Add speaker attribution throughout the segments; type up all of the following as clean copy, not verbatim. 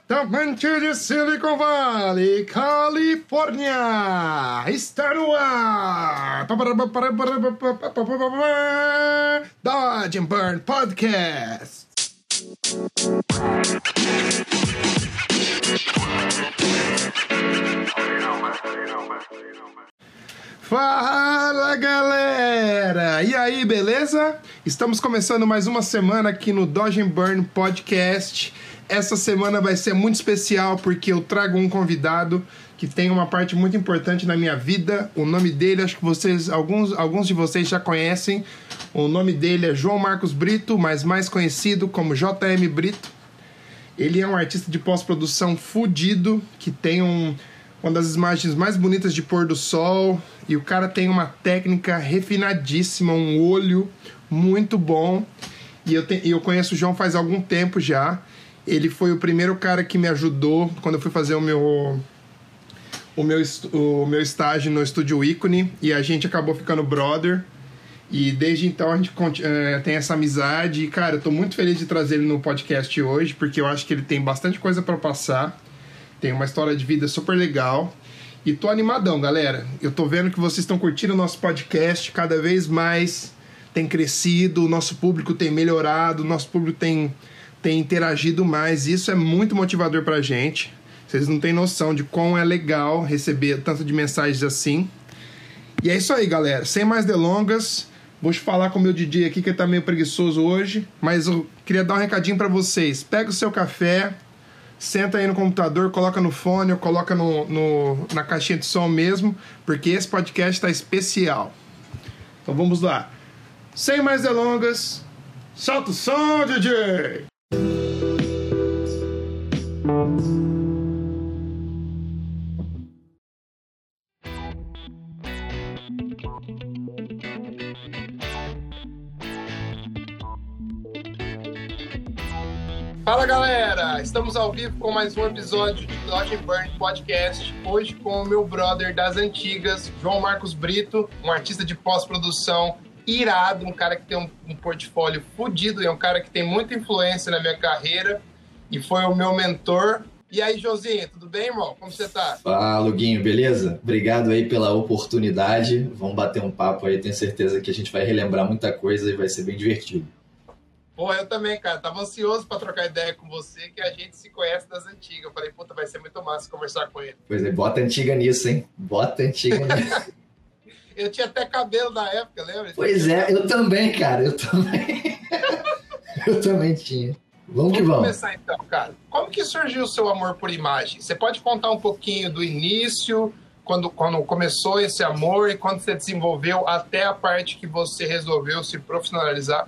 Speaker 1: Diretamente de Silicon Valley, Califórnia, está no ar Dodge and Burn Podcast. Fala, galera! E aí, beleza? Estamos começando mais uma semana aqui no Dodge and Burn Podcast. Essa semana vai ser muito especial porque eu trago um convidado que tem uma parte muito importante na minha vida. O nome dele, acho que vocês, alguns de vocês já conhecem. O nome dele é João Marcos Brito, mas mais conhecido como JM Brito. Ele é um artista de pós-produção fudido, que tem uma das imagens mais bonitas de pôr do sol, e o cara tem uma técnica refinadíssima, um olho muito bom, e eu conheço o João faz algum tempo já. Ele foi o primeiro cara que me ajudou quando eu fui fazer o meu estágio no Estúdio Ícone, e a gente acabou ficando brother, e desde então a gente tem essa amizade, e cara, eu tô muito feliz de trazer ele no podcast hoje, porque eu acho que ele tem bastante coisa pra passar. Tem uma história de vida super legal. E tô animadão, galera. Eu tô vendo que vocês estão curtindo o nosso podcast. Cada vez mais tem crescido. O nosso público tem melhorado. O nosso público tem interagido mais. Isso é muito motivador pra gente. Vocês não têm noção de quão é legal receber tanto de mensagens assim. E é isso aí, galera. Sem mais delongas, vou falar com o meu DJ aqui, que ele tá meio preguiçoso hoje. Mas eu queria dar um recadinho pra vocês. Pega o seu café, senta aí no computador, coloca no fone ou coloca na caixinha de som mesmo, porque esse podcast tá especial. Então vamos lá. Sem mais delongas, solta o som, DJ! Fala, galera! Estamos ao vivo com mais um episódio de Dodge and Burn Podcast. Hoje com o meu brother das antigas, João Marcos Brito, um artista de pós-produção irado, um cara que tem um portfólio fodido, é um cara que tem muita influência na minha carreira e foi o meu mentor. E aí, Joãozinho, tudo bem, irmão? Como você tá?
Speaker 2: Fala, Luguinho, beleza? Obrigado aí pela oportunidade. Vamos bater um papo aí, tenho certeza que a gente vai relembrar muita coisa e vai ser bem divertido.
Speaker 1: Pô, eu também, cara. Tava ansioso pra trocar ideia com você, que a gente se conhece das antigas. Eu falei, puta, vai ser muito massa conversar com ele.
Speaker 2: Pois é, bota antiga nisso, hein? Bota antiga nisso.
Speaker 1: Eu tinha até cabelo na época, lembra?
Speaker 2: Pois é, eu também, cara. Eu também. Eu também tinha. Vamos que vamos.
Speaker 1: Vamos começar então, cara. Como que surgiu o seu amor por imagem? Você pode contar um pouquinho do início, quando começou esse amor e quando você desenvolveu até a parte que você resolveu se profissionalizar?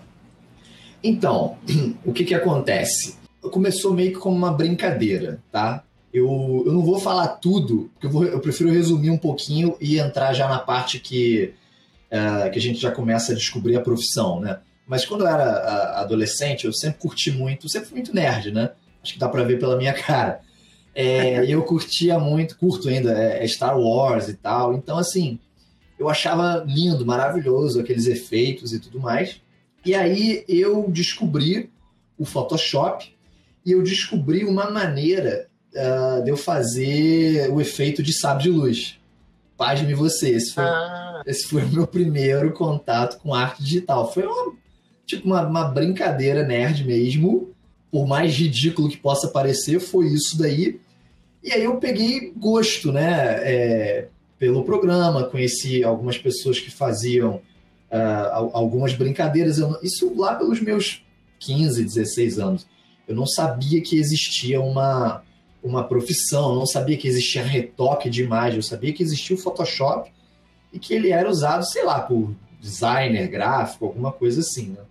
Speaker 2: Então, o que acontece? Começou meio que como uma brincadeira, tá? Eu não vou falar tudo, porque eu prefiro resumir um pouquinho e entrar já na parte que a gente já começa a descobrir a profissão, né? Mas quando eu era adolescente, eu sempre curti muito, sempre fui muito nerd, né? Acho que dá pra ver pela minha cara. Eu curtia muito, curto ainda, Star Wars e tal. Então, assim, eu achava lindo, maravilhoso, aqueles efeitos e tudo mais. E aí eu descobri o Photoshop e eu descobri uma maneira de eu fazer o efeito de sabre de luz. Pasme você, esse foi o meu primeiro contato com arte digital. Foi uma brincadeira nerd mesmo, por mais ridículo que possa parecer, foi isso daí. E aí eu peguei gosto, né, pelo programa, conheci algumas pessoas que faziam algumas brincadeiras. Isso lá pelos meus 15, 16 anos. Eu não sabia que existia uma profissão, eu não sabia que existia retoque de imagem, eu sabia que existia o Photoshop e que ele era usado, sei lá, por designer, gráfico, alguma coisa assim, né?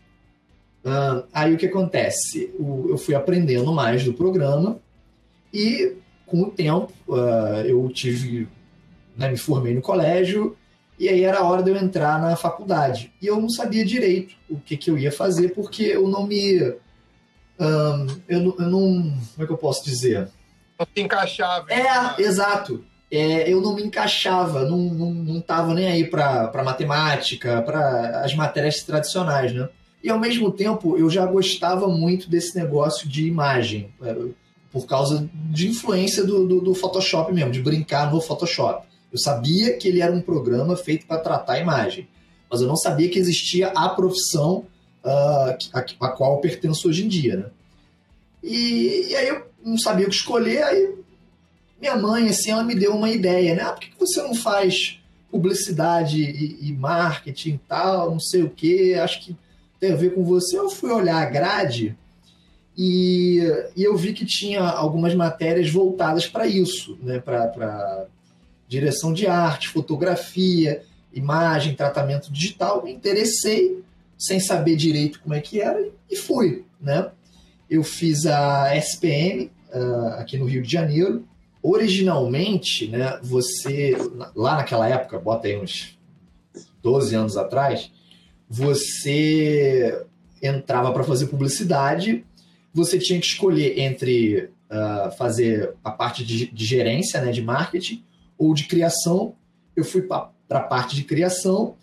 Speaker 2: Aí o que acontece? Eu fui aprendendo mais do programa e com o tempo eu me formei no colégio. E aí era a hora de eu entrar na faculdade. E eu não sabia direito o que eu ia fazer, porque eu não me... eu não... Como é que eu posso dizer?
Speaker 1: Não se encaixava.
Speaker 2: Exato. Eu não me encaixava, não tava nem aí para matemática, para as matérias tradicionais, né? E ao mesmo tempo eu já gostava muito desse negócio de imagem. por causa de influência do Photoshop mesmo, de brincar no Photoshop. Eu sabia que ele era um programa feito para tratar a imagem, mas eu não sabia que existia a profissão a qual eu pertenço hoje em dia, né? E aí eu não sabia o que escolher, aí minha mãe, assim, ela me deu uma ideia, né? Por que você não faz publicidade e marketing e tal, não sei o quê, acho que tem a ver com você. Eu fui olhar a grade e eu vi que tinha algumas matérias voltadas para isso, né? Para direção de arte, fotografia, imagem, tratamento digital. Me interessei, sem saber direito como é que era, e fui, né? Eu fiz a SPM aqui no Rio de Janeiro. Originalmente, né, você, lá naquela época, bota aí uns 12 anos atrás, você entrava para fazer publicidade, você tinha que escolher entre fazer a parte de gerência, né, de marketing, ou de criação. Eu fui para a parte de criação,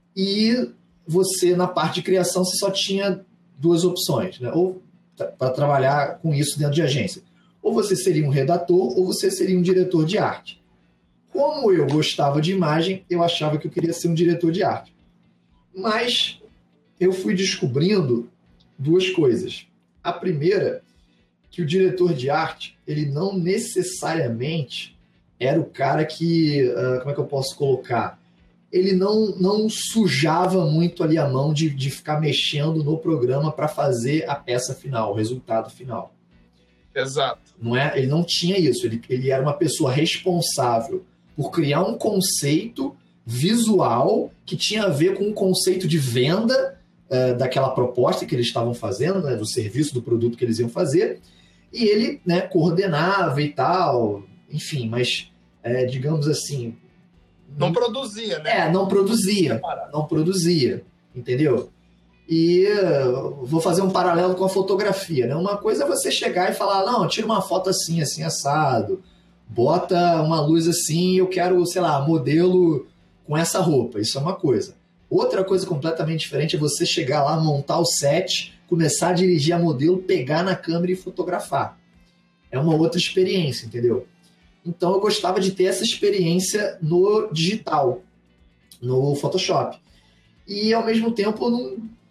Speaker 2: e você, na parte de criação, você só tinha duas opções, né, ou para trabalhar com isso dentro de agência. Ou você seria um redator, ou você seria um diretor de arte. Como eu gostava de imagem, eu achava que eu queria ser um diretor de arte. Mas eu fui descobrindo duas coisas. A primeira, que o diretor de arte, ele não necessariamente era o cara que, como é que eu posso colocar? Ele não sujava muito ali a mão de ficar mexendo no programa para fazer a peça final, o resultado final.
Speaker 1: Exato.
Speaker 2: Não é? Ele não tinha isso. Ele era uma pessoa responsável por criar um conceito visual que tinha a ver com o conceito de venda daquela proposta que eles estavam fazendo, né, do serviço, do produto que eles iam fazer. E ele, né, coordenava e tal, enfim, mas digamos assim...
Speaker 1: Não produzia, né?
Speaker 2: Não produzia, entendeu? E vou fazer um paralelo com a fotografia, né? Uma coisa é você chegar e falar, não, tira uma foto assim, assim, assado, bota uma luz assim, eu quero, sei lá, modelo com essa roupa, isso é uma coisa. Outra coisa completamente diferente é você chegar lá, montar o set, começar a dirigir a modelo, pegar na câmera e fotografar. É uma outra experiência, entendeu? Então eu gostava de ter essa experiência no digital, no Photoshop. E ao mesmo tempo eu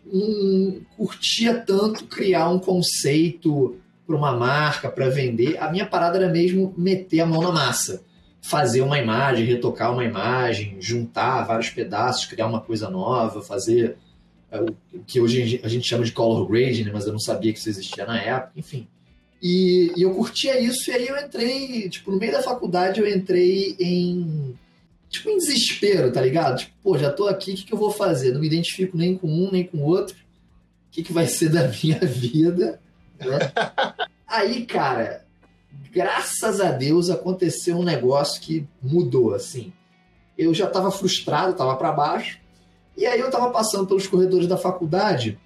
Speaker 2: não curtia tanto criar um conceito para uma marca, para vender. A minha parada era mesmo meter a mão na massa. Fazer uma imagem, retocar uma imagem, juntar vários pedaços, criar uma coisa nova, fazer o que hoje a gente chama de color grading, né? Mas eu não sabia que isso existia na época, enfim. E eu curtia isso, e aí eu entrei, tipo, no meio da faculdade eu entrei em desespero, tá ligado? Tipo, pô, já tô aqui, o que eu vou fazer? Não me identifico nem com um, nem com o outro. O que vai ser da minha vida? Né? Aí, cara, graças a Deus aconteceu um negócio que mudou, assim. Eu já tava frustrado, tava pra baixo, e aí eu tava passando pelos corredores da faculdade,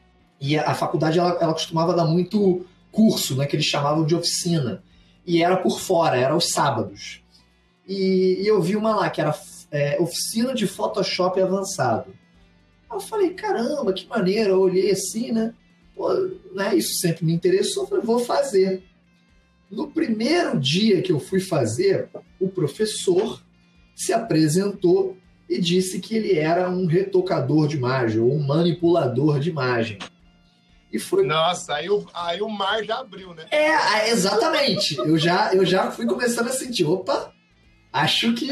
Speaker 2: e a faculdade, ela costumava dar muito curso, né, que eles chamavam de oficina, e era por fora, era aos sábados. E eu vi uma lá, que era oficina de Photoshop avançado. Eu falei, caramba, que maneiro, eu olhei assim, né? Pô, né, isso sempre me interessou, eu falei, vou fazer. No primeiro dia que eu fui fazer, o professor se apresentou e disse que ele era um retocador de imagem, ou um manipulador de imagem. E foi...
Speaker 1: Nossa, aí o mar já abriu, né?
Speaker 2: Exatamente. Eu já fui começando a sentir, opa, acho que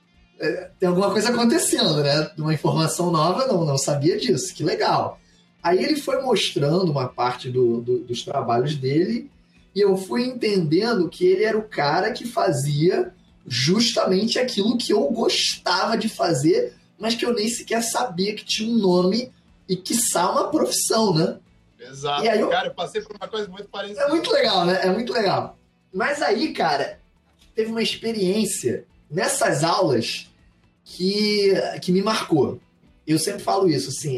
Speaker 2: tem alguma coisa acontecendo, né? Uma informação nova, não sabia disso, que legal. Aí ele foi mostrando uma parte dos trabalhos dele, e eu fui entendendo que ele era o cara que fazia justamente aquilo que eu gostava de fazer, mas que eu nem sequer sabia que tinha um nome e, quiçá, uma profissão, né?
Speaker 1: Exato.
Speaker 2: E aí
Speaker 1: cara, eu passei por uma coisa muito parecida.
Speaker 2: É muito legal, né? É muito legal. Mas aí, cara, teve uma experiência nessas aulas que me marcou. Eu sempre falo isso, assim,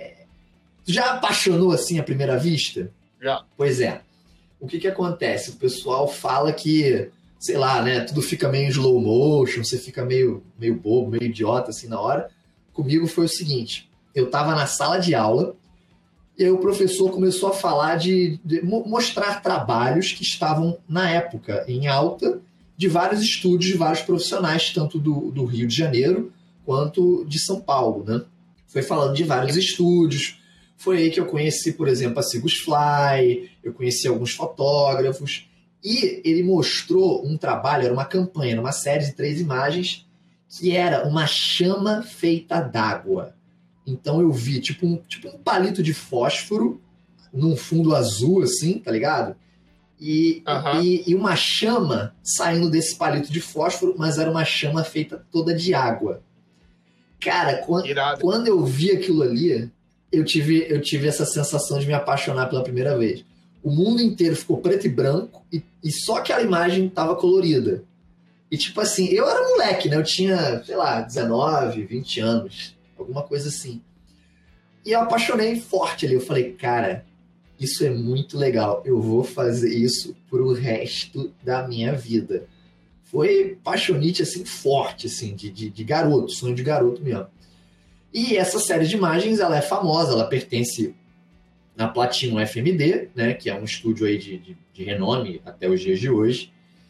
Speaker 2: Tu já apaixonou, assim, à primeira vista?
Speaker 1: Já.
Speaker 2: Pois é. O que acontece? O pessoal fala que, sei lá, né, tudo fica meio em slow motion, você fica meio bobo, meio idiota, assim, na hora. Comigo foi o seguinte, eu tava na sala de aula, E aí o professor começou a falar de mostrar trabalhos que estavam, na época, em alta, de vários estúdios, de vários profissionais, tanto do Rio de Janeiro quanto de São Paulo, né? Foi falando de vários estúdios. Foi aí que eu conheci, por exemplo, a Sigus Fly, eu conheci alguns fotógrafos, e ele mostrou um trabalho, era uma campanha, era uma série de 3 imagens, que era uma chama feita d'água. Então eu vi tipo um palito de fósforo num fundo azul, assim, tá ligado? E uma chama saindo desse palito de fósforo, mas era uma chama feita toda de água. Cara, quando eu vi aquilo ali, eu tive essa sensação de me apaixonar pela primeira vez. O mundo inteiro ficou preto e branco e só aquela imagem tava colorida. E tipo assim, eu era moleque, né? Eu tinha, sei lá, 19, 20 anos, alguma coisa assim. E eu apaixonei forte ali. Eu falei, cara, isso é muito legal. Eu vou fazer isso pro resto da minha vida. Foi paixonite, assim, forte, assim, de garoto, sonho de garoto mesmo. E essa série de imagens, ela é famosa, ela pertence na Platinum FMD, né, que é um estúdio aí de renome até os dias de hoje.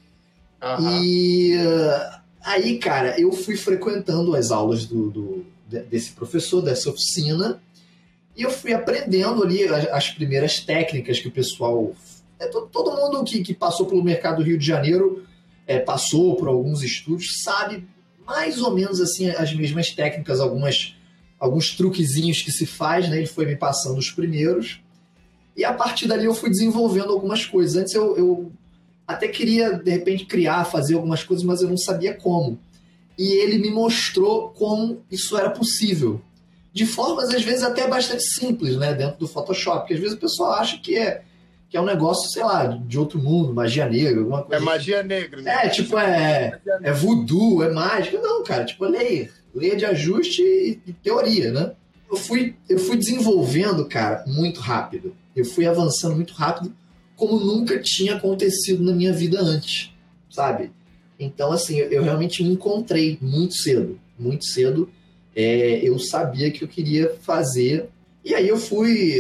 Speaker 2: E aí, cara, eu fui frequentando as aulas desse professor, dessa oficina, e eu fui aprendendo ali as primeiras técnicas que o pessoal... Todo mundo que passou pelo mercado do Rio de Janeiro, passou por alguns estúdios, sabe mais ou menos assim as mesmas técnicas, alguns truquezinhos que se faz, né? Ele foi me passando os primeiros. E a partir dali eu fui desenvolvendo algumas coisas. Antes eu até queria, de repente, fazer algumas coisas, mas eu não sabia como. E ele me mostrou como isso era possível. De formas, às vezes, até bastante simples, né? Dentro do Photoshop. Porque às vezes o pessoal acha que é um negócio, sei lá, de outro mundo, magia negra, alguma coisa.
Speaker 1: É magia negra, né?
Speaker 2: É voodoo, é mágica. Não, cara, tipo, é leia de ajuste e teoria, né? Eu fui desenvolvendo, cara, muito rápido. Eu fui avançando muito rápido, como nunca tinha acontecido na minha vida antes, sabe? Então, assim, eu realmente me encontrei muito cedo. Muito cedo, eu sabia que eu queria fazer. E aí eu fui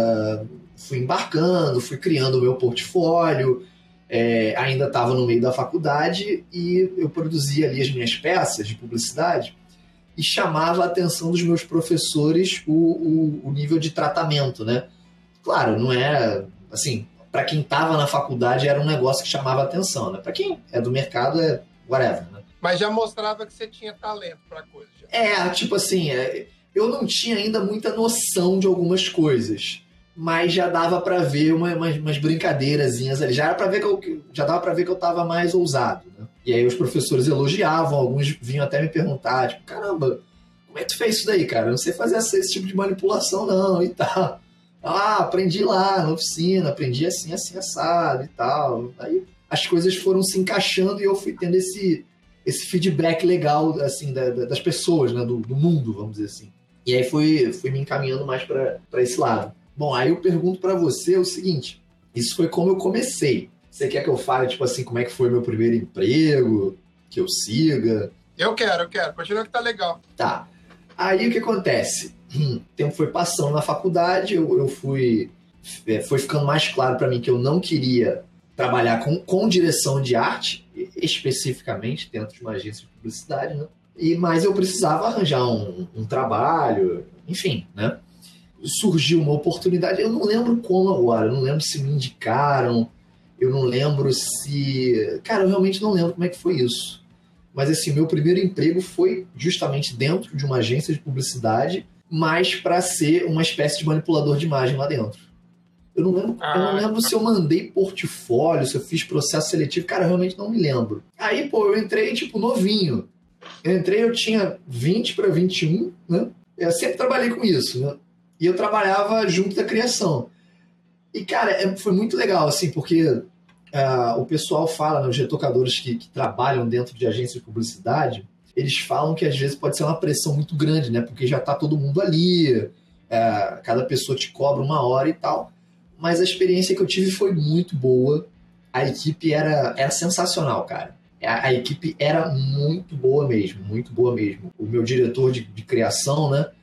Speaker 2: embarcando, fui criando o meu portfólio, ainda estava no meio da faculdade e eu produzia ali as minhas peças de publicidade e chamava a atenção dos meus professores o nível de tratamento, né? Claro, não é assim, para quem estava na faculdade era um negócio que chamava a atenção, né? Para quem é do mercado é whatever, né?
Speaker 1: Mas já mostrava que você tinha talento para coisa.
Speaker 2: Tipo assim, eu não tinha ainda muita noção de algumas coisas, mas já dava para ver umas brincadeirazinhas ali. Já dava para ver que eu estava mais ousado, né? E aí os professores elogiavam, alguns vinham até me perguntar, tipo, caramba, como é que tu fez isso daí, cara? Eu não sei fazer esse tipo de manipulação não, e tal. Aprendi lá na oficina, aprendi assim, assado e tal. Aí as coisas foram se encaixando e eu fui tendo esse feedback legal, assim, das pessoas, né, do mundo, vamos dizer assim. E aí fui me encaminhando mais para esse lado. Bom, aí eu pergunto para você o seguinte, isso foi como eu comecei. Você quer que eu fale, tipo assim, como é que foi meu primeiro emprego, que eu siga?
Speaker 1: Eu quero. Continua que tá legal.
Speaker 2: Tá. Aí o que acontece? O tempo foi passando na faculdade, eu foi ficando mais claro para mim que eu não queria trabalhar com direção de arte, especificamente dentro de uma agência de publicidade, né? Mas eu precisava arranjar um trabalho, enfim, né? Surgiu uma oportunidade, eu não lembro como agora, eu não lembro se me indicaram, eu não lembro se... Cara, eu realmente não lembro como é que foi isso. Mas assim, meu primeiro emprego foi justamente dentro de uma agência de publicidade, mas para ser uma espécie de manipulador de imagem lá dentro. Eu não lembro se eu mandei portfólio, se eu fiz processo seletivo, cara, eu realmente não me lembro. Aí, eu entrei, tipo, novinho. Eu tinha 20 para 21, né? Eu sempre trabalhei com isso, né? E eu trabalhava junto da criação. E, cara, foi muito legal, assim, porque o pessoal fala, né, os retocadores que trabalham dentro de agência de publicidade, eles falam que às vezes pode ser uma pressão muito grande, né? Porque já tá todo mundo ali, cada pessoa te cobra 1 hora e tal. Mas a experiência que eu tive foi muito boa. A equipe era sensacional, cara. A equipe era muito boa mesmo, muito boa mesmo. O meu diretor de criação, né?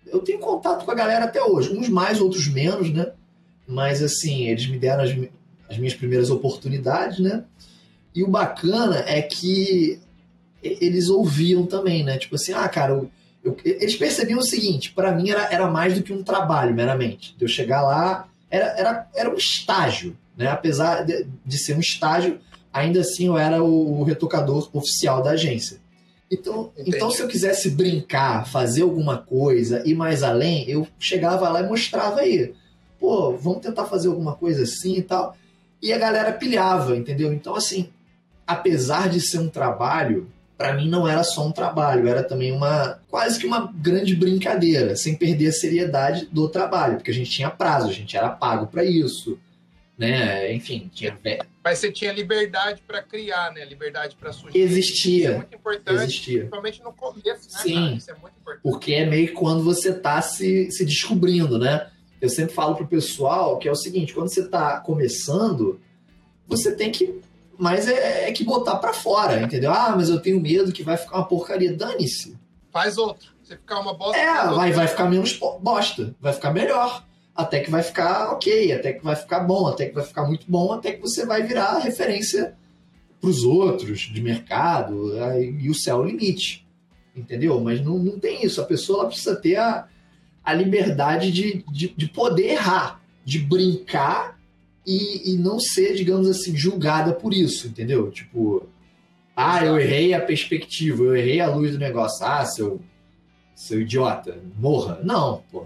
Speaker 2: eu tenho contato com a galera até hoje, uns mais, outros menos, né? Mas, assim, eles me deram as minhas primeiras oportunidades, né? E o bacana é que eles ouviam também, né? Tipo assim, cara, eles percebiam o seguinte, para mim era mais do que um trabalho, meramente. De eu chegar lá, era um estágio, né? Apesar de ser um estágio, ainda assim eu era o retocador oficial da agência. Então, se eu quisesse brincar, fazer alguma coisa, ir mais além, eu chegava lá e mostrava aí. Pô, vamos tentar fazer alguma coisa assim e tal. E a galera pilhava, entendeu? Então, assim, apesar de ser um trabalho, para mim não era só um trabalho, era também quase que uma grande brincadeira, sem perder a seriedade do trabalho, porque a gente tinha prazo, a gente era pago para isso, né? Enfim, tinha...
Speaker 1: Mas você tinha liberdade para criar, né? Liberdade para sugerir.
Speaker 2: Existia.
Speaker 1: Isso é muito importante,
Speaker 2: existia.
Speaker 1: Principalmente no começo, né,
Speaker 2: Sim,
Speaker 1: cara? Isso é muito importante.
Speaker 2: Porque é meio que quando você tá se descobrindo, né? Eu sempre falo pro pessoal que é o seguinte, quando você tá começando, você tem que... Mas é que botar pra fora, entendeu? Mas eu tenho medo que vai ficar uma porcaria. Dane-se.
Speaker 1: Faz outro. Você ficar uma bosta...
Speaker 2: vai ficar menos bosta. Vai ficar melhor. Até que vai ficar ok, até que vai ficar bom, até que vai ficar muito bom, até que você vai virar referência pros outros de mercado, e o céu é o limite. Entendeu? Mas não tem isso. A pessoa ela precisa ter a liberdade de poder errar, de brincar e não ser, digamos assim, julgada por isso, entendeu? Tipo, eu errei a perspectiva, eu errei a luz do negócio. Seu idiota, morra. Não, pô.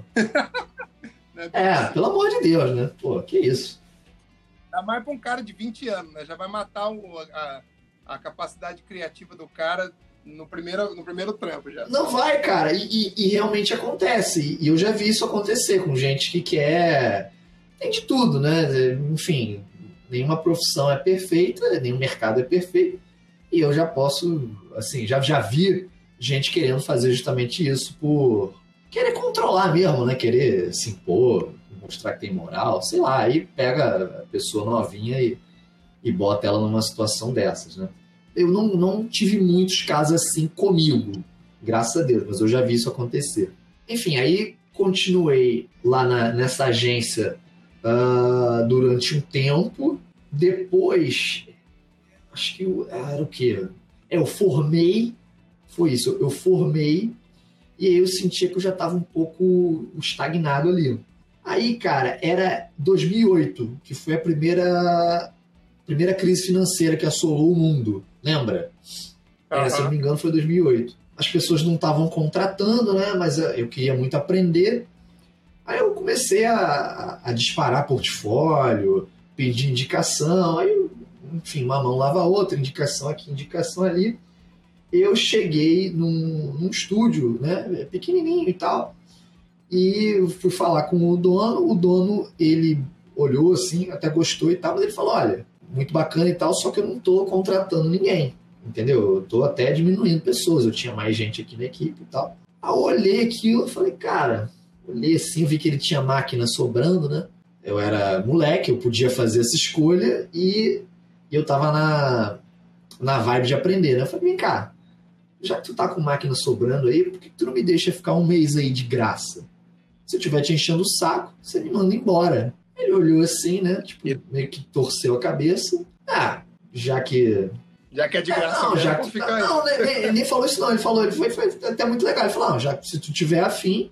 Speaker 2: Pelo amor de Deus, né? Pô, que isso.
Speaker 1: Dá mais pra um cara de 20 anos, né? Já vai matar a capacidade criativa do cara no primeiro trampo já.
Speaker 2: Não vai, cara. E realmente acontece. E eu já vi isso acontecer com gente que quer... Tem de tudo, né? Enfim, nenhuma profissão é perfeita, nenhum mercado é perfeito. E eu já posso, assim, já vi gente querendo fazer justamente isso por querer controlar mesmo, né? Querer se impor, mostrar que tem moral, sei lá. Aí pega a pessoa novinha e bota ela numa situação dessas, né? Eu não tive muitos casos assim comigo, graças a Deus, mas eu já vi isso acontecer. Enfim, aí continuei lá nessa agência durante um tempo. Depois, acho que era o quê? Eu formei, foi isso, eu formei e aí eu sentia que eu já estava um pouco estagnado ali. Aí, cara, era 2008, que foi a primeira crise financeira que assolou o mundo, lembra?
Speaker 1: Uhum.
Speaker 2: Se eu não me engano, foi 2008. As pessoas não estavam contratando, né? Mas eu queria muito aprender. Aí eu comecei a disparar portfólio, pedir indicação. Aí, enfim, uma mão lava a outra, indicação aqui, indicação ali. Eu cheguei num estúdio, né? Pequenininho e tal. E fui falar com o dono, ele olhou assim, até gostou e tal, mas ele falou, olha, muito bacana e tal, só que eu não tô contratando ninguém, entendeu? Eu tô até diminuindo pessoas, eu tinha mais gente aqui na equipe e tal. Aí eu olhei aquilo e falei, cara, olhei assim, vi que ele tinha máquina sobrando, né? Eu era moleque, eu podia fazer essa escolha e eu tava na vibe de aprender, né? Eu falei, vem cá, já que tu tá com máquina sobrando aí, por que tu não me deixa ficar um mês aí de graça? Se eu estiver te enchendo o saco, você me manda embora. Ele olhou assim, né? Tipo, meio que torceu a cabeça. Já que
Speaker 1: é de graça,
Speaker 2: não, já que ele nem falou isso não. Ele falou, foi até muito legal. Ele falou, já que se tu tiver afim,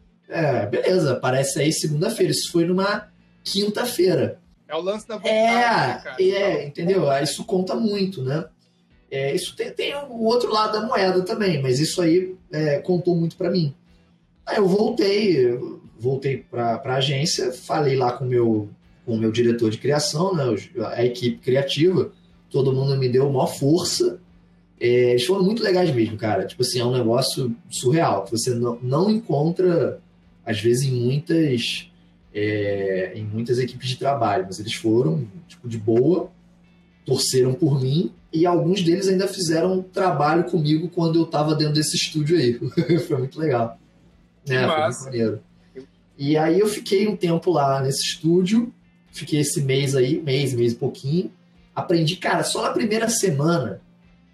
Speaker 2: beleza, aparece aí segunda-feira. Isso foi numa quinta-feira.
Speaker 1: É o lance da vontade, cara.
Speaker 2: Entendeu? Isso conta muito, né? Isso tem o outro lado da moeda também, mas isso aí contou muito pra mim. Aí eu voltei para a agência, falei lá com o meu diretor de criação, né, a equipe criativa, todo mundo me deu maior força. Eles foram muito legais mesmo, cara. Tipo assim, é um negócio surreal, que você não encontra, às vezes, em muitas equipes de trabalho, mas eles foram, tipo, de boa, torceram por mim, e alguns deles ainda fizeram trabalho comigo quando eu estava dentro desse estúdio aí. Foi muito legal. Foi muito maneiro. E aí eu fiquei um tempo lá nesse estúdio, fiquei esse mês aí, mês e pouquinho. Aprendi, cara, só na primeira semana,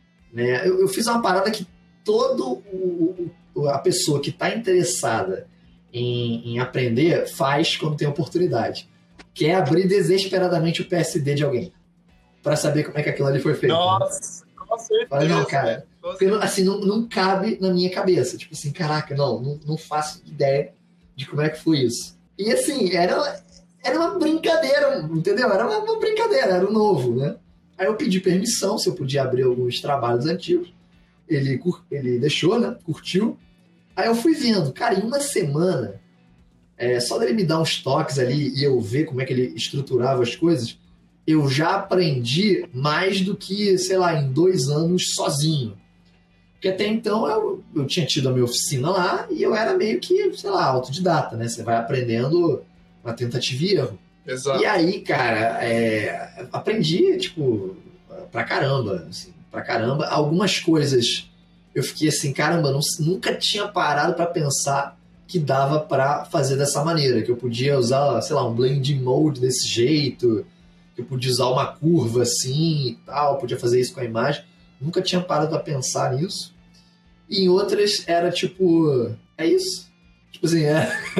Speaker 2: né? Eu fiz uma parada que a pessoa que está interessada em aprender, faz quando tem oportunidade. Que é abrir desesperadamente o PSD de alguém. Pra saber como é que aquilo ali foi feito.
Speaker 3: Nossa, né? Com certeza.
Speaker 2: Falei, não, cara. Porque, assim, não cabe na minha cabeça. Tipo assim, caraca, não faço ideia de como é que foi isso. E assim, era uma brincadeira, entendeu? Era uma brincadeira, era o novo, né? Aí eu pedi permissão se eu podia abrir alguns trabalhos antigos. Ele deixou, né? Curtiu. Aí eu fui vendo. Cara, em uma semana, só dele me dar uns toques ali e eu ver como é que ele estruturava as coisas, eu já aprendi mais do que, sei lá, em 2 anos sozinho. Porque até então eu tinha tido a minha oficina lá e eu era meio que, sei lá, autodidata, né? Você vai aprendendo uma tentativa e erro.
Speaker 1: Exato.
Speaker 2: E aí, cara, aprendi, tipo, pra caramba, assim, pra caramba. Algumas coisas eu fiquei assim, caramba, nunca tinha parado pra pensar que dava pra fazer dessa maneira, que eu podia usar, sei lá, um blending mode desse jeito, que eu podia usar uma curva assim e tal, podia fazer isso com a imagem. Nunca tinha parado pra pensar nisso. E em outras era tipo, é isso? Tipo assim,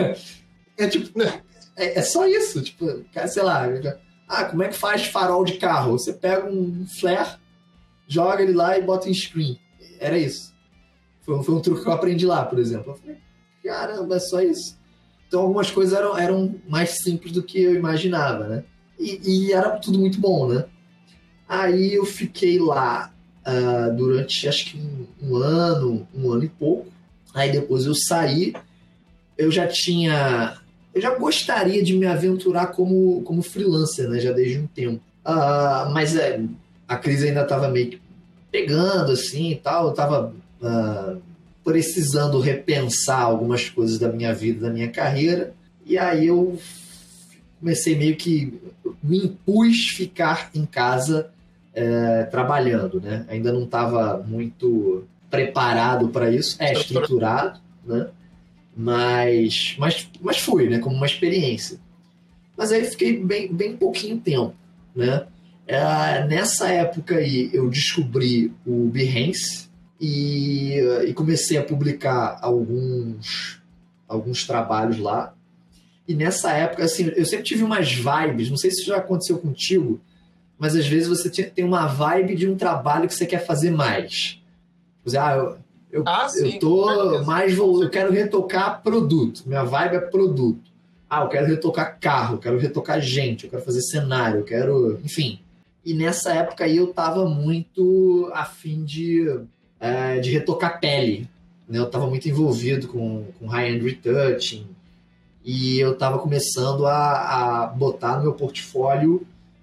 Speaker 2: tipo, é só isso. Tipo, sei lá, como é que faz farol de carro? Você pega um flare, joga ele lá e bota em screen. Era isso. Foi um truque que eu aprendi lá, por exemplo. Eu falei, caramba, é só isso. Então algumas coisas eram mais simples do que eu imaginava, né? E era tudo muito bom, né? Aí eu fiquei lá durante acho que um ano e pouco. Aí depois eu saí. Eu já gostaria de me aventurar como freelancer, né? Já desde um tempo. Mas a crise ainda estava meio que pegando, assim, e tal. Eu estava precisando repensar algumas coisas da minha vida, da minha carreira. E aí eu comecei meio que... Me impus ficar em casa trabalhando, né? Ainda não estava muito preparado para isso. Estruturado, né? Mas fui, né? Como uma experiência. Mas aí fiquei bem pouquinho tempo, né? Nessa época aí eu descobri o Behance e comecei a publicar alguns trabalhos lá. E nessa época, assim, eu sempre tive umas vibes, não sei se isso já aconteceu contigo, mas às vezes você tem uma vibe de um trabalho que você quer fazer mais.
Speaker 1: Sim,
Speaker 2: eu tô mais... Eu quero retocar produto. Minha vibe é produto. Eu quero retocar carro, eu quero retocar gente, eu quero fazer cenário, eu quero... Enfim. E nessa época aí eu tava muito afim de retocar pele. Né? Eu tava muito envolvido com high-end retouching. E eu tava começando a botar no meu portfólio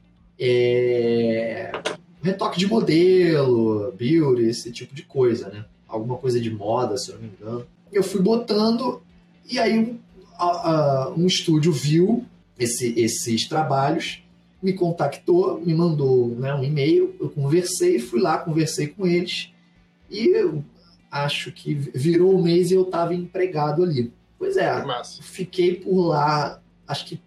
Speaker 2: retoque de modelo, beauty, esse tipo de coisa, né? Alguma coisa de moda, se eu não me engano. Eu fui botando e aí um estúdio viu esses trabalhos, me contactou, me mandou, né, um e-mail, eu conversei com eles e eu acho que virou um mês e eu estava empregado ali. Pois fiquei por lá, acho que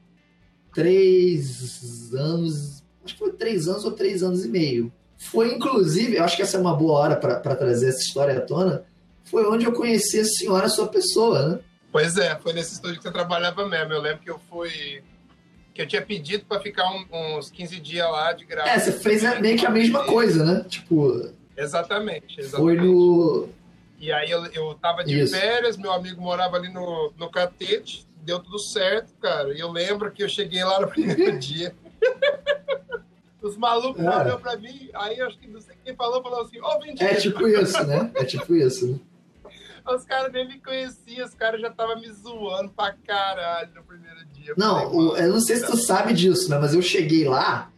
Speaker 2: 3 anos, acho que foi 3 anos ou 3 anos e meio. Foi, inclusive, eu acho que essa é uma boa hora para trazer essa história à tona, foi onde eu conheci a senhora, sua pessoa, né?
Speaker 1: Pois foi nesse estúdio que você trabalhava mesmo. Eu lembro que eu tinha pedido para ficar uns 15 dias lá de graça.
Speaker 2: Você fez meio que a mesma coisa, né? Tipo...
Speaker 1: Exatamente.
Speaker 2: Foi no...
Speaker 1: E aí eu tava de férias, meu amigo morava ali no Catete, deu tudo certo, cara. E eu lembro que eu cheguei lá no primeiro dia. Os malucos olham pra mim, aí eu acho que não sei quem falou assim, vem dinheiro.
Speaker 2: É tipo isso, né?
Speaker 1: Os caras nem me conheciam, os caras já estavam me zoando pra caralho no primeiro dia.
Speaker 2: Não, eu não sei se tu sabe disso, né? Mas eu cheguei lá,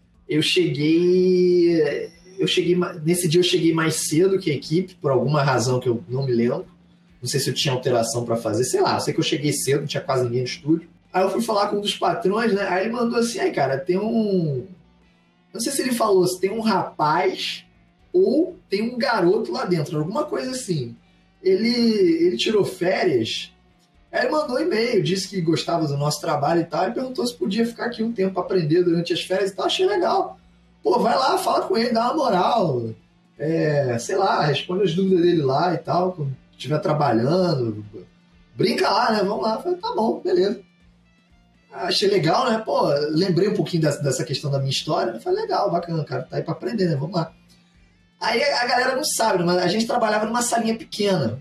Speaker 2: nesse dia eu cheguei mais cedo que a equipe, por alguma razão que eu não me lembro. Não sei se eu tinha alteração pra fazer, sei lá. Eu sei que eu cheguei cedo, não tinha quase ninguém no estúdio. Aí eu fui falar com um dos patrões, né? Aí ele mandou assim, cara, tem um... Não sei se ele falou se tem um rapaz ou tem um garoto lá dentro, alguma coisa assim. Ele tirou férias, aí ele mandou um e-mail, disse que gostava do nosso trabalho e tal, e perguntou se podia ficar aqui um tempo para aprender durante as férias e tal. Achei legal. Pô, vai lá, fala com ele, dá uma moral. Sei lá, responde as dúvidas dele lá e tal, quando estiver trabalhando. brinca lá, né? Vamos lá. Eu falei, tá bom, beleza. Achei legal, né? Pô, lembrei um pouquinho dessa questão da minha história. Eu falei, legal, bacana, cara, tá aí pra aprender, né? Vamos lá. Aí a galera não sabe, mas a gente trabalhava numa salinha pequena.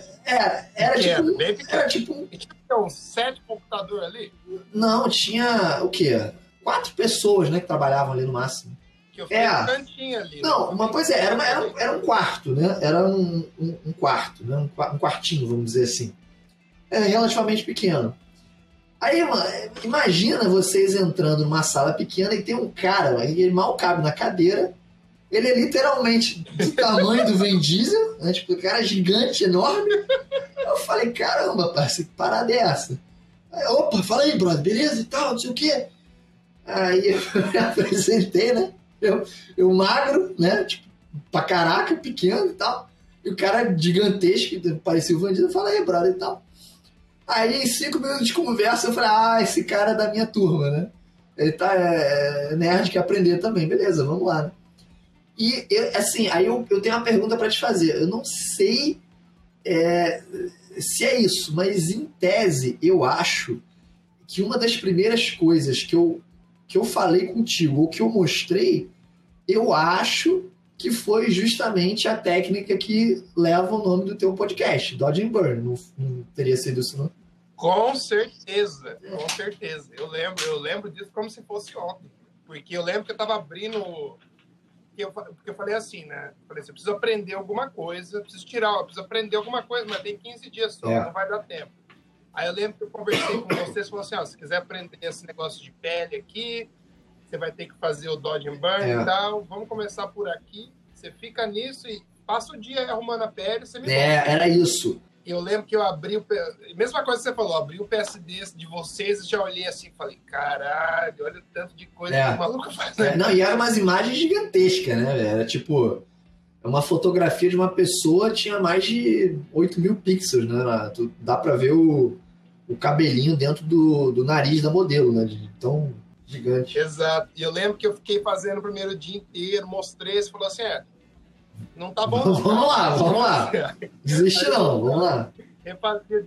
Speaker 2: Era tipo...
Speaker 1: Tinha uns 7 computadores ali?
Speaker 2: Não, tinha o quê? 4 pessoas, né, que trabalhavam ali no máximo.
Speaker 1: Que eu fiquei no cantinho ali.
Speaker 2: Não, uma coisa era um quarto, né? Era um quarto, né? Um quartinho, vamos dizer assim. Era relativamente pequeno. Aí, mano, imagina vocês entrando numa sala pequena e tem um cara, ele mal cabe na cadeira, ele é literalmente do tamanho do Vin Diesel, né? Tipo, o cara é gigante, enorme. Eu falei, caramba, parceiro, que parada é essa? Aí, opa, fala aí, brother, beleza e tal, não sei o quê. Aí eu me apresentei, né? Eu magro, né? Tipo, pra caraca, pequeno e tal. E o cara gigantesco, que parecia o Vin Diesel, eu falei, aí, brother e tal. Aí, em 5 minutos de conversa, eu falei, esse cara é da minha turma, né? Ele tá nerd, quer aprender também. Beleza, vamos lá, né? E, aí eu tenho uma pergunta para te fazer. Eu não sei se é isso, mas em tese, eu acho que uma das primeiras coisas que eu falei contigo, ou que eu mostrei, eu acho que foi justamente a técnica que leva o nome do teu podcast, Dodge and Burn. Não teria sido isso, não?
Speaker 1: Com certeza. Eu lembro disso como se fosse ontem. Porque eu lembro que eu estava abrindo... Porque eu falei assim, né? Falei assim, eu preciso aprender alguma coisa, preciso aprender alguma coisa, mas tem 15 dias só, não vai dar tempo. Aí eu lembro que eu conversei com vocês e falei assim, se quiser aprender esse negócio de pele aqui, você vai ter que fazer o Dodge and Burn e tal, vamos começar por aqui, você fica nisso e passa o dia arrumando a pele, você me mostra.
Speaker 2: Era isso.
Speaker 1: Eu lembro que eu abri mesma coisa que você falou, abri o PSD de vocês e já olhei assim, falei, caralho, olha o tanto de coisa que o maluco faz.
Speaker 2: Não, e eram umas imagens gigantescas, né? Era tipo, uma fotografia de uma pessoa tinha mais de 8.000 pixels, né? Dá pra ver o cabelinho dentro do nariz da modelo, né? Tão gigante.
Speaker 1: Exato. E eu lembro que eu fiquei fazendo o primeiro dia inteiro, mostrei, você falou assim, não tá bom.
Speaker 2: Vamos lá. Desiste não, vamos lá.
Speaker 1: Refazia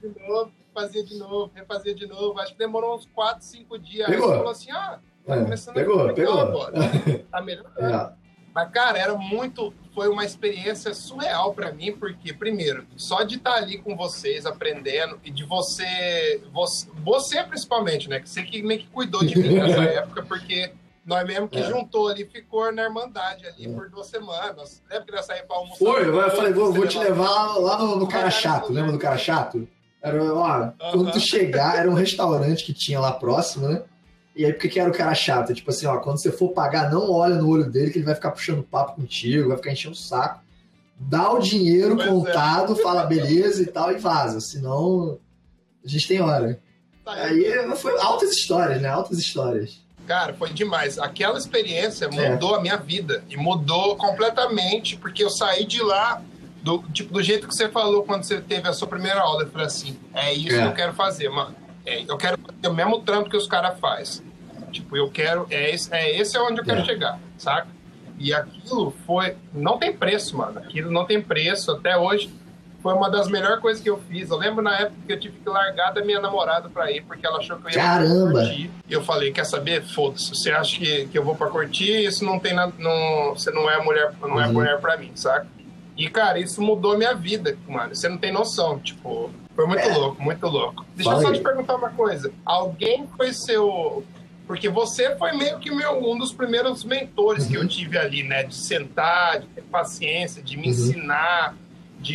Speaker 1: de novo. Acho que demorou uns 4, 5 dias.
Speaker 2: Pegou.
Speaker 1: Aí você falou assim, tá começando
Speaker 2: pegou.
Speaker 1: Agora. Tá melhorando. Mas, cara, foi uma experiência surreal pra mim, porque, primeiro, só de estar ali com vocês, aprendendo, e de você principalmente, né, que você que meio que cuidou de mim nessa época, porque nós mesmo que juntou ali, ficou na Irmandade ali por 2 semanas. Lembra que nós saímos pra almoçar?
Speaker 2: Eu falei, vou te levar lá no Cara Chato, lembra do Cara Chato? Quando tu chegar, era um restaurante que tinha lá próximo, né? E aí, por que era o Cara Chato? Tipo assim, quando você for pagar, não olha no olho dele, que ele vai ficar puxando papo contigo, vai ficar enchendo o saco. Dá o dinheiro contado, fala beleza e tal, e vaza. Senão, a gente tem hora. Aí foi altas histórias, né? Altas histórias.
Speaker 1: Cara, foi demais. Aquela experiência mudou a minha vida. E mudou completamente, porque eu saí de lá do jeito que você falou quando você teve a sua primeira aula. Eu falei assim, é isso que eu quero fazer, mano. Eu quero fazer o mesmo trampo que os caras fazem. Tipo, eu quero... Esse é onde eu quero chegar, saca? E aquilo não tem preço, mano. Aquilo não tem preço. Até hoje, foi uma das melhores coisas que eu fiz. Eu lembro na época que eu tive que largar da minha namorada pra ir, porque ela achou que eu ia curtir. E eu falei, quer saber? Foda-se. Você acha que eu vou pra curtir? Isso não tem nada... Você não é mulher, é mulher pra mim, saca? E, cara, isso mudou a minha vida, mano. Você não tem noção, tipo... Foi muito louco, muito louco. Deixa eu só te perguntar uma coisa. Alguém foi seu... Porque você foi meio que um dos primeiros mentores que eu tive ali, né? De sentar, de ter paciência, de me ensinar, de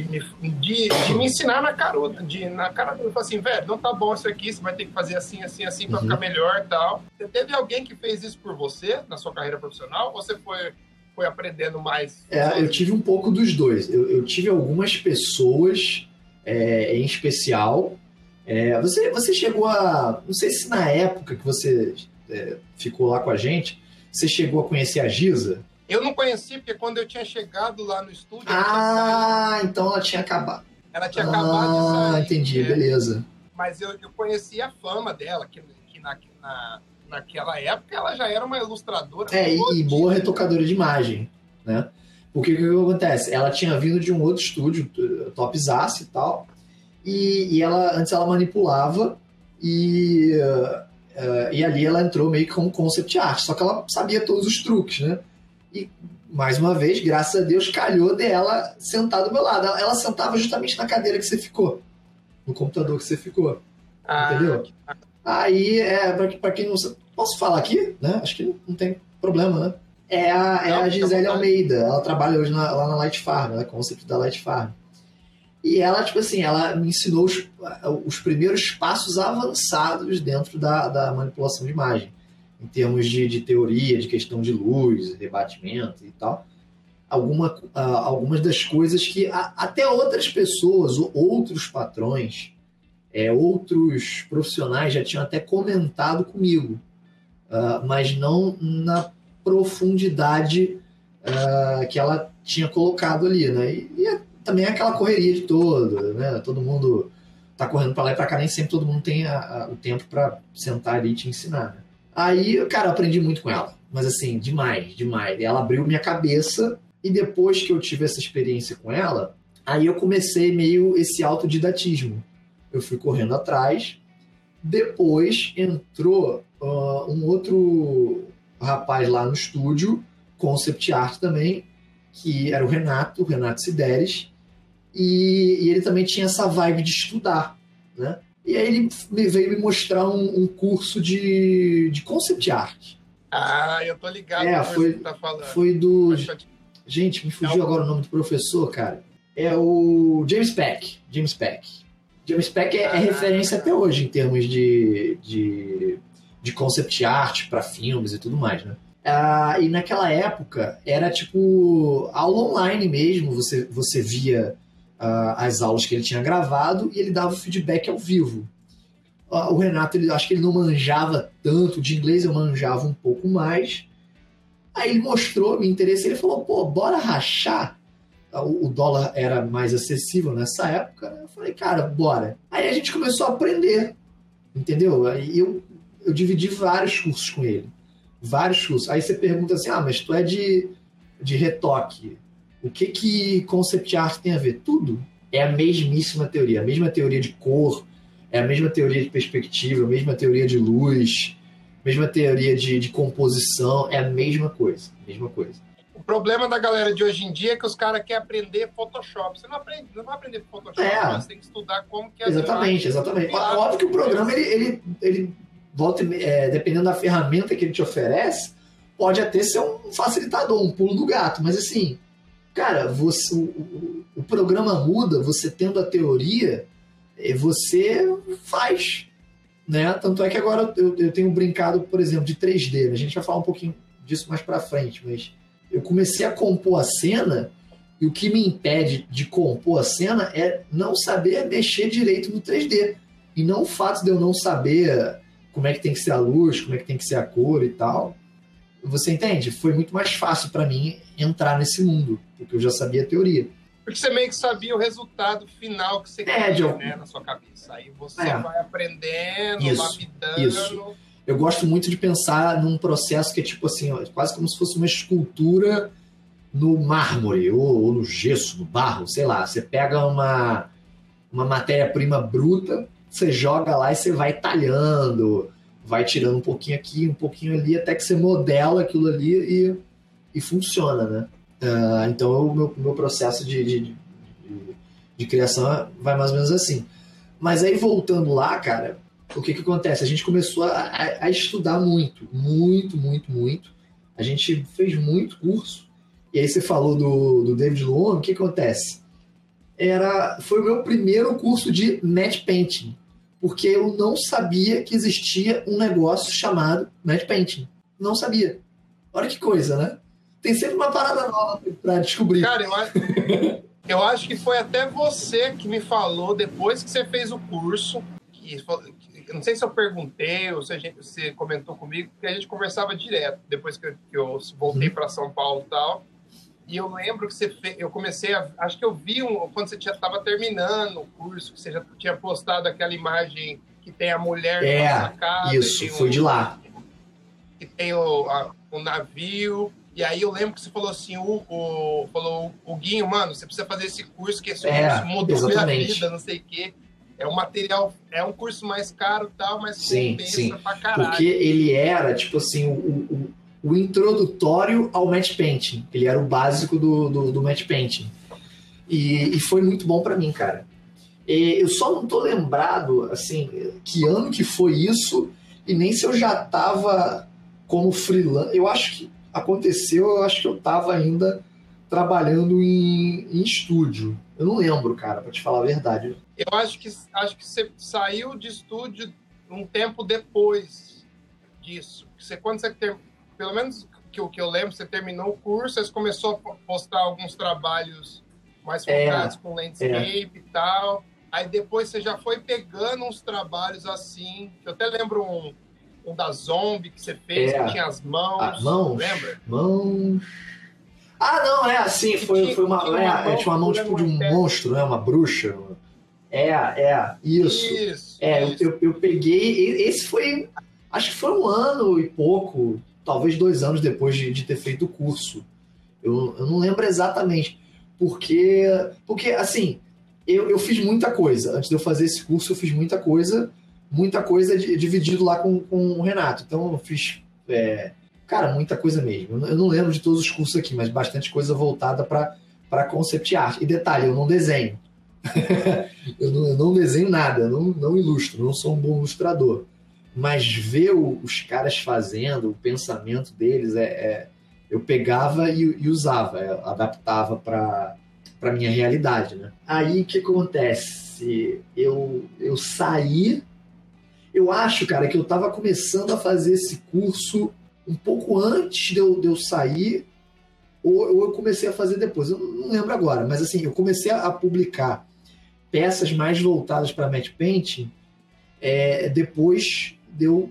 Speaker 1: me ensinar na cara dele. Eu falei assim, velho, não tá bom isso aqui, você vai ter que fazer assim, assim, assim pra ficar melhor e tal. Você teve alguém que fez isso por você na sua carreira profissional? Ou você foi aprendendo mais?
Speaker 2: Eu tive um pouco dos dois. Eu tive algumas pessoas... em especial. Você chegou a... Não sei se na época que você ficou lá com a gente, você chegou a conhecer a Giza?
Speaker 1: Eu não conheci, porque quando eu tinha chegado lá no estúdio...
Speaker 2: Então ela tinha acabado.
Speaker 1: Ela tinha acabado de sair.
Speaker 2: Entendi, beleza.
Speaker 1: Mas eu conheci a fama dela, que naquela época ela já era uma ilustradora.
Speaker 2: E boa retocadora de imagem, né? Porque o que acontece? Ela tinha vindo de um outro estúdio, Topzaço e tal, e antes ela manipulava e ali ela entrou meio que como concept art, só que ela sabia todos os truques, né? E, mais uma vez, graças a Deus, calhou dela sentar do meu lado. Ela sentava justamente na cadeira que você ficou, no computador que você ficou, entendeu? Aí, pra quem não sabe, posso falar aqui, né? Acho que não tem problema, né? É a Gisele Almeida, ela trabalha hoje lá na Light Farm, ela é concept da Light Farm. E ela, tipo assim, ela me ensinou os primeiros passos avançados dentro da manipulação de imagem, em termos de teoria, de questão de luz, rebatimento e tal. Algumas das coisas que até outras pessoas, outros patrões, outros profissionais já tinham até comentado comigo, mas não na profundidade que ela tinha colocado ali, né? E também é aquela correria de todo, né? Todo mundo tá correndo para lá e para cá, nem sempre todo mundo tem o tempo para sentar ali e te ensinar, né? Aí, cara, eu aprendi muito com ela, mas assim, demais. E ela abriu minha cabeça, e depois que eu tive essa experiência com ela, aí eu comecei meio esse autodidatismo. Eu fui correndo atrás, depois entrou um outro rapaz lá no estúdio, concept art também, que era o Renato Sideres, e ele também tinha essa vibe de estudar, né? E aí ele veio me mostrar um curso de concept art.
Speaker 1: Eu tô ligado com o que você tá falando.
Speaker 2: Foi do... Gente, me fugiu agora o nome do professor, cara. É o James Peck. James Peck é referência até hoje em termos de concept art para filmes e tudo mais, né? E naquela época era tipo aula online mesmo, você via as aulas que ele tinha gravado e ele dava o feedback ao vivo. O Renato, acho que ele não manjava tanto de inglês, eu manjava um pouco mais. Aí ele mostrou, me interessei, ele falou, pô, bora rachar. O dólar era mais acessível nessa época, né? Eu falei, cara, bora. Aí a gente começou a aprender, entendeu? Aí eu dividi vários cursos com ele. Vários cursos. Aí você pergunta assim, mas tu é de retoque. O que concept art tem a ver? Tudo. É a mesmíssima teoria. A mesma teoria de cor, é a mesma teoria de perspectiva, a mesma teoria de luz, a mesma teoria de composição, é a mesma coisa.
Speaker 1: O problema da galera de hoje em dia é que os caras querem aprender Photoshop. Você não vai aprender Photoshop, você tem que estudar como que é.
Speaker 2: Exatamente. Óbvio que o programa, ele volta, dependendo da ferramenta que ele te oferece, pode até ser um facilitador, um pulo do gato, mas assim, cara, o programa muda, você tendo a teoria, você faz, né? Tanto é que agora eu tenho brincado, por exemplo, de 3D, né? A gente vai falar um pouquinho disso mais pra frente, mas eu comecei a compor a cena, e o que me impede de compor a cena é não saber mexer direito no 3D, e não o fato de eu não saber como é que tem que ser a luz, como é que tem que ser a cor e tal. Você entende? Foi muito mais fácil para mim entrar nesse mundo, porque eu já sabia a teoria.
Speaker 1: Porque você meio que sabia o resultado final que você queria, né, na sua cabeça. Aí você vai aprendendo, lapidando.
Speaker 2: Isso. Eu gosto muito de pensar num processo que é tipo assim, quase como se fosse uma escultura no mármore, ou no gesso, no barro, sei lá. Você pega uma matéria-prima bruta, você joga lá e você vai talhando, vai tirando um pouquinho aqui, um pouquinho ali, até que você modela aquilo ali e funciona, né? Então o meu processo de criação vai mais ou menos assim. Mas aí voltando lá, cara, o que acontece? A gente começou a estudar muito. A gente fez muito curso. E aí você falou do David Luan, o que acontece? Foi o meu primeiro curso de matte painting, porque eu não sabia que existia um negócio chamado matte painting. Não sabia. Olha que coisa, né? Tem sempre uma parada nova para descobrir.
Speaker 1: Cara, eu acho que foi até você que me falou, depois que você fez o curso, eu não sei se eu perguntei ou se você comentou comigo, porque a gente conversava direto, depois que eu voltei para São Paulo e tal. E eu lembro que eu comecei acho que eu vi quando você estava terminando o curso, que você já tinha postado aquela imagem que tem a mulher na sacada.
Speaker 2: Isso, foi de lá.
Speaker 1: Que tem o navio. E aí eu lembro que você falou assim, falou o Guinho, mano, você precisa fazer esse curso, que esse curso mudou minha vida, não sei o quê. é um material, é um curso mais caro e tal, mas
Speaker 2: Sim,
Speaker 1: compensa
Speaker 2: sim.
Speaker 1: pra caralho.
Speaker 2: Porque ele era, tipo assim, o introdutório ao match painting. Ele era o básico do match painting. E foi muito bom pra mim, cara. Eu só não tô lembrado, assim, que ano que foi isso e nem se eu já tava como freelancer. Eu acho que aconteceu, eu acho que eu tava ainda trabalhando em estúdio. Eu não lembro, cara, pra te falar a verdade.
Speaker 1: Eu acho que você saiu de estúdio um tempo depois disso. Quando você pelo menos o que eu lembro, você terminou o curso, você começou a postar alguns trabalhos mais focados com landscape e tal. Aí depois você já foi pegando uns trabalhos assim, que eu até lembro um da Zombie que você fez, que tinha as mãos. Lembra?
Speaker 2: Mãos. Ah, não, assim, foi uma. Tinha uma mão tipo de um monstro, né? Uma bruxa. Isso. Eu peguei. Esse foi. Acho que foi 1 ano e pouco, talvez 2 anos depois de ter feito o curso. Eu não lembro exatamente. Porque assim, eu fiz muita coisa. Antes de eu fazer esse curso, eu fiz muita coisa dividido lá com o Renato. Então eu fiz. Cara, muita coisa mesmo. Eu não lembro de todos os cursos aqui, mas bastante coisa voltada para concept art. E detalhe, eu não desenho. eu não desenho nada, eu não ilustro, não sou um bom ilustrador. Mas ver os caras fazendo, o pensamento deles, eu pegava e usava, adaptava para minha realidade, né? Aí o que acontece? Eu saí. Eu acho, cara, que eu estava começando a fazer esse curso um pouco antes de eu sair, ou eu comecei a fazer depois. Eu não lembro agora, mas assim, eu comecei a publicar peças mais voltadas para matte painting depois de eu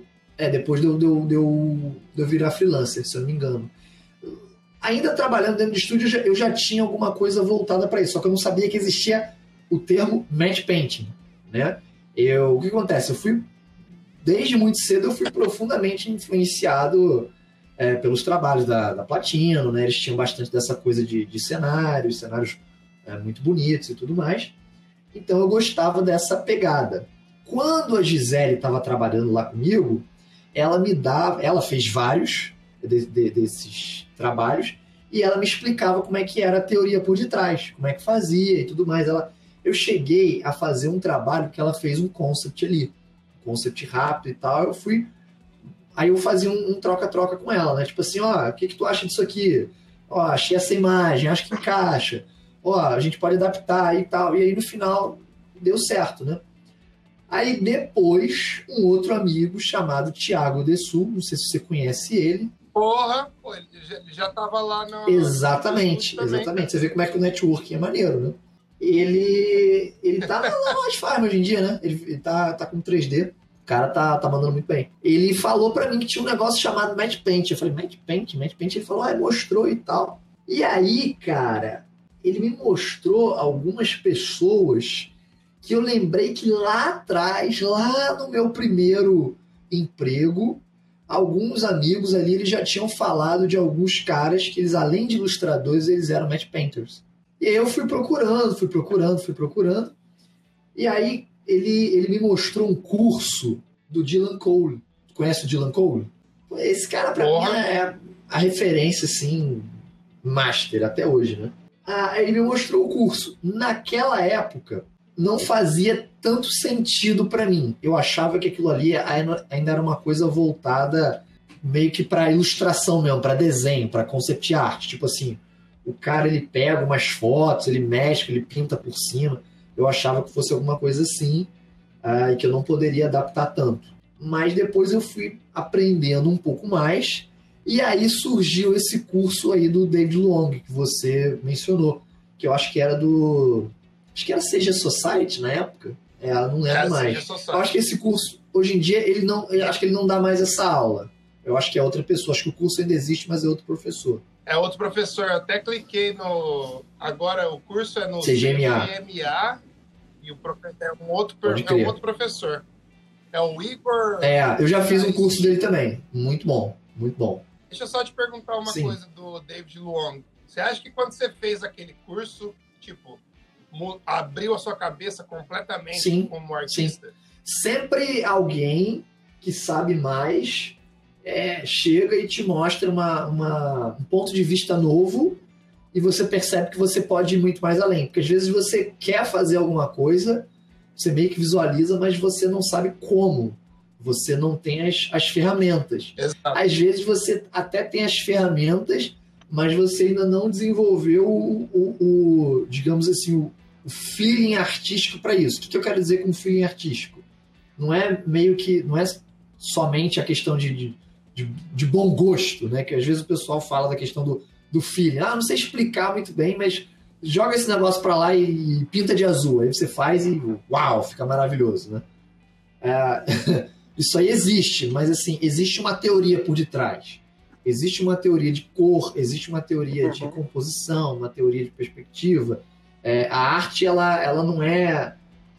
Speaker 2: virar freelancer, se eu não me engano. Ainda trabalhando dentro do estúdio, eu já tinha alguma coisa voltada para isso, só que eu não sabia que existia o termo matte painting, né? O que acontece? Desde muito cedo eu fui profundamente influenciado pelos trabalhos da Platino, né? Eles tinham bastante dessa coisa de cenários muito bonitos e tudo mais. Então eu gostava dessa pegada. Quando a Gisele estava trabalhando lá comigo, ela fez vários desses trabalhos e ela me explicava como é que era a teoria por detrás, como é que fazia e tudo mais. Eu cheguei a fazer um trabalho que ela fez um concept ali, concept rápido e tal. Aí eu fazia um troca-troca com ela, né? Tipo assim, o que tu acha disso aqui? Achei essa imagem, acho que encaixa. A gente pode adaptar e tal. E aí no final deu certo, né? Aí depois, um outro amigo chamado Thiago Dessul, não sei se você conhece ele.
Speaker 1: Ele já tava lá no...
Speaker 2: Exatamente. Você vê como é que o networking é maneiro, né? Ele tá na Lost Farm hoje em dia, né? Ele tá com 3D. O cara tá mandando muito bem. Ele falou pra mim que tinha um negócio chamado Matte Paint. Eu falei, Matte Paint? Ele falou, mostrou e tal. E aí, cara, ele me mostrou algumas pessoas que eu lembrei que lá atrás, lá no meu primeiro emprego, alguns amigos ali eles já tinham falado de alguns caras que eles, além de ilustradores, eles eram matte painters. E aí eu fui procurando. E aí ele me mostrou um curso do Dylan Cole. Conhece o Dylan Cole? Esse cara, pra mim, é a referência, assim, master até hoje, né? Ele me mostrou o curso. Naquela época, não fazia tanto sentido pra mim. Eu achava que aquilo ali ainda era uma coisa voltada meio que pra ilustração mesmo, pra desenho, pra concept art. Tipo assim, o cara, ele pega umas fotos, ele mexe, ele pinta por cima. Eu achava que fosse alguma coisa assim, e que eu não poderia adaptar tanto. Mas depois eu fui aprendendo um pouco mais, e aí surgiu esse curso aí do David Long, que você mencionou, que eu acho que era acho que era Seja Society na época. Eu não lembro mais. Eu acho que esse curso, hoje em dia, eu acho que ele não dá mais essa aula. Eu acho que é outra pessoa. Acho que o curso ainda existe, mas é outro professor.
Speaker 1: É outro professor. Eu até cliquei no... Agora o curso é no CGMA e é um outro professor. É o Igor...
Speaker 2: eu já fiz um curso dele também. Muito bom, muito bom.
Speaker 1: Deixa eu só te perguntar uma coisa do David Long. Você acha que quando você fez aquele curso, tipo, abriu a sua cabeça completamente
Speaker 2: Sim,
Speaker 1: como artista?
Speaker 2: Sim. Sempre alguém que sabe mais chega e te mostra um ponto de vista novo e você percebe que você pode ir muito mais além. Porque às vezes você quer fazer alguma coisa, você meio que visualiza, mas você não sabe como. Você não tem as ferramentas.
Speaker 1: Exato.
Speaker 2: Às vezes você até tem as ferramentas, mas você ainda não desenvolveu digamos assim, o feeling artístico para isso. O que eu quero dizer com feeling artístico? Não é somente a questão de bom gosto, né? Que às vezes o pessoal fala da questão do feeling. Não sei explicar muito bem, mas joga esse negócio para lá e pinta de azul. Aí você faz e uau, fica maravilhoso, né? Isso aí existe, mas assim, existe uma teoria por detrás. Existe uma teoria de cor, existe uma teoria de composição, uma teoria de perspectiva. A arte, ela não é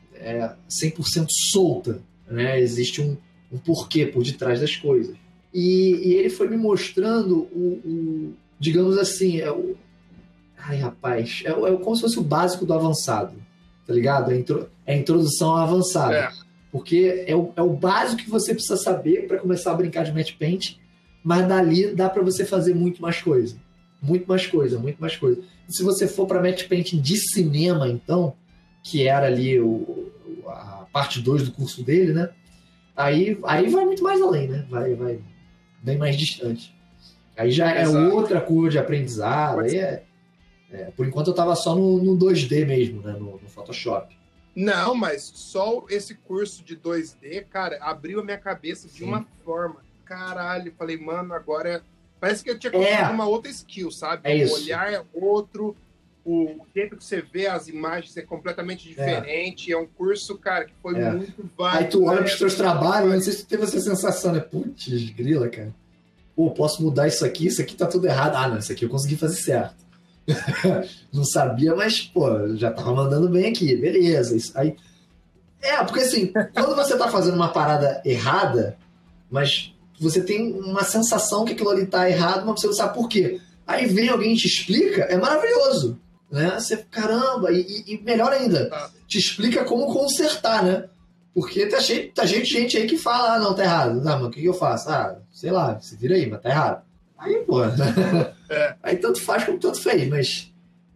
Speaker 2: 100% solta, né? Existe um porquê por detrás das coisas. E ele foi me mostrando digamos assim, ai, rapaz, como se fosse o básico do avançado, tá ligado? É a introdução ao avançado. Porque é o básico que você precisa saber para começar a brincar de matte paint, mas dali dá para você fazer muito mais coisa. Muito mais coisa, muito mais coisa. E se você for para matte painting de cinema, então, que era ali a parte 2 do curso dele, né? Aí vai muito mais além, né? Vai bem mais distante. Aí já é outra curva de aprendizado. Aí por enquanto eu estava só no 2D mesmo, né? No Photoshop.
Speaker 1: Não, mas só esse curso de 2D, cara, abriu a minha cabeça de uma forma. Caralho, falei, mano, agora parece que eu tinha conseguido uma outra skill, sabe? O olhar é outro, o jeito que você vê as imagens é completamente diferente. É um curso, cara, que foi muito válido.
Speaker 2: Aí tu olha pros teus trabalhos, não sei se tu teve essa sensação, né? Putz, grila, cara. Pô, posso mudar isso aqui tá tudo errado. Ah, não, isso aqui eu consegui fazer certo. Não sabia, mas, pô, já tava mandando bem aqui, beleza. Isso aí. Porque assim, quando você tá fazendo uma parada errada, mas você tem uma sensação que aquilo ali tá errado, mas você não sabe por quê. Aí vem alguém e te explica, é maravilhoso, né? Você, caramba, e melhor ainda, te explica como consertar, né? Porque tá cheio de gente aí que fala, não, tá errado. Não, mas o que eu faço? Sei lá, se vira aí, mas tá errado. Aí, pô, aí tanto faz como tanto fez, mas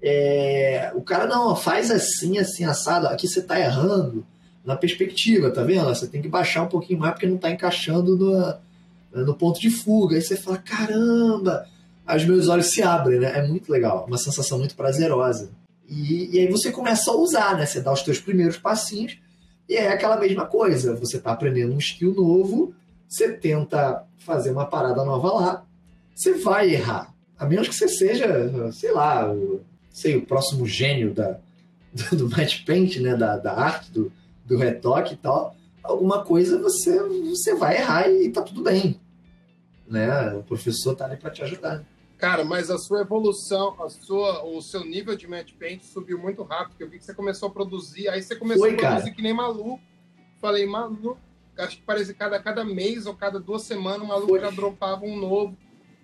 Speaker 2: o cara não, faz assim, assado, aqui você tá errando na perspectiva, tá vendo? Você tem que baixar um pouquinho mais porque não tá encaixando no ponto de fuga. Aí você fala, caramba, aí os meus olhos se abrem, né? É muito legal, uma sensação muito prazerosa. E aí você começa a usar, né? Você dá os teus primeiros passinhos e é aquela mesma coisa, você tá aprendendo um skill novo, você tenta fazer uma parada nova lá, você vai errar. A menos que você seja, sei lá, o próximo gênio do matte paint, né? Da arte, do retoque e tal. Alguma coisa você vai errar e tá tudo bem. Né? O professor tá ali para te ajudar.
Speaker 1: Cara, mas a sua evolução, o seu nível de matte paint subiu muito rápido. Eu vi que você começou a produzir, aí você começou a produzir que nem maluco. Falei, maluco, acho que parece cada mês ou cada 2 semanas o maluco já dropava um novo,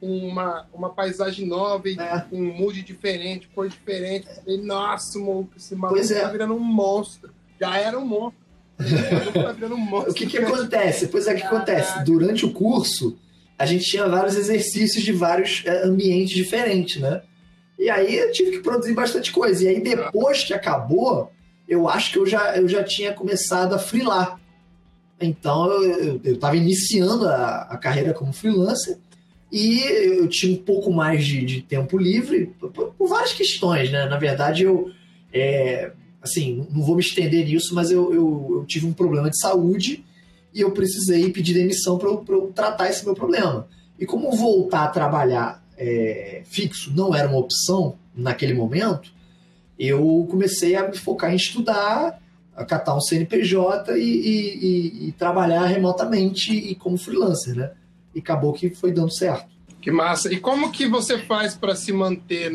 Speaker 1: uma paisagem nova, e um mood diferente, cor diferente. Falei, nossa, esse maluco tá virando um monstro. Já era um monstro. Tá virando um monstro.
Speaker 2: O que acontece? Pois é, o que acontece? Durante o curso, a gente tinha vários exercícios de vários ambientes diferentes, né? E aí eu tive que produzir bastante coisa. E aí depois que acabou, eu acho que eu já tinha começado a freelar. Então eu estava iniciando a carreira como freelancer e eu tinha um pouco mais de tempo livre por várias questões, né? Na verdade, assim, não vou me estender nisso, mas eu tive um problema de saúde e eu precisei pedir demissão para eu tratar esse meu problema. E como voltar a trabalhar fixo não era uma opção naquele momento, eu comecei a me focar em estudar, a catar um CNPJ e trabalhar remotamente e como freelancer, né? E acabou que foi dando certo.
Speaker 1: Que massa! E como que você faz para se manter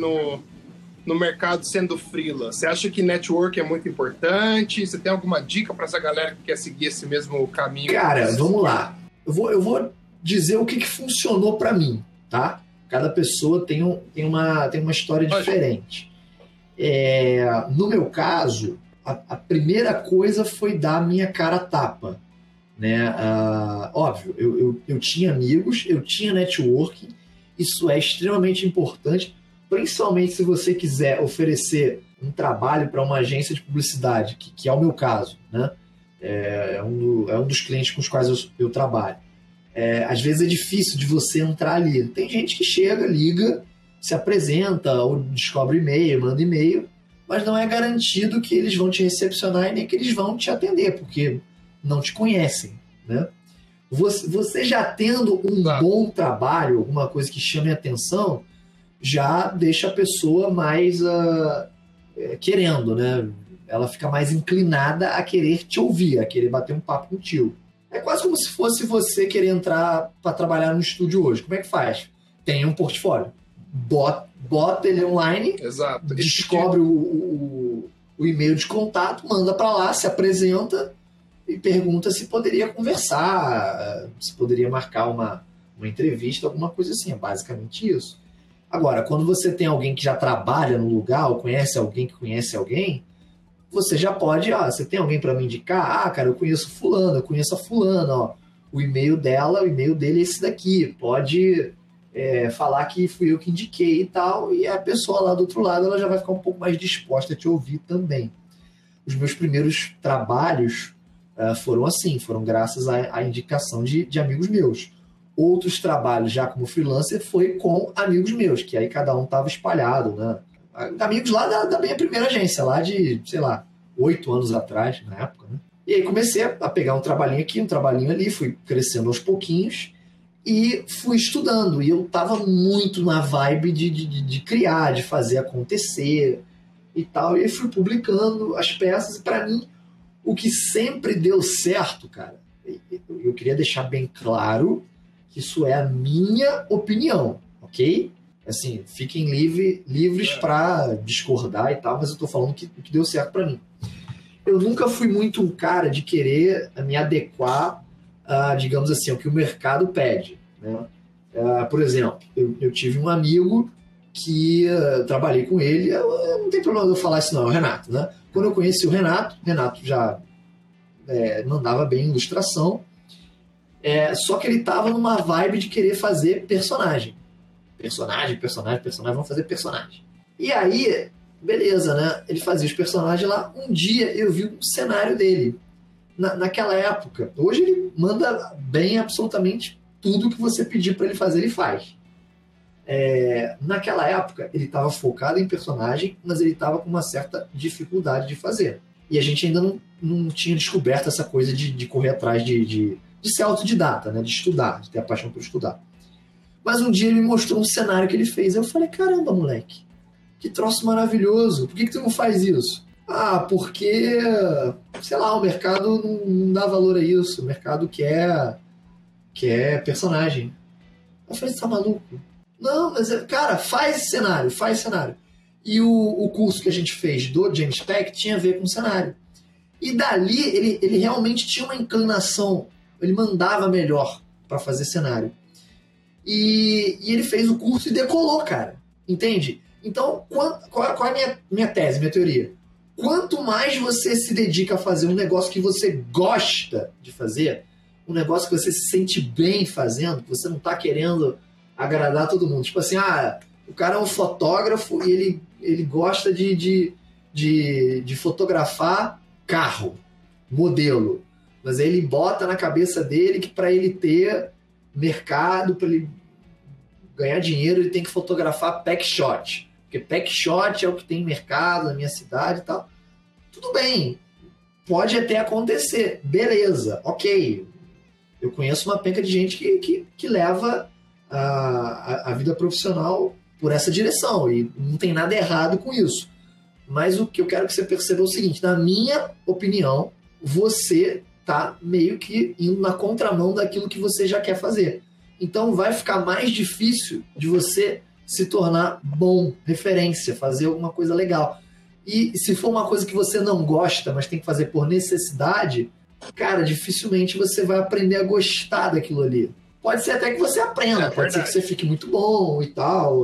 Speaker 1: no mercado sendo freela? Você acha que network é muito importante? Você tem alguma dica para essa galera que quer seguir esse mesmo caminho?
Speaker 2: Cara, vamos lá. Eu vou dizer o que funcionou para mim, tá? Cada pessoa tem uma história diferente. No meu caso, a primeira coisa foi dar a minha cara a tapa, né? Óbvio, eu tinha amigos, eu tinha networking, isso é extremamente importante, principalmente se você quiser oferecer um trabalho para uma agência de publicidade, que é o meu caso, né? É um dos clientes com os quais eu trabalho. Às vezes é difícil de você entrar ali. Tem gente que chega, liga, se apresenta, ou descobre e-mail, manda e-mail, mas não é garantido que eles vão te recepcionar e nem que eles vão te atender, porque não te conhecem, né? Você já tendo um bom trabalho, alguma coisa que chame a atenção, já deixa a pessoa mais querendo, né? Ela fica mais inclinada a querer te ouvir, a querer bater um papo contigo. É quase como se fosse você querer entrar para trabalhar no estúdio hoje. Como é que faz? Tem um portfólio. Bota ele online,
Speaker 1: exato,
Speaker 2: descobre o e-mail de contato, manda para lá, se apresenta e pergunta se poderia conversar, se poderia marcar uma entrevista, alguma coisa assim. É basicamente isso. Agora, quando você tem alguém que já trabalha no lugar ou conhece alguém que conhece alguém, você já pode, você tem alguém para me indicar? Cara, eu conheço fulano, eu conheço a fulana, ó, o e-mail dela, o e-mail dele é esse daqui, pode falar que fui eu que indiquei e tal, e a pessoa lá do outro lado, ela já vai ficar um pouco mais disposta a te ouvir também. Os meus primeiros trabalhos foram assim, foram graças à indicação de amigos meus. Outros trabalhos já como freelancer foi com amigos meus, que aí cada um estava espalhado, né? Amigos lá da minha primeira agência, lá de, sei lá, 8 anos atrás, na época, né? E aí comecei a pegar um trabalhinho aqui, um trabalhinho ali, fui crescendo aos pouquinhos e fui estudando. E eu tava muito na vibe de criar, de fazer acontecer e tal. E aí fui publicando as peças. E para mim, o que sempre deu certo, cara, eu queria deixar bem claro que isso é a minha opinião, ok? Assim, fiquem livres para discordar e tal, mas eu tô falando que deu certo para mim. Eu nunca fui muito um cara de querer me adequar a, digamos assim, ao que o mercado pede, né? Por exemplo, eu tive um amigo que trabalhei com ele, não tem problema de eu falar isso não, é o Renato, né? Quando eu conheci o Renato já mandava bem ilustração, só que ele tava numa vibe de querer fazer personagem, vamos fazer personagem. E aí, beleza, né? Ele fazia os personagens lá. Um dia eu vi um cenário dele. Naquela época, hoje ele manda bem absolutamente tudo que você pedir para ele fazer, ele faz. Naquela época, ele estava focado em personagem, mas ele estava com uma certa dificuldade de fazer. E a gente ainda não tinha descoberto essa coisa de correr atrás de ser autodidata, né? De estudar, de ter a paixão por estudar. Mas um dia ele me mostrou um cenário que ele fez. Eu falei, caramba, moleque, que troço maravilhoso. Por que tu não faz isso? Porque, sei lá, o mercado não dá valor a isso. O mercado quer personagem. Eu falei, você tá maluco? Não, mas, cara, faz cenário. E o curso que a gente fez do James Peck tinha a ver com cenário. E dali ele realmente tinha uma inclinação. Ele mandava melhor para fazer cenário. E ele fez o curso e decolou, cara. Entende? Então, qual é a minha tese, minha teoria? Quanto mais você se dedica a fazer um negócio que você gosta de fazer, um negócio que você se sente bem fazendo, que você não está querendo agradar todo mundo. Tipo assim, o cara é um fotógrafo e ele gosta de fotografar carro, modelo. Mas aí ele bota na cabeça dele que para ele ter mercado, para ele ganhar dinheiro, ele tem que fotografar pack shot. Porque pack shot é o que tem mercado na minha cidade e tal. Tudo bem, pode até acontecer, beleza, ok. Eu conheço uma penca de gente que leva a vida profissional por essa direção e não tem nada errado com isso. Mas o que eu quero que você perceba é o seguinte, na minha opinião, você tá meio que indo na contramão daquilo que você já quer fazer. Então vai ficar mais difícil de você se tornar bom, referência, fazer alguma coisa legal. E se for uma coisa que você não gosta, mas tem que fazer por necessidade, cara, dificilmente você vai aprender a gostar daquilo ali. Pode ser até que você aprenda, pode ser que você fique muito bom e tal.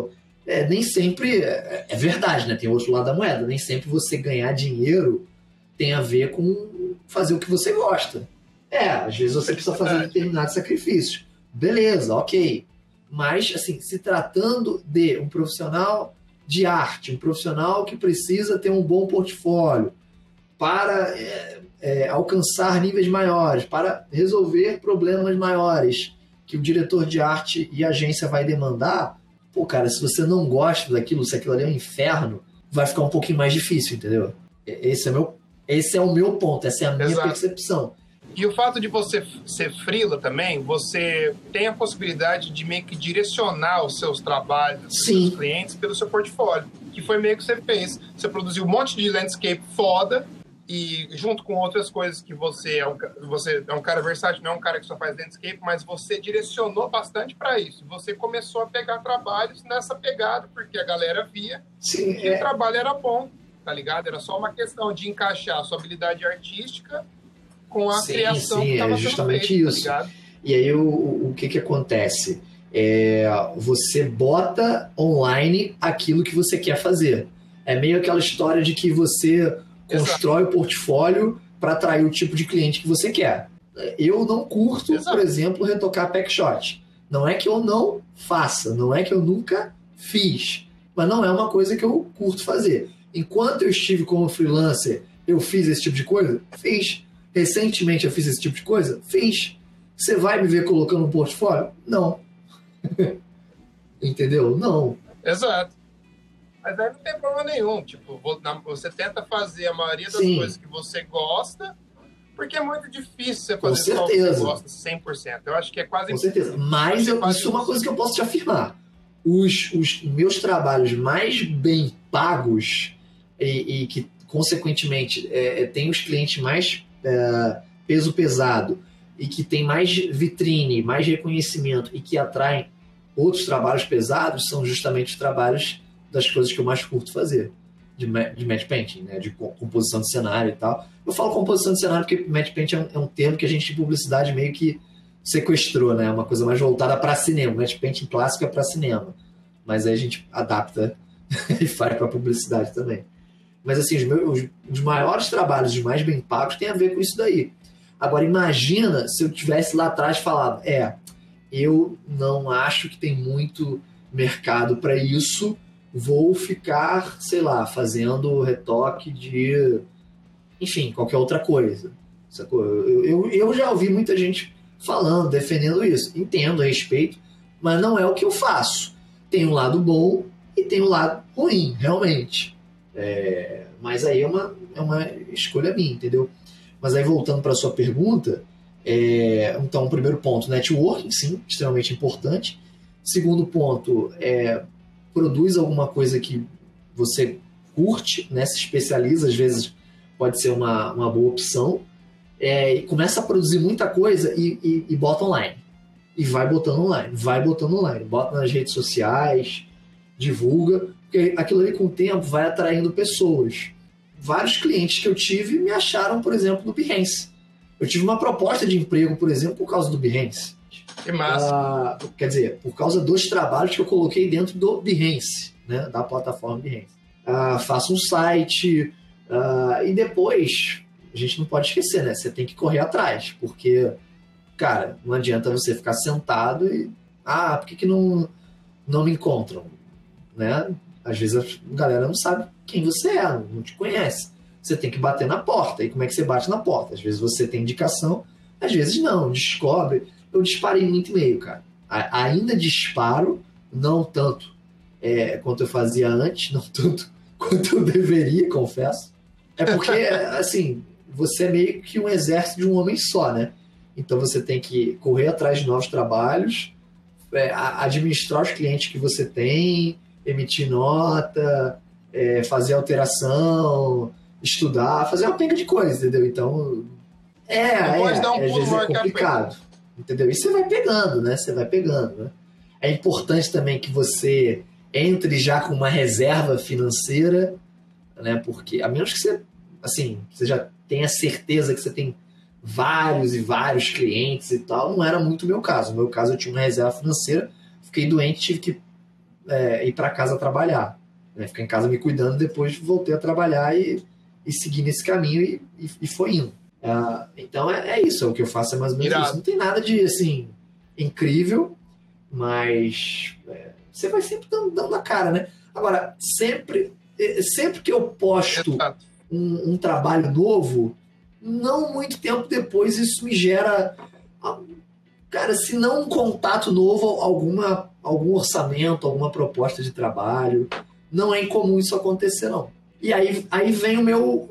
Speaker 2: nem sempre é verdade, né? Tem outro lado da moeda. Nem sempre você ganhar dinheiro tem a ver com fazer o que você gosta. Às vezes você precisa fazer determinados sacrifícios. Beleza, ok. Mas, assim, se tratando de um profissional de arte, um profissional que precisa ter um bom portfólio para alcançar níveis maiores, para resolver problemas maiores que o diretor de arte e a agência vai demandar, pô, cara, se você não gosta daquilo, se aquilo ali é um inferno, vai ficar um pouquinho mais difícil, entendeu? Esse é o meu ponto, essa é a minha percepção.
Speaker 1: E o fato de você ser freela também, você tem a possibilidade de meio que direcionar os seus trabalhos, os seus clientes, pelo seu portfólio, que foi meio que você fez. Você produziu um monte de landscape foda, e junto com outras coisas que você é um cara versátil, não é um cara que só faz landscape, mas você direcionou bastante para isso. Você começou a pegar trabalhos nessa pegada, porque a galera via que o trabalho era bom, tá ligado? Era só uma questão de encaixar a sua habilidade artística com a criação que estava
Speaker 2: justamente
Speaker 1: feito,
Speaker 2: isso.
Speaker 1: Tá ligado?
Speaker 2: E aí o que acontece? Você bota online aquilo que você quer fazer. É meio aquela história de que você constrói o portfólio para atrair o tipo de cliente que você quer. Eu não curto, por exemplo, retocar packshot. Não é que eu não faça, não é que eu nunca fiz, mas não é uma coisa que eu curto fazer. Enquanto eu estive como freelancer, eu fiz esse tipo de coisa? Fiz. Recentemente eu fiz esse tipo de coisa? Fiz. Você vai me ver colocando um portfólio? Não. Entendeu? Não.
Speaker 1: Exato. Mas aí não tem problema nenhum. Tipo, você tenta fazer a maioria das coisas que você gosta, porque é muito difícil você fazer só o que você gosta 100%. Eu acho que é quase impossível.
Speaker 2: Com certeza. Mas isso é uma coisa que eu posso te afirmar. Os meus trabalhos mais bem pagos e que, consequentemente, tem os clientes mais peso pesado e que tem mais vitrine, mais reconhecimento e que atraem outros trabalhos pesados são justamente os trabalhos das coisas que eu mais curto fazer, de matte painting, né? De composição de cenário e tal. Eu falo composição de cenário porque matte painting é um termo que a gente de publicidade meio que sequestrou, né? Uma coisa mais voltada para cinema. Matte painting clássico é para cinema, mas aí a gente adapta e faz para publicidade também. Mas assim, os maiores trabalhos, os mais bem pagos, tem a ver com isso daí. Agora, imagina se eu tivesse lá atrás falado, eu não acho que tem muito mercado para isso, vou ficar, sei lá, fazendo retoque de, enfim, qualquer outra coisa. Eu já ouvi muita gente falando, defendendo isso. Entendo, respeito, mas não é o que eu faço. Tem um lado bom e tem um lado ruim, realmente. Mas aí é uma escolha minha, entendeu? Mas aí, voltando para a sua pergunta, então, o primeiro ponto, networking, sim, extremamente importante. Segundo ponto, produz alguma coisa que você curte, né? Se especializa, às vezes pode ser uma boa opção. E começa a produzir muita coisa e bota online. E vai botando online. Bota nas redes sociais, divulga, porque aquilo ali com o tempo vai atraindo pessoas. Vários clientes que eu tive me acharam, por exemplo, no Behance. Eu tive uma proposta de emprego, por exemplo, por causa do Behance.
Speaker 1: Que massa.
Speaker 2: Quer dizer, por causa dos trabalhos que eu coloquei dentro do Behance, né, da plataforma Behance. Faço um site e depois, a gente não pode esquecer, né? Você tem que correr atrás, porque, cara, não adianta você ficar sentado e... por que não me encontram? Né? Às vezes a galera não sabe quem você é, não te conhece. Você tem que bater na porta. E como é que você bate na porta? Às vezes você tem indicação, às vezes não, descobre. Eu disparei muito e-mail, cara. Ainda disparo, não tanto quanto eu fazia antes, não tanto quanto eu deveria, confesso. É porque, assim, você é meio que um exército de um homem só, né? Então você tem que correr atrás de novos trabalhos, administrar os clientes que você tem, emitir nota, fazer alteração, estudar, fazer uma penca de coisa, entendeu? Então,
Speaker 1: pode dar um
Speaker 2: às
Speaker 1: pulo
Speaker 2: vezes
Speaker 1: maior
Speaker 2: é
Speaker 1: que a
Speaker 2: complicado, entendeu? E você vai pegando, né? Né? É importante também que você entre já com uma reserva financeira, né? Porque, a menos que você, assim, você já tenha certeza que você tem vários e vários clientes e tal, não era muito o meu caso. No meu caso, eu tinha uma reserva financeira, fiquei doente, tive que ir para casa trabalhar, né? Ficar em casa me cuidando, depois voltei a trabalhar e segui nesse caminho e foi indo. Então é isso, o que eu faço é mais ou menos isso. Não tem nada de assim incrível, mas você vai sempre dando a cara, né? Agora, sempre que eu posto um trabalho novo, não muito tempo depois isso me gera, cara, se não um contato novo, algum orçamento, alguma proposta de trabalho. Não é incomum isso acontecer, não. E aí vem o meu...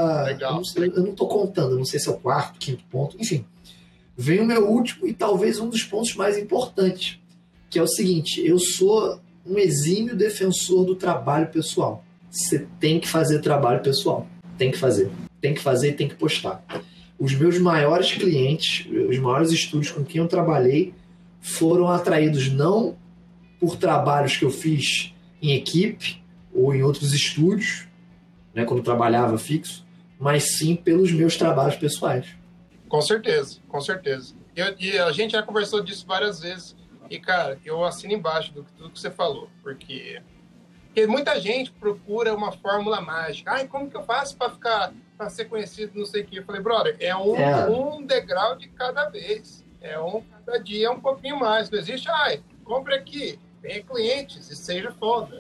Speaker 2: eu não estou contando, não sei se é o quarto, quinto ponto, enfim. Vem o meu último e talvez um dos pontos mais importantes, que é o seguinte: eu sou um exímio defensor do trabalho pessoal. Você tem que fazer trabalho pessoal. Tem que fazer. Tem que fazer e tem que postar. Os meus maiores clientes, os maiores estúdios com quem eu trabalhei, foram atraídos não por trabalhos que eu fiz em equipe ou em outros estúdios, né, quando eu trabalhava fixo, mas sim pelos meus trabalhos pessoais.
Speaker 1: Com certeza, com certeza. E a gente já conversou disso várias vezes. E, cara, eu assino embaixo do tudo que você falou, porque muita gente procura uma fórmula mágica. Ai, como que eu faço para ser conhecido, não sei o quê? Eu falei, brother, um degrau de cada vez. Cada dia é um pouquinho mais. Não existe, compre aqui, tenha clientes e seja foda.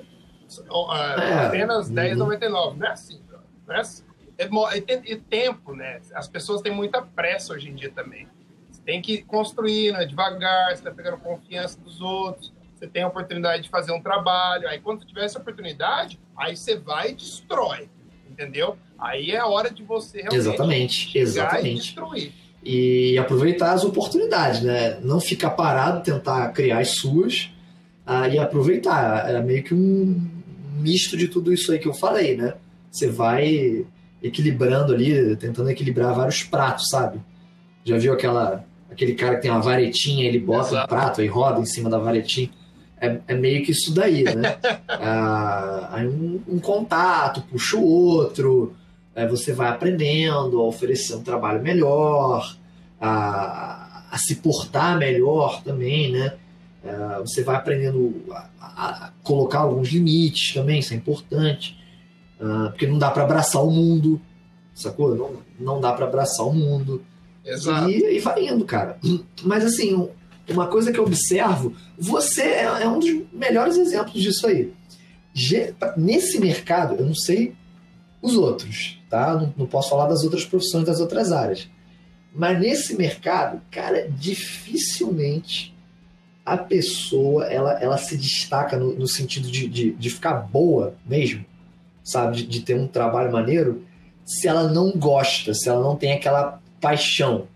Speaker 1: Apenas R$10,99. Não é assim, brother. Não é assim. E tempo, né? As pessoas têm muita pressa hoje em dia também. Você tem que construir, né, devagar, você tá pegando confiança dos outros, você tem a oportunidade de fazer um trabalho, aí quando você tiver essa oportunidade, aí você vai e destrói, entendeu? Aí é a hora de você realmente
Speaker 2: exatamente.
Speaker 1: E destruir.
Speaker 2: E aproveitar as oportunidades, né? Não ficar parado, tentar criar as suas, e aproveitar. É meio que um misto de tudo isso aí que eu falei, né? Você vai equilibrando ali, tentando equilibrar vários pratos, sabe? Já viu aquele cara que tem uma varetinha, ele bota um prato e roda em cima da varetinha? É meio que isso daí, né? Aí um contato puxa o outro, você vai aprendendo a oferecer um trabalho melhor, a se portar melhor também, né? Você vai aprendendo a colocar alguns limites também, isso é importante. Porque não dá para abraçar o mundo, sacou? Não dá para abraçar o mundo.
Speaker 1: Exato.
Speaker 2: E vai indo, cara. Mas assim, uma coisa que eu observo, você é um dos melhores exemplos disso aí. Nesse mercado, eu não sei os outros, tá? Não posso falar das outras profissões, das outras áreas. Mas nesse mercado, cara, dificilmente a pessoa ela se destaca no sentido de ficar boa mesmo, sabe? De ter um trabalho maneiro, se ela não gosta, se ela não tem aquela paixão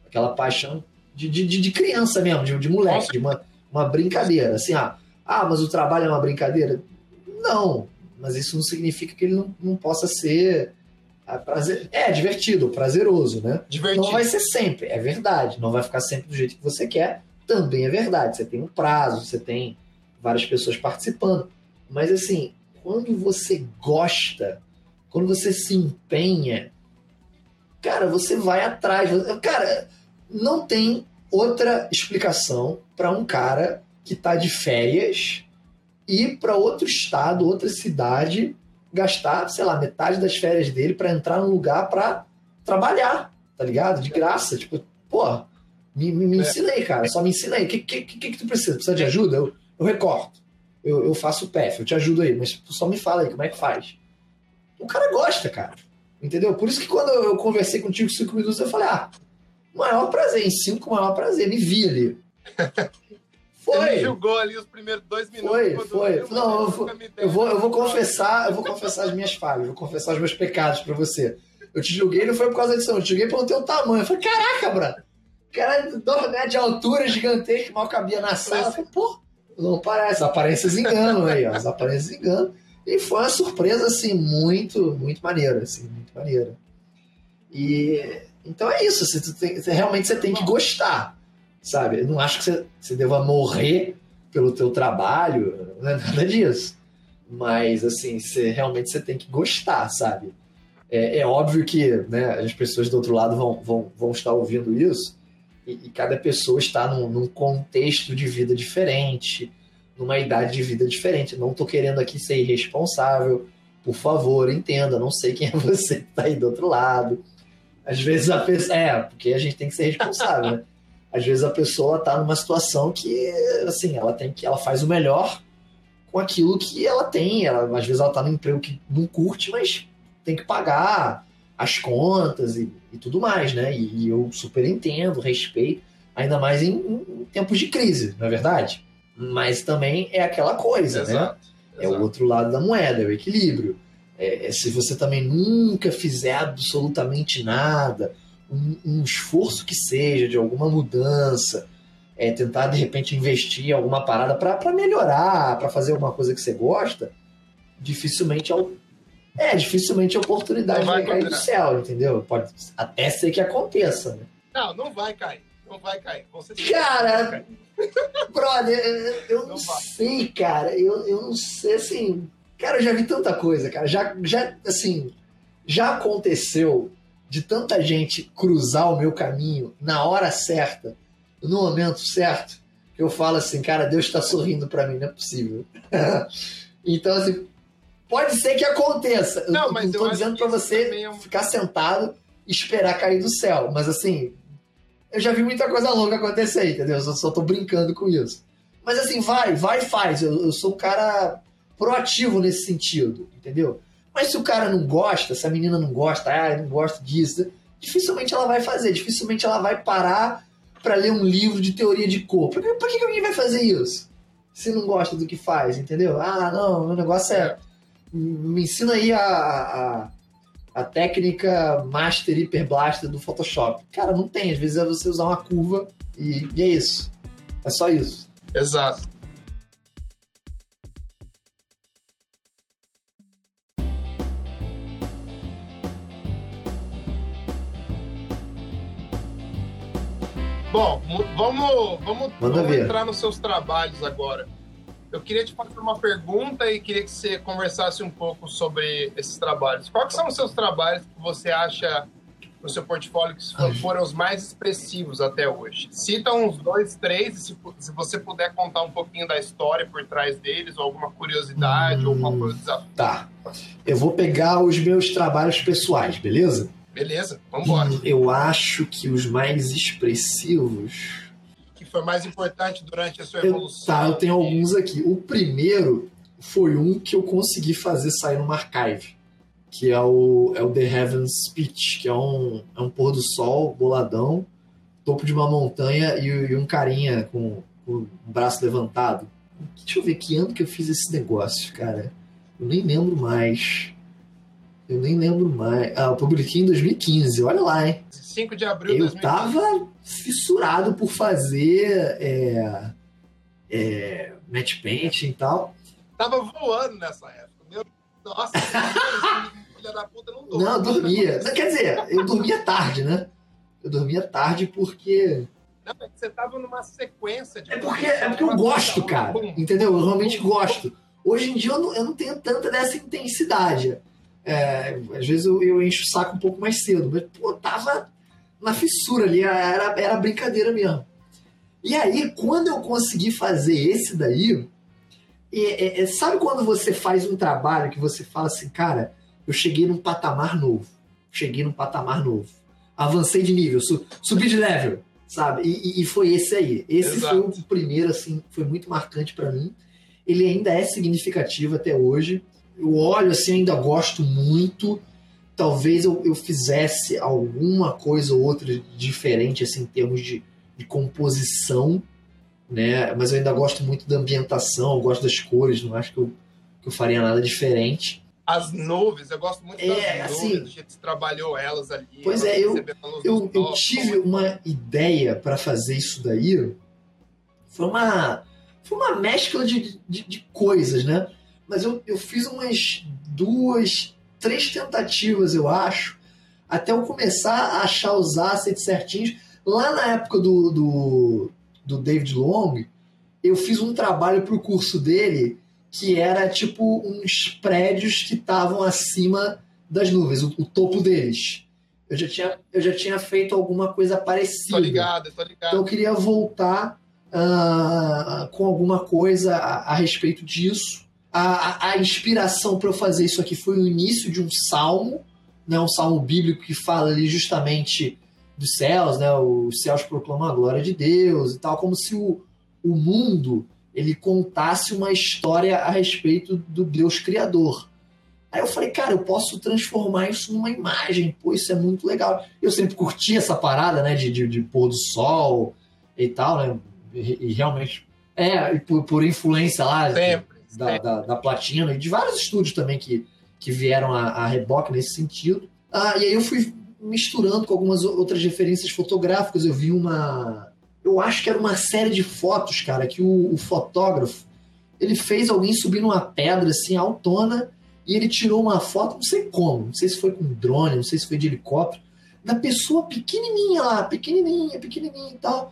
Speaker 2: de criança mesmo, de moleque, de uma brincadeira. Assim, mas o trabalho é uma brincadeira? Não, mas isso não significa que ele não possa ser divertido, prazeroso, né?
Speaker 1: Divertido.
Speaker 2: Não vai ser sempre, é verdade. Não vai ficar sempre do jeito que você quer, também é verdade. Você tem um prazo, você tem várias pessoas participando. Mas assim, quando você gosta, quando você se empenha, cara, você vai atrás. Cara, não tem outra explicação para um cara que tá de férias ir para outro estado, outra cidade, gastar, sei lá, metade das férias dele para entrar num lugar para trabalhar, tá ligado? De graça. Tipo, pô, me ensina aí, cara. Só me ensina aí. O que tu precisa? Precisa de ajuda? Eu recorto. Eu faço o PF, eu te ajudo aí, mas tu só me fala aí como é que faz. O cara gosta, cara. Entendeu? Por isso que quando eu conversei contigo 5 minutos, eu falei, maior prazer, ensino com o maior prazer, me vi ali. Foi.
Speaker 1: Você me julgou ali os primeiros 2 minutos.
Speaker 2: Foi. Não, eu vou confessar as minhas falhas, vou confessar os meus pecados pra você. Eu te julguei, não foi por causa disso, eu te julguei pelo teu tamanho. Eu falei, caraca, Bran, cara, 2 metros de altura, gigantesco, mal cabia na sala. Eu falei, pô, não parece, as aparências enganam aí, ó, as aparências enganam. E foi uma surpresa, assim, muito, muito maneira, assim, muito maneira. E então é isso, realmente você tem que gostar, sabe? Eu não acho que você deva morrer pelo teu trabalho, não é nada disso. Mas, assim, realmente você tem que gostar, sabe? É óbvio que, né, as pessoas do outro lado vão estar ouvindo isso e cada pessoa está num contexto de vida diferente, numa idade de vida diferente. Não tô querendo aqui ser irresponsável. Por favor, entenda. Não sei quem é você que tá aí do outro lado. Às vezes a pessoa... porque a gente tem que ser responsável, né? Às vezes a pessoa tá numa situação que, assim, ela faz o melhor com aquilo que ela tem. Às vezes ela tá num emprego que não curte, mas tem que pagar as contas e tudo mais, né? E eu super entendo, respeito, ainda mais em tempos de crise, não é verdade? Mas também é aquela coisa, né? É o outro lado da moeda, é o equilíbrio. Se você também nunca fizer absolutamente nada, um esforço que seja de alguma mudança, tentar de repente investir em alguma parada para melhorar, para fazer alguma coisa que você gosta, dificilmente a oportunidade vai cair do céu, entendeu? Pode até ser que aconteça, né?
Speaker 1: Não vai cair. Não vai cair.
Speaker 2: Cara, brother, eu não sei, cara. Eu não sei, assim... Cara, eu já vi tanta coisa, cara. Já assim, já aconteceu de tanta gente cruzar o meu caminho na hora certa, no momento certo, que eu falo assim, cara, Deus está sorrindo pra mim, não é possível. Então, assim, pode ser que aconteça. Eu não tô dizendo pra você ficar sentado e esperar cair do céu. Mas, assim, eu já vi muita coisa louca acontecer, entendeu? Eu só tô brincando com isso. Mas, assim, vai e faz. Eu sou um cara proativo nesse sentido, entendeu? Mas se o cara não gosta, se a menina não gosta, não gosta disso, dificilmente ela vai fazer, dificilmente ela vai parar para ler um livro de teoria de cor. Por que alguém vai fazer isso? Se não gosta do que faz, entendeu? Não, meu negócio me ensina aí a técnica Master Hyper Blaster do Photoshop. Cara, não tem. Às vezes é você usar uma curva e é isso. É só isso.
Speaker 1: Exato. Bom, vamos entrar nos seus trabalhos agora. Eu queria te fazer uma pergunta e queria que você conversasse um pouco sobre esses trabalhos. Quais são os seus trabalhos que você acha no seu portfólio que foram os mais expressivos até hoje? Cita uns 2, 3, e se você puder contar um pouquinho da história por trás deles, ou alguma curiosidade, ou qual foi o desafio.
Speaker 2: Tá. Eu vou pegar os meus trabalhos pessoais, beleza?
Speaker 1: Beleza, vamos embora.
Speaker 2: Eu acho que os mais expressivos...
Speaker 1: Que foi mais importante durante a sua evolução.
Speaker 2: Eu tenho alguns aqui. O primeiro foi um que eu consegui fazer sair no Archive, que é o The Heavens Speech, que é um pôr do sol boladão, topo de uma montanha e um carinha com o braço levantado. Deixa eu ver que ano que eu fiz esse negócio, cara. Eu nem lembro mais. Eu publiquei em 2015, olha lá, hein?
Speaker 1: 5 de abril de 2015.
Speaker 2: Eu tava fissurado por fazer match painting e tal.
Speaker 1: Tava voando nessa época. Nossa, filha da puta, não dormia.
Speaker 2: Não, eu dormia. Quer dizer, eu dormia tarde, né? Eu dormia tarde porque...
Speaker 1: Não, é que você tava numa sequência de...
Speaker 2: É porque eu gosto, cara. Entendeu? Eu realmente gosto. Hoje em dia eu não tenho tanta dessa intensidade. Às vezes eu encho o saco um pouco mais cedo. Mas, pô, tava na fissura ali. Era brincadeira mesmo. E aí, quando eu consegui fazer esse daí... sabe quando você faz um trabalho que você fala assim, cara, eu cheguei num patamar novo. Avancei de nível, subi de level, sabe? E foi esse aí. Esse Exato. Foi o primeiro, assim, foi muito marcante pra mim. Ele ainda é significativo até hoje. Eu olho, assim, ainda gosto muito. Talvez eu fizesse alguma coisa ou outra diferente, assim, em termos de composição, né? Mas eu ainda gosto muito da ambientação, eu gosto das cores, não acho que eu faria nada diferente.
Speaker 1: As nuvens, eu gosto muito das
Speaker 2: assim,
Speaker 1: nuvens, do jeito que você trabalhou elas ali.
Speaker 2: Pois eu tive uma ideia para fazer isso daí, foi uma mescla de coisas, né? Mas eu fiz umas 2, 3 tentativas, eu acho, até eu começar a achar os assets certinhos. Lá na época do David Long, eu fiz um trabalho para o curso dele que era tipo uns prédios que estavam acima das nuvens, o topo deles. Eu já tinha feito alguma coisa parecida.
Speaker 1: Tô ligado.
Speaker 2: Então eu queria voltar com alguma coisa a respeito disso. A inspiração para eu fazer isso aqui foi o início de um salmo, né, um salmo bíblico que fala ali justamente dos céus, né, os céus proclamam a glória de Deus e tal, como se o mundo ele contasse uma história a respeito do Deus Criador. Aí eu falei, cara, eu posso transformar isso numa imagem, pô, isso é muito legal. Eu sempre curti essa parada, né, de pôr do sol e tal, né, e realmente, por influência lá da Platina e de vários estúdios também que vieram a reboque nesse sentido. E aí eu fui misturando com algumas outras referências fotográficas. Eu vi eu acho que era uma série de fotos, cara, que o fotógrafo, ele fez alguém subir numa pedra, assim, altona, e ele tirou uma foto, não sei como, não sei se foi com drone, não sei se foi de helicóptero, da pessoa pequenininha lá, pequenininha e tal.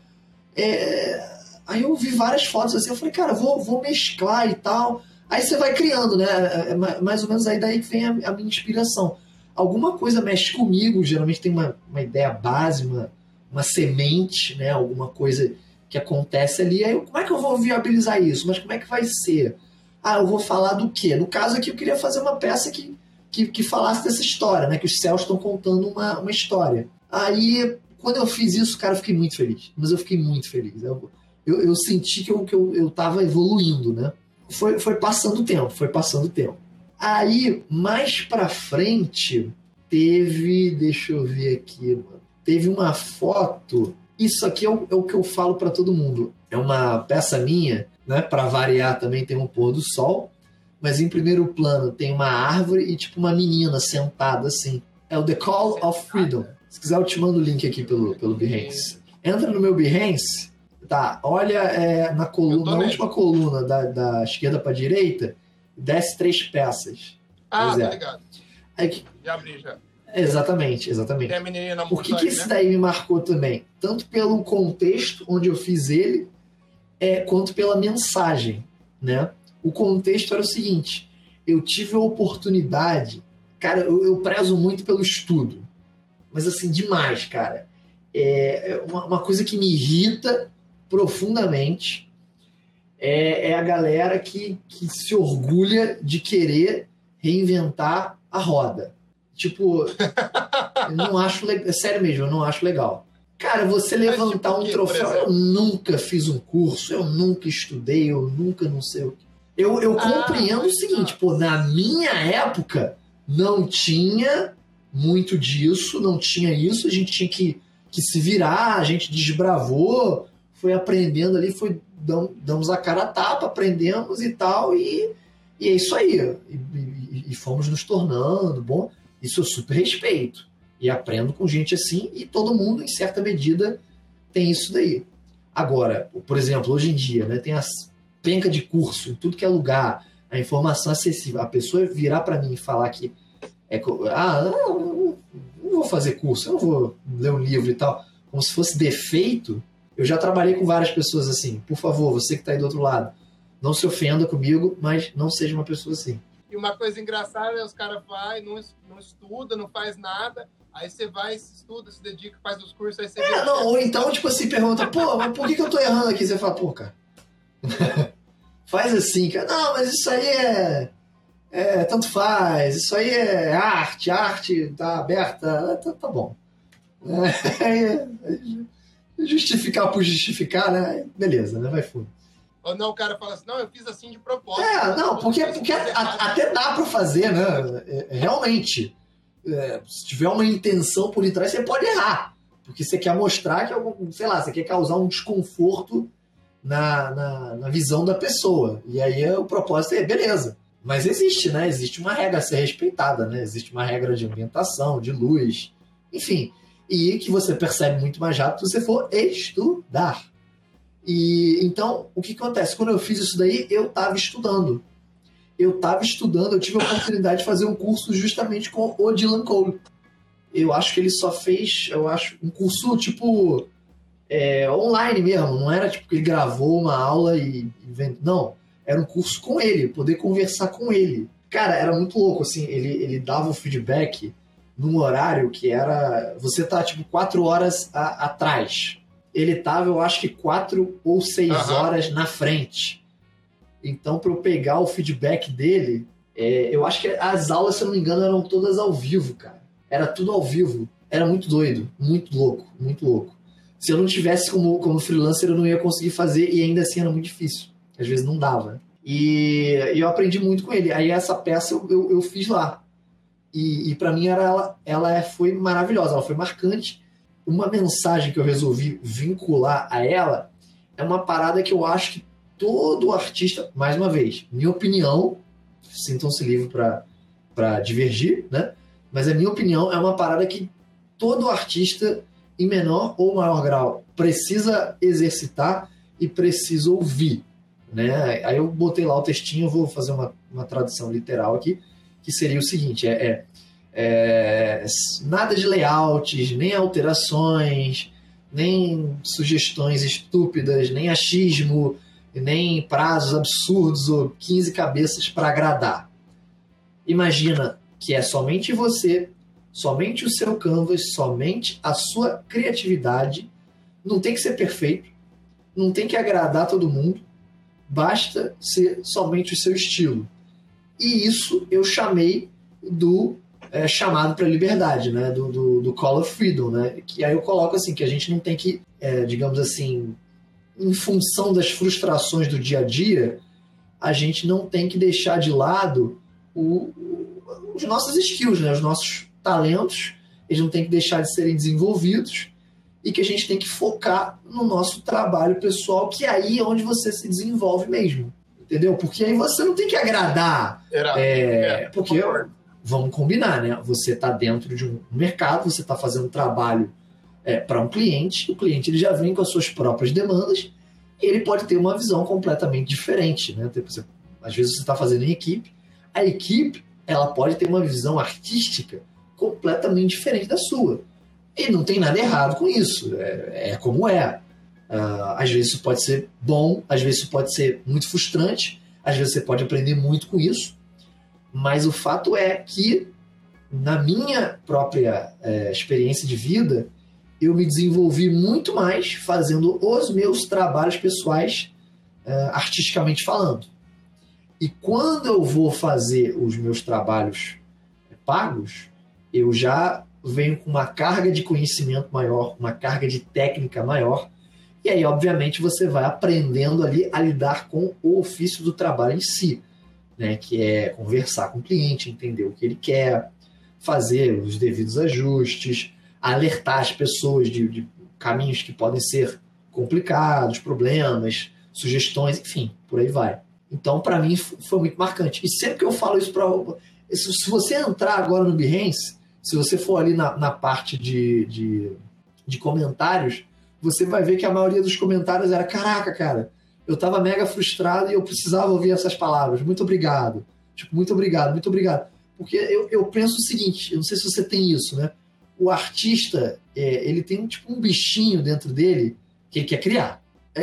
Speaker 2: Aí eu vi várias fotos assim, eu falei, cara, vou mesclar e tal. Aí você vai criando, né? Mais ou menos aí daí que vem a minha inspiração. Alguma coisa mexe comigo, geralmente tem uma ideia base, uma semente, né? Alguma coisa que acontece ali. Aí como é que eu vou viabilizar isso? Mas como é que vai ser? Eu vou falar do quê? No caso aqui eu queria fazer uma peça que falasse dessa história, né? Que os céus estão contando uma história. Aí, quando eu fiz isso, cara, eu fiquei muito feliz. Mas eu fiquei muito feliz. Eu senti que eu tava evoluindo, né? Foi passando o tempo. Aí, mais pra frente, deixa eu ver aqui, mano. Teve uma foto, isso aqui é o que eu falo pra todo mundo. É uma peça minha, né? Pra variar também tem um pôr do sol, mas em primeiro plano tem uma árvore e tipo uma menina sentada assim. É o The Call of Freedom. Se quiser eu te mando o link aqui pelo Behance. Entra no meu Behance. Tá, olha na última coluna da esquerda para a direita, desce 3 peças.
Speaker 1: Tá ligado. Já abri, já.
Speaker 2: Exatamente.
Speaker 1: Tem a menininha
Speaker 2: Por que esse daí me marcou também? Tanto pelo contexto onde eu fiz ele, quanto pela mensagem, né? O contexto era o seguinte, eu tive a oportunidade, cara, eu prezo muito pelo estudo, mas assim, demais, cara. Uma coisa que me irrita profundamente é a galera que se orgulha de querer reinventar a roda. Tipo, eu não acho legal, é sério mesmo, eu não acho legal. Cara, você levantar um troféu, eu nunca fiz um curso, eu nunca estudei, eu nunca não sei o que. Eu compreendo o seguinte, pô, na minha época não tinha muito disso, não tinha isso, a gente tinha que se virar, a gente desbravou, foi aprendendo ali, damos a cara a tapa, aprendemos e tal, e é isso aí. E fomos nos tornando, bom, isso eu super respeito. E aprendo com gente assim, e todo mundo, em certa medida, tem isso daí. Agora, por exemplo, hoje em dia, né, tem as penca de curso em tudo que é lugar, a informação acessível. A pessoa virar para mim e falar que não vou fazer curso, eu não vou ler um livro e tal, como se fosse defeito. Eu já trabalhei com várias pessoas assim. Por favor, você que está aí do outro lado, não se ofenda comigo, mas não seja uma pessoa assim.
Speaker 1: E uma coisa engraçada é os caras vão, não estuda, não faz nada, aí você vai, estuda, se dedica, faz os cursos, aí você...
Speaker 2: ou então, tipo assim, pergunta, pô, mas por que eu tô errando aqui? Você fala, pô, cara, faz assim, cara. Não, mas isso aí tanto faz, isso aí é arte tá aberta, tá bom. Justificar por justificar, né? Beleza, né? Vai fundo.
Speaker 1: Ou não, o cara fala assim, não, eu fiz assim de propósito.
Speaker 2: Porque até dá pra fazer, né? Realmente. Se tiver uma intenção por detrás, você pode errar. Porque você quer mostrar que, você quer causar um desconforto na visão da pessoa. E aí o propósito beleza. Mas existe, né? Existe uma regra a ser respeitada, né? Existe uma regra de ambientação, de luz, enfim. E que você percebe muito mais rápido se você for estudar. E então, o que acontece? Quando eu fiz isso daí, eu estava estudando. Eu tive a oportunidade de fazer um curso justamente com o Dylan Cole. Eu acho que ele só fez, um curso tipo online mesmo. Não era tipo que ele gravou uma aula e não. Era um curso com ele, poder conversar com ele. Cara, era muito louco, assim, ele dava o feedback num horário que era... Você tá, tipo, 4 horas atrás. ele estava, eu acho que 4 ou 6 horas na frente. Então, para eu pegar o feedback dele, eu acho que as aulas, se eu não me engano, eram todas ao vivo, cara. Era tudo ao vivo. Era muito doido, muito louco, muito louco. Se eu não tivesse como freelancer, eu não ia conseguir fazer e ainda assim era muito difícil. Às vezes não dava. E eu aprendi muito com ele. Aí essa peça eu fiz lá. E para mim ela foi maravilhosa, ela foi marcante. Uma mensagem que eu resolvi vincular a ela é uma parada que eu acho que todo artista, mais uma vez, minha opinião, sintam-se livre para divergir, né? Mas a minha opinião é uma parada que todo artista, em menor ou maior grau, precisa exercitar e precisa ouvir, né? Aí eu botei lá o textinho, eu vou fazer uma tradução literal aqui, que seria o seguinte, nada de layouts, nem alterações, nem sugestões estúpidas, nem achismo, nem prazos absurdos ou 15 cabeças para agradar. Imagina que é somente você, somente o seu canvas, somente a sua criatividade. Não tem que ser perfeito, não tem que agradar todo mundo, basta ser somente o seu estilo. E isso eu chamei do chamado para a liberdade, né? do Call of Freedom, né? Que aí eu coloco assim, que a gente não tem que, digamos assim, em função das frustrações do dia a dia, a gente não tem que deixar de lado os nossos skills, né? Os nossos talentos, eles não têm que deixar de serem desenvolvidos e que a gente tem que focar no nosso trabalho pessoal, que aí é onde você se desenvolve mesmo, entendeu? Porque aí você não tem que agradar, porque vamos combinar, né? Você está dentro de um mercado, você está fazendo um trabalho para um cliente, o cliente ele já vem com as suas próprias demandas e ele pode ter uma visão completamente diferente, né? Às vezes você está fazendo em equipe, a equipe ela pode ter uma visão artística completamente diferente da sua. E não tem nada errado com isso. É como é. Às vezes isso pode ser bom, às vezes isso pode ser muito frustrante, às vezes você pode aprender muito com isso. Mas o fato é que, na minha própria experiência de vida, eu me desenvolvi muito mais fazendo os meus trabalhos pessoais, artisticamente falando. E quando eu vou fazer os meus trabalhos pagos, eu já venho com uma carga de conhecimento maior, uma carga de técnica maior, e aí, obviamente, você vai aprendendo ali a lidar com o ofício do trabalho em si, né? Que é conversar com o cliente, entender o que ele quer, fazer os devidos ajustes, alertar as pessoas de caminhos que podem ser complicados, problemas, sugestões, enfim, por aí vai. Então, para mim, foi muito marcante. E sempre que eu falo isso se você entrar agora no Behance, se você for ali na parte de comentários, você vai ver que a maioria dos comentários era: caraca, cara, eu tava mega frustrado e eu precisava ouvir essas palavras. Muito obrigado. Tipo, muito obrigado, muito obrigado. Porque eu penso o seguinte, eu não sei se você tem isso, né? O artista, ele tem tipo um bichinho dentro dele que ele quer criar.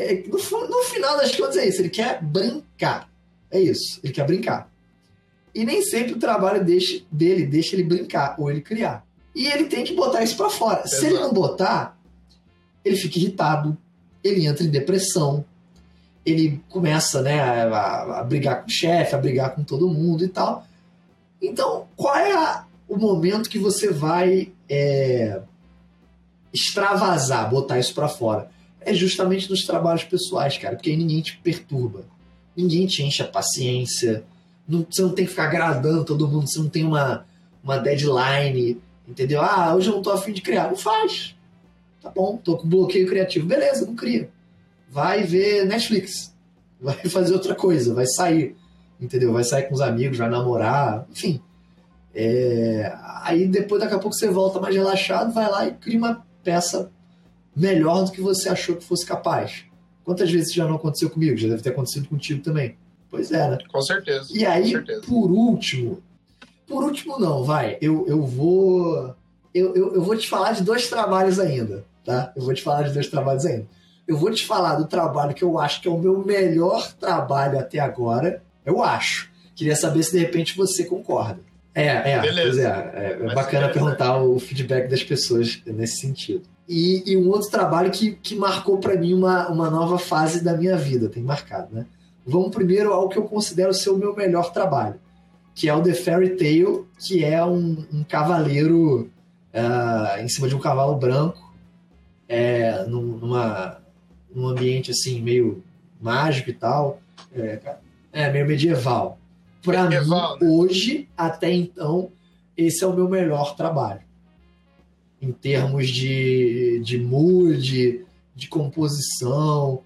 Speaker 2: No final das contas é isso, ele quer brincar. É isso, ele quer brincar. E nem sempre o trabalho dele deixa ele brincar ou ele criar. E ele tem que botar isso para fora. Exato. Se ele não botar, ele fica irritado, ele entra em depressão, ele começa, né, a brigar com o chefe, a brigar com todo mundo e tal. Então, qual é o momento que você vai extravasar, botar isso para fora? É justamente nos trabalhos pessoais, cara, porque aí ninguém te perturba, ninguém te enche a paciência, você não tem que ficar agradando todo mundo, você não tem uma deadline, entendeu? Hoje eu não tô afim de criar. Não faz. Tá bom, tô com bloqueio criativo. Beleza, não cria. Vai ver Netflix, vai fazer outra coisa, vai sair, entendeu? Vai sair com os amigos, vai namorar, enfim. Aí depois, daqui a pouco, você volta mais relaxado, vai lá e cria uma peça melhor do que você achou que fosse capaz. Quantas vezes isso já não aconteceu comigo? Já deve ter acontecido contigo também. Pois é, né?
Speaker 1: Com certeza.
Speaker 2: E aí, por último não, vai. Eu vou te falar de 2 trabalhos ainda, tá? Eu vou te falar do trabalho que eu acho que é o meu melhor trabalho até agora. Eu acho. Queria saber se de repente você concorda. Beleza. É bacana perguntar o feedback das pessoas nesse sentido. E um outro trabalho que marcou para mim uma nova fase da minha vida, tem marcado, né? Vamos primeiro ao que eu considero ser o meu melhor trabalho, que é o The Fairy Tail, que é um cavaleiro em cima de um cavalo branco, num ambiente assim meio mágico e tal, meio medieval. Para mim,
Speaker 1: né?
Speaker 2: hoje, até então, esse é o meu melhor trabalho. Em termos de mood, de composição,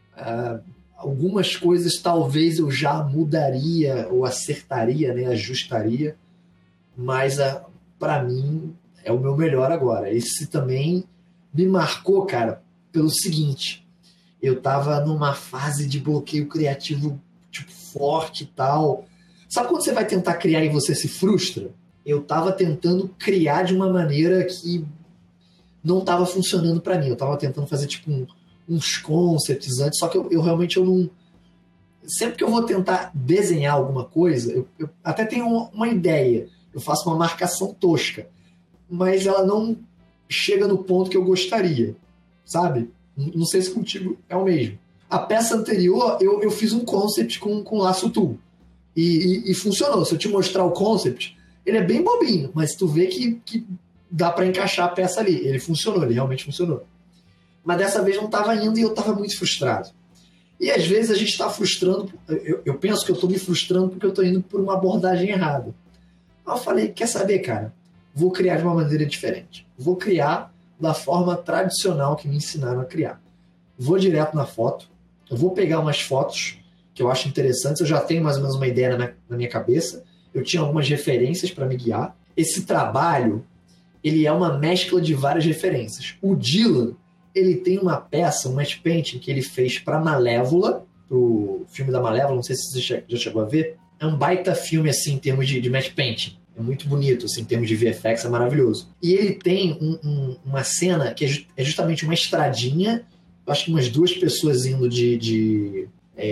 Speaker 2: algumas coisas talvez eu já mudaria ou acertaria, né, ajustaria, mas para mim é o meu melhor agora. Esse também me marcou, cara, pelo seguinte: eu tava numa fase de bloqueio criativo tipo, forte e tal. Sabe quando você vai tentar criar e você se frustra? Eu tava tentando criar de uma maneira que não tava funcionando para mim. Eu tava tentando fazer tipo uns concepts antes, só que eu realmente não... Sempre que eu vou tentar desenhar alguma coisa, eu até tenho uma ideia, eu faço uma marcação tosca, mas ela não chega no ponto que eu gostaria, sabe? Não sei se contigo é o mesmo. A peça anterior, eu fiz um concept com laço tool, e funcionou. Se eu te mostrar o concept, ele é bem bobinho, mas tu vê que dá para encaixar a peça ali. Ele funcionou, ele realmente funcionou. Mas dessa vez não estava indo e eu estava muito frustrado. E às vezes a gente está frustrando, eu penso que eu estou me frustrando porque eu estou indo por uma abordagem errada. Aí eu falei, quer saber, cara? Vou criar de uma maneira diferente. Vou criar da forma tradicional que me ensinaram a criar. Vou direto na foto, eu vou pegar umas fotos que eu acho interessantes, eu já tenho mais ou menos uma ideia na minha cabeça, eu tinha algumas referências para me guiar. Esse trabalho, ele é uma mescla de várias referências. O Dylan, ele tem uma peça, um matte painting que ele fez para Malévola, pro filme da Malévola, não sei se você já chegou a ver. É um baita filme, assim, em termos de matte painting. É muito bonito, assim, em termos de VFX, é maravilhoso. E ele tem uma cena que é justamente uma estradinha, eu acho que umas 2 pessoas indo de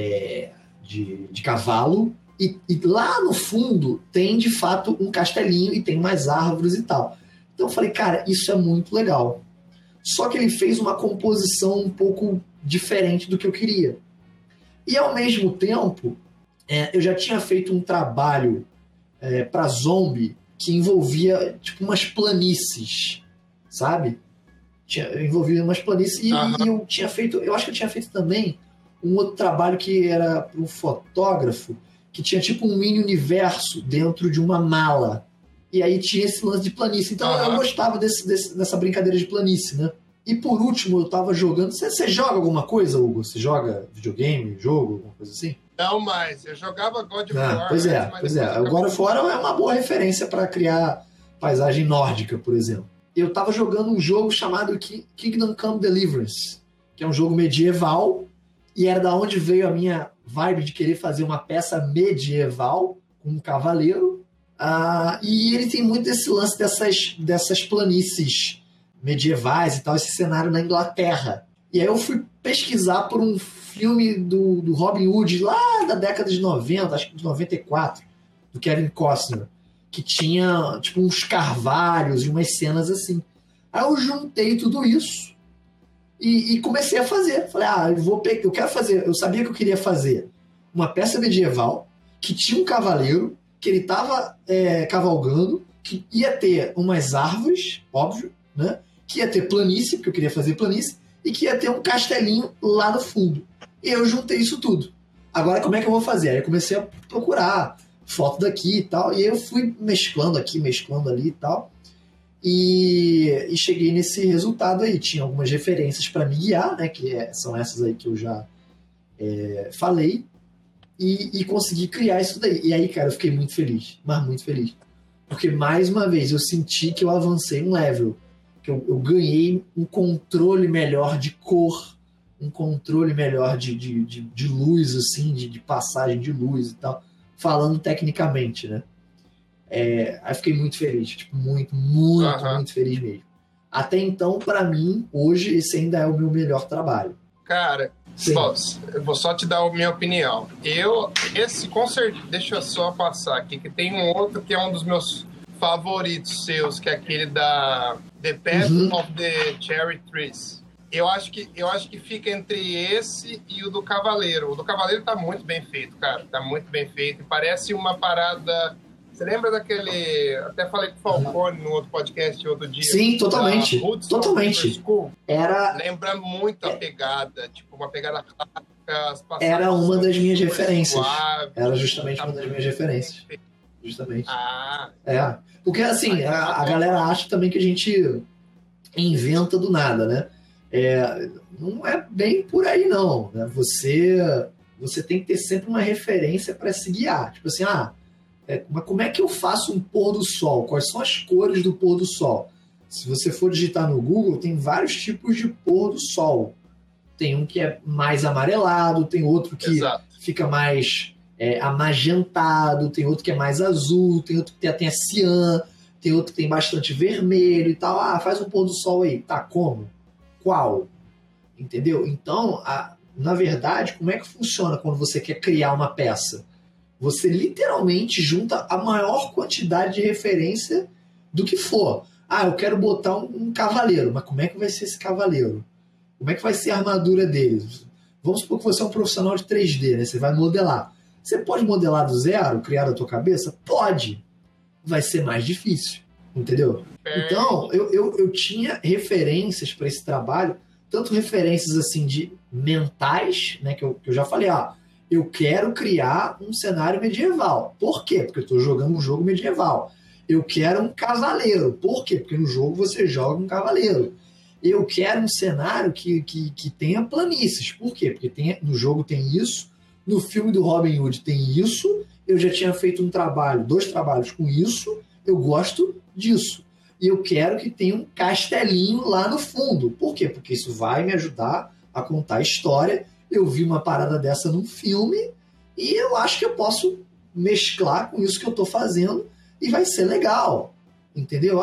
Speaker 2: cavalo, e lá no fundo tem, de fato, um castelinho e tem mais árvores e tal. Então eu falei, cara, isso é muito legal. Só que ele fez uma composição um pouco diferente do que eu queria. E, ao mesmo tempo, eu já tinha feito um trabalho para zombie que envolvia tipo umas planícies, sabe? Envolvia umas planícies e eu tinha feito, eu acho que eu tinha feito também um outro trabalho que era para um fotógrafo que tinha tipo um mini universo dentro de uma mala. E aí tinha esse lance de planície. Então eu gostava dessa brincadeira de planície, né? E por último, eu tava jogando... Você joga alguma coisa, Hugo? Você joga videogame, jogo, alguma coisa assim?
Speaker 1: Não mais. Eu jogava God of War.
Speaker 2: Pois é. O God of War é uma boa referência para criar paisagem nórdica, por exemplo. Eu tava jogando um jogo chamado Kingdom Come Deliverance, que é um jogo medieval, e era da onde veio a minha vibe de querer fazer uma peça medieval com um cavaleiro. E ele tem muito esse lance dessas planícies medievais e tal, esse cenário na Inglaterra. E aí eu fui pesquisar por um filme do Robin Hood lá da década de 90, acho que de 94, do Kevin Costner, que tinha tipo uns carvalhos e umas cenas assim. Aí eu juntei tudo isso e comecei a fazer. Falei, eu quero fazer, eu sabia que eu queria fazer uma peça medieval que tinha um cavaleiro, que ele estava cavalgando, que ia ter umas árvores, óbvio, né? Que ia ter planície, porque eu queria fazer planície, e que ia ter um castelinho lá no fundo. E eu juntei isso tudo. Agora, como é que eu vou fazer? Aí eu comecei a procurar foto daqui e tal, e aí eu fui mesclando aqui, mesclando ali e tal, e cheguei nesse resultado aí. Tinha algumas referências para me guiar, né? Que são essas aí que eu já falei, e consegui criar isso daí. E aí, cara, eu fiquei muito feliz, mas muito feliz. Porque, mais uma vez, eu senti que eu avancei um level, que eu ganhei um controle melhor de cor, um controle melhor de luz, assim, de passagem de luz e tal, falando tecnicamente, né? Aí fiquei muito feliz, tipo, muito feliz mesmo. Até então, para mim, hoje, esse ainda é o meu melhor trabalho.
Speaker 1: Cara, eu vou só te dar a minha opinião. Com certeza, deixa eu só passar aqui, que tem um outro que é um dos meus favoritos seus, que é aquele da The Path of the Cherry Trees. Eu acho que fica entre esse e o do Cavaleiro. O do Cavaleiro tá muito bem feito, cara. Tá muito bem feito. Parece uma parada... Você lembra daquele... Até falei com o Falcone no outro podcast outro dia.
Speaker 2: Sim, totalmente. Totalmente.
Speaker 1: Lembra muito a pegada. Tipo, uma pegada clássica.
Speaker 2: Era uma das minhas referências. Era justamente uma das minhas referências. Justamente. Porque, assim, a galera acha também que a gente inventa do nada, né? Não é bem por aí, não. Né? Você tem que ter sempre uma referência para se guiar. Tipo assim, mas como é que eu faço um pôr do sol? Quais são as cores do pôr do sol? Se você for digitar no Google, tem vários tipos de pôr do sol. Tem um que é mais amarelado, tem outro que fica mais amagentado, tem outro que é mais azul, tem outro que tem a cian, tem outro que tem bastante vermelho e tal. Faz um pôr do sol aí. Tá, como? Qual? Entendeu? Então, na verdade, como é que funciona quando você quer criar uma peça? Você literalmente junta a maior quantidade de referência do que for. Eu quero botar um cavaleiro, mas como é que vai ser esse cavaleiro? Como é que vai ser a armadura dele? Vamos supor que você é um profissional de 3D, né? Você vai modelar. Você pode modelar do zero, criar da tua cabeça? Pode. Vai ser mais difícil, entendeu? Então, eu tinha referências para esse trabalho, tanto referências assim de mentais, né? Que eu já falei, eu quero criar um cenário medieval. Por quê? Porque eu estou jogando um jogo medieval. Eu quero um cavaleiro. Por quê? Porque no jogo você joga um cavaleiro. Eu quero um cenário que tenha planícies. Por quê? Porque no jogo tem isso, no filme do Robin Hood tem isso, eu já tinha feito 2 trabalhos com isso, eu gosto disso. E eu quero que tenha um castelinho lá no fundo. Por quê? Porque isso vai me ajudar a contar a história. Eu vi uma parada dessa num filme e eu acho que eu posso mesclar com isso que eu estou fazendo e vai ser legal. Entendeu?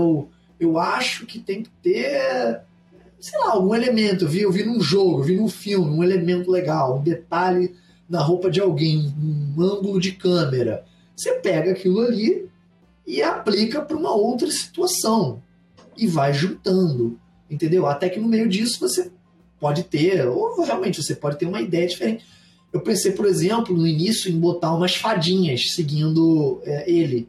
Speaker 2: Eu acho que tem que ter, sei lá, algum elemento. Eu vi num jogo, eu vi num filme, um elemento legal, um detalhe na roupa de alguém, um ângulo de câmera. Você pega aquilo ali e aplica para uma outra situação e vai juntando. Entendeu? Até que no meio disso você pode ter, ou realmente você pode ter uma ideia diferente. Eu pensei, por exemplo, no início em botar umas fadinhas seguindo ele.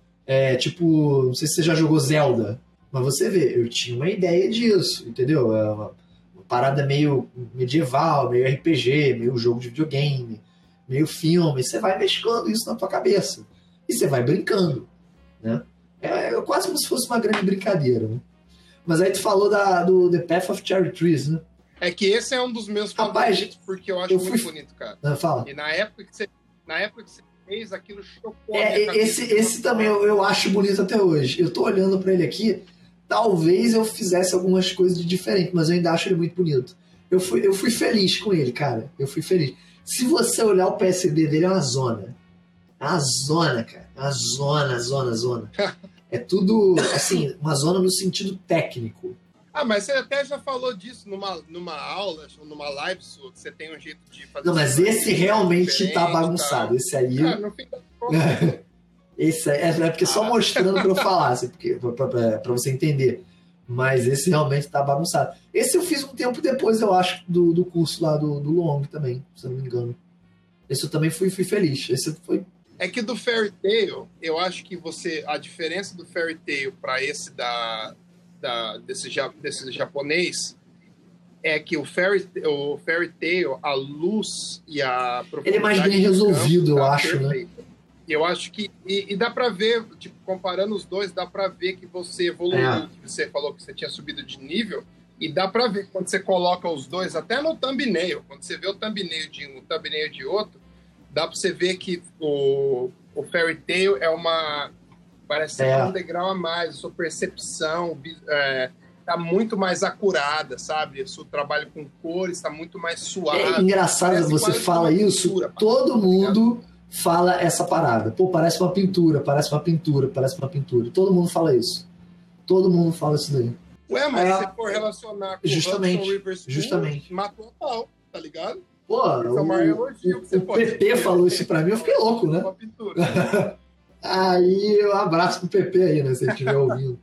Speaker 2: Tipo, não sei se você já jogou Zelda, mas você vê, eu tinha uma ideia disso, entendeu? Uma parada meio medieval, meio RPG, meio jogo de videogame, meio filme. Você vai mesclando isso na tua cabeça e você vai brincando, né? Quase como se fosse uma grande brincadeira, né? Mas aí tu falou do The Path of Cherry Trees, né?
Speaker 1: É que esse é um dos meus favoritos, porque eu acho muito bonito, cara.
Speaker 2: Fala.
Speaker 1: E na época que você fez, aquilo chocou.
Speaker 2: Esse também eu acho bonito até hoje. Eu tô olhando pra ele aqui, talvez eu fizesse algumas coisas de diferente, mas eu ainda acho ele muito bonito. Eu fui feliz com ele, cara. Eu fui feliz. Se você olhar o PSD dele, é uma zona. É uma zona, cara. É uma zona. É tudo, assim, uma zona no sentido técnico.
Speaker 1: Mas você até já falou disso numa aula, numa live sua, que você tem um jeito de fazer...
Speaker 2: Não, mas esse realmente tá bagunçado. Tá? Esse aí...
Speaker 1: no fim das contas...
Speaker 2: Esse é porque só mostrando pra eu falar, assim, pra você entender. Mas esse realmente tá bagunçado. Esse eu fiz um tempo depois, eu acho, do curso lá do Long também, se eu não me engano. Esse eu também fui feliz. Esse foi...
Speaker 1: É que do Fairy Tail, eu acho que a diferença do Fairy Tail pra esse desse japonês é que o Fairy Tail, a luz e a profundidade...
Speaker 2: Ele é mais bem resolvido, eu acho,
Speaker 1: perfeito.
Speaker 2: Né?
Speaker 1: Eu acho que... E dá pra ver, tipo, comparando os dois, dá pra ver que você evoluiu, que você falou que você tinha subido de nível, e dá pra ver quando você coloca os dois, até no thumbnail, quando você vê o thumbnail de um, o thumbnail de outro, dá pra você ver que o Fairy Tail parece ser um degrau a mais, a sua percepção tá muito mais acurada, sabe? O seu trabalho com cores tá muito mais suave.
Speaker 2: É engraçado você fala isso, pintura, todo mundo fala essa parada. Pô, parece uma pintura. Todo mundo fala isso. Todo mundo fala isso daí.
Speaker 1: Ué, mas se for relacionar com
Speaker 2: justamente,
Speaker 1: o Rivers
Speaker 2: justamente.
Speaker 1: matou a pau, tá ligado?
Speaker 2: Pô,
Speaker 1: o PP
Speaker 2: falou isso pra mim, eu fiquei louco, né?
Speaker 1: Uma pintura.
Speaker 2: Aí, um abraço pro PP aí, né? Se ele estiver ouvindo.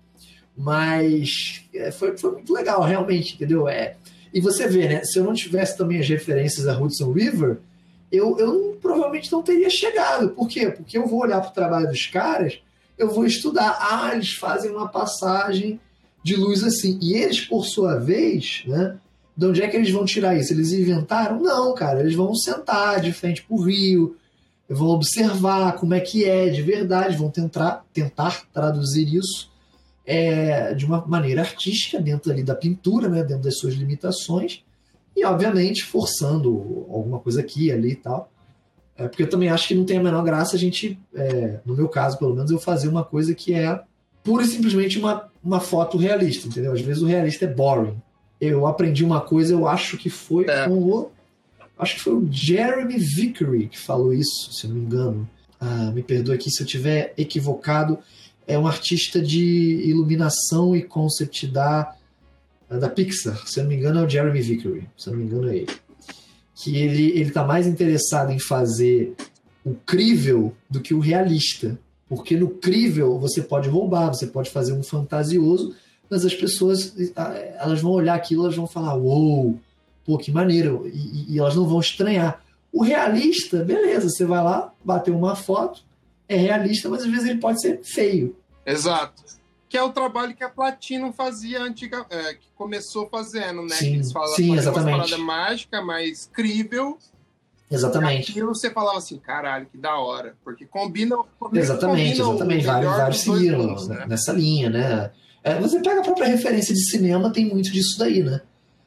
Speaker 2: Mas foi muito legal, realmente, entendeu? E você vê, né? Se eu não tivesse também as referências a Hudson River, eu provavelmente não teria chegado. Por quê? Porque eu vou olhar pro trabalho dos caras, eu vou estudar. Ah, eles fazem uma passagem de luz assim. E eles, por sua vez, né? De onde é que eles vão tirar isso? Eles inventaram? Não, cara. Eles vão sentar de frente pro rio, vão observar como é que é de verdade, vão tentar traduzir isso de uma maneira artística dentro ali da pintura, né, dentro das suas limitações e, obviamente, forçando alguma coisa aqui, ali e tal. Porque eu também acho que não tem a menor graça a gente, no meu caso, pelo menos, eu fazer uma coisa que é pura e simplesmente uma foto realista, entendeu? Às vezes o realista é boring. Eu aprendi uma coisa, eu acho que foi acho que foi o Jeremy Vickery que falou isso, se eu não me engano. Me perdoe aqui se eu estiver equivocado. É um artista de iluminação e concept da Pixar. Se eu não me engano, é o Jeremy Vickery. Se eu não me engano, é ele. Que ele está mais interessado em fazer o crível do que o realista. Porque no crível você pode roubar, você pode fazer um fantasioso, mas as pessoas elas vão olhar aquilo, elas vão falar, uou, pô, que maneiro, e elas não vão estranhar. O realista, beleza, você vai lá, bateu uma foto, é realista, mas às vezes ele pode ser feio.
Speaker 1: Exato. Que é o trabalho que a Platinum fazia que começou fazendo, né?
Speaker 2: Sim,
Speaker 1: Eles
Speaker 2: sim, exatamente.
Speaker 1: Uma parada mágica, mais crível.
Speaker 2: Exatamente.
Speaker 1: E aquilo você falava assim, caralho, que da hora. Porque combina.
Speaker 2: Exatamente. Vários seguiram mundos, né? Nessa linha, né? Você pega a própria referência de cinema, tem muito disso daí, né?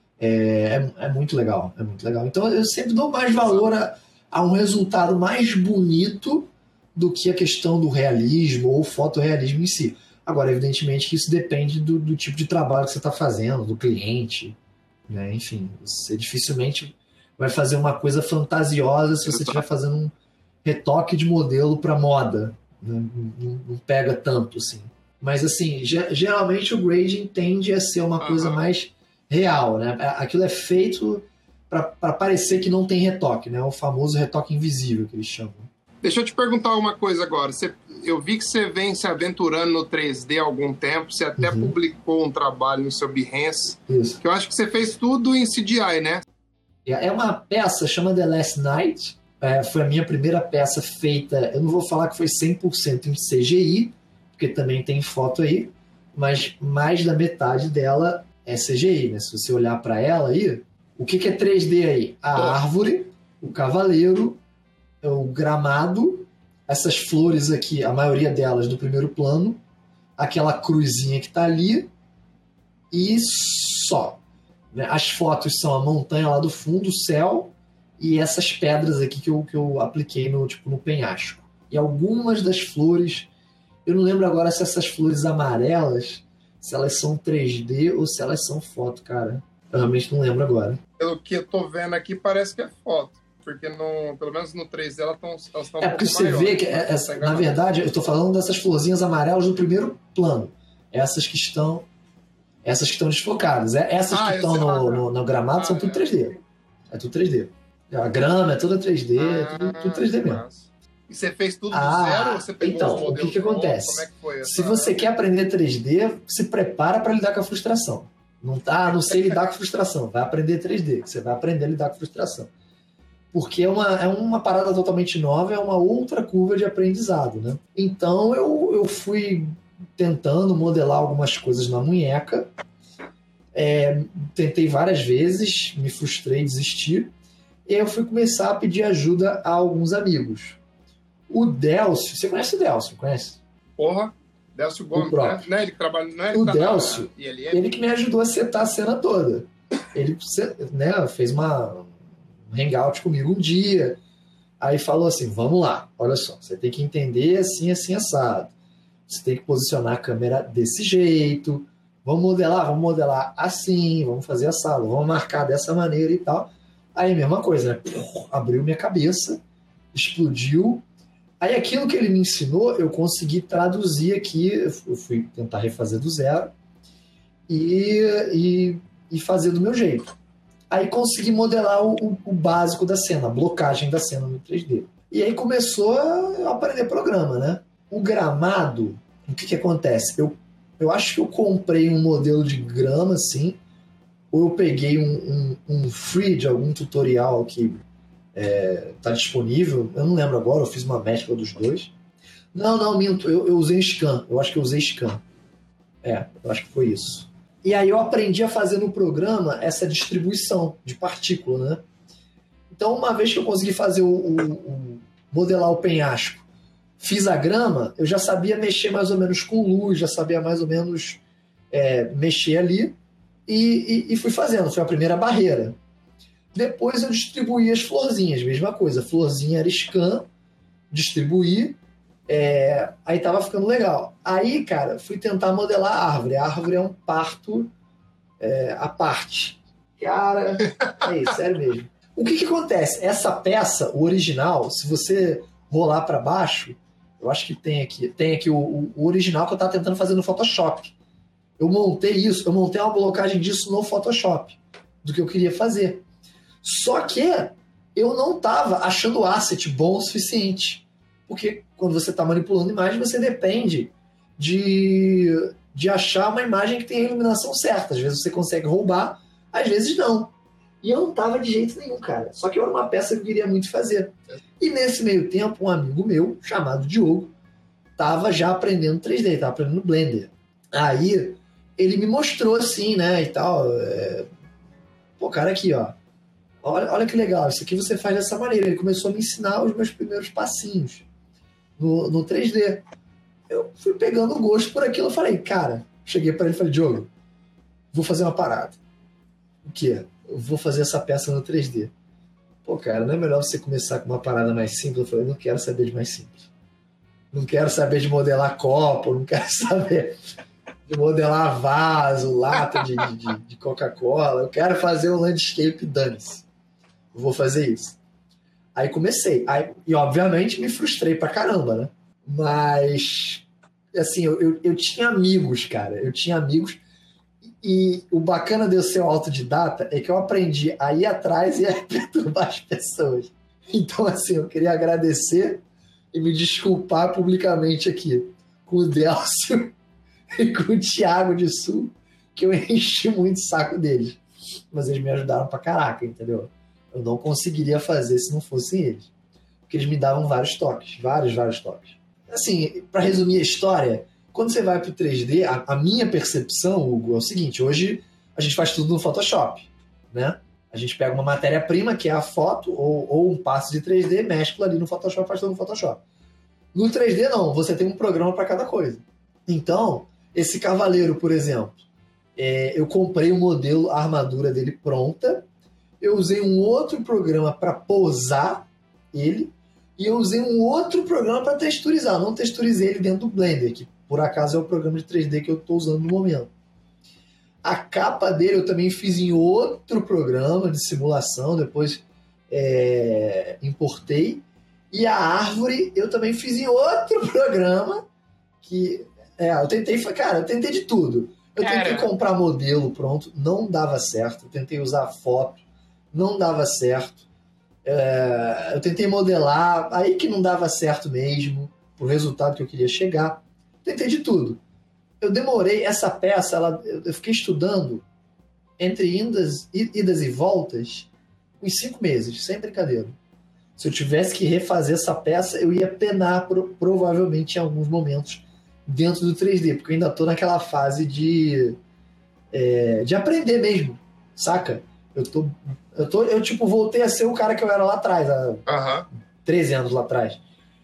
Speaker 2: É muito legal, é muito legal. Então eu sempre dou mais valor a um resultado mais bonito do que a questão do realismo ou fotorrealismo em si. Agora, evidentemente que isso depende do tipo de trabalho que você está fazendo, do cliente, né? Enfim, você dificilmente vai fazer uma coisa fantasiosa se você estiver fazendo um retoque de modelo para moda, né? Não pega tanto, assim. Mas, assim, geralmente o grading tende a ser uma coisa mais real, né? Aquilo é feito para parecer que não tem retoque, né? O famoso retoque invisível que eles chamam.
Speaker 1: Deixa eu te perguntar uma coisa agora. Eu vi que você vem se aventurando no 3D há algum tempo. Você até publicou um trabalho no seu Behance.
Speaker 2: Isso.
Speaker 1: Que eu acho que você fez tudo em CGI, né?
Speaker 2: É uma peça, chama The Last Night. Foi a minha primeira peça feita. Eu não vou falar que foi 100% em CGI, porque também tem foto aí, mas mais da metade dela é CGI, né? Se você olhar para ela aí, o que é 3D aí? A árvore, o cavaleiro, o gramado, essas flores aqui, a maioria delas do primeiro plano, aquela cruzinha que está ali e só. Né? As fotos são a montanha lá do fundo, o céu e essas pedras aqui que eu apliquei no penhasco. E algumas das flores, eu não lembro agora se essas flores amarelas, se elas são 3D ou se elas são foto, cara. Eu realmente não lembro agora.
Speaker 1: Pelo que eu tô vendo aqui, parece que é foto. Porque pelo menos no 3D elas estão
Speaker 2: porque você vê que, na verdade, eu estou falando dessas florzinhas amarelas do primeiro plano. Essas que estão desfocadas. Essas que estão no gramado são tudo 3D. É tudo 3D. A grama é toda 3D, tudo 3D mesmo.
Speaker 1: E você fez tudo do zero ou você pegou
Speaker 2: então, o que acontece?
Speaker 1: Como é que foi essa...
Speaker 2: Se você quer aprender 3D, se prepara para lidar com a frustração. Não sei lidar com frustração. Vai aprender 3D, você vai aprender a lidar com frustração. Porque é uma parada totalmente nova, é uma outra curva de aprendizado, né? Então eu fui tentando modelar algumas coisas na munheca, tentei várias vezes, me frustrei, desisti, e aí eu fui começar a pedir ajuda a alguns amigos. O Delcio, você conhece o Delcio, conhece?
Speaker 1: Porra, Delcio Gomes, né? Ele trabalha,
Speaker 2: o Delcio, ele que me ajudou a setar a cena toda. Ele, né, fez uma hangout comigo um dia, aí falou assim, vamos lá, olha só, você tem que entender assim, assim, assado, você tem que posicionar a câmera desse jeito, vamos modelar assim, vamos fazer assado, vamos marcar dessa maneira e tal. Aí mesma coisa, né? Abriu minha cabeça, explodiu, aí aquilo que ele me ensinou, eu consegui traduzir aqui, eu fui tentar refazer do zero e fazer do meu jeito. Aí consegui modelar o básico da cena, a blocagem da cena no 3D. E aí começou a aprender programa, né? O gramado, o que acontece? Eu acho que eu comprei um modelo de grama, assim, ou eu peguei um free de algum tutorial que tá disponível. Eu não lembro agora, eu fiz uma mescla dos dois. Não, minto. Eu usei Scan. Eu acho que eu usei Scan. Eu acho que foi isso. E aí eu aprendi a fazer no programa essa distribuição de partícula, né? Então, uma vez que eu consegui fazer modelar o penhasco, fiz a grama, eu já sabia mexer mais ou menos com luz, já sabia mais ou menos mexer ali e fui fazendo. Foi a primeira barreira. Depois eu distribuí as florzinhas, mesma coisa. Florzinha era Scan, distribuí, aí tava ficando legal. Aí, cara, fui tentar modelar a árvore. A árvore é um parto à parte. Cara, sério mesmo. O que acontece? Essa peça, o original, se você rolar para baixo, eu acho que tem aqui o original que eu tava tentando fazer no Photoshop. Eu montei uma blocagem disso no Photoshop, do que eu queria fazer. Só que eu não tava achando o asset bom o suficiente. Porque quando você está manipulando imagem, você depende de achar uma imagem que tenha a iluminação certa. Às vezes você consegue roubar, às vezes não. E eu não tava de jeito nenhum, cara. Só que era uma peça que eu queria muito fazer. E nesse meio tempo, um amigo meu, chamado Diogo, tava já aprendendo 3D, tava aprendendo Blender. Aí, ele me mostrou assim, né, e tal. Pô, cara, aqui, ó. Olha que legal, isso aqui você faz dessa maneira. Ele começou a me ensinar os meus primeiros passinhos no 3D. Eu fui pegando gosto por aquilo. Eu falei, cara, cheguei para ele e falei, Diogo, vou fazer uma parada. O quê? Eu vou fazer essa peça no 3D. Pô, cara, não é melhor você começar com uma parada mais simples? Eu falei, não quero saber de mais simples. Não quero saber de modelar copo, não quero saber de modelar vaso, lata de Coca-Cola. Eu quero fazer um landscape dane-se. Vou fazer isso. Aí comecei. E obviamente me frustrei pra caramba, né? Mas, assim, eu tinha amigos, cara. Eu tinha amigos. E o bacana de eu ser um autodidata é que eu aprendi a ir atrás e a perturbar as pessoas. Então, assim, eu queria agradecer e me desculpar publicamente aqui com o Delcio e com o Thiago de Sul, que eu enchi muito o saco deles. Mas eles me ajudaram pra caraca, entendeu? Eu não conseguiria fazer se não fossem eles. Porque eles me davam vários toques. Vários toques. Assim, para resumir a história, quando você vai pro 3D, a minha percepção, Hugo, é o seguinte. Hoje a gente faz tudo no Photoshop, né? A gente pega uma matéria-prima, que é a foto, ou um passo de 3D, mescla ali no Photoshop, faz tudo no Photoshop. No 3D, não. Você tem um programa para cada coisa. Então, esse cavaleiro, por exemplo, eu comprei o modelo, a armadura dele pronta. Eu usei um outro programa para posar ele e eu usei um outro programa para texturizar. Eu não texturizei ele dentro do Blender, que por acaso é o programa de 3D que eu estou usando no momento. A capa dele eu também fiz em outro programa de simulação, depois importei. E a árvore eu também fiz em outro programa que eu tentei de tudo. Eu tentei comprar modelo pronto, não dava certo. Eu tentei usar foto, não dava certo. Eu tentei modelar, aí que não dava certo mesmo, pro resultado que eu queria chegar. Tentei de tudo. Eu demorei, essa peça, eu fiquei estudando entre idas e voltas uns 5 meses, sem brincadeira. Se eu tivesse que refazer essa peça, eu ia penar provavelmente em alguns momentos dentro do 3D, porque eu ainda estou naquela fase de aprender mesmo, saca? Eu tipo, voltei a ser o cara que eu era lá atrás, há 13 anos lá atrás.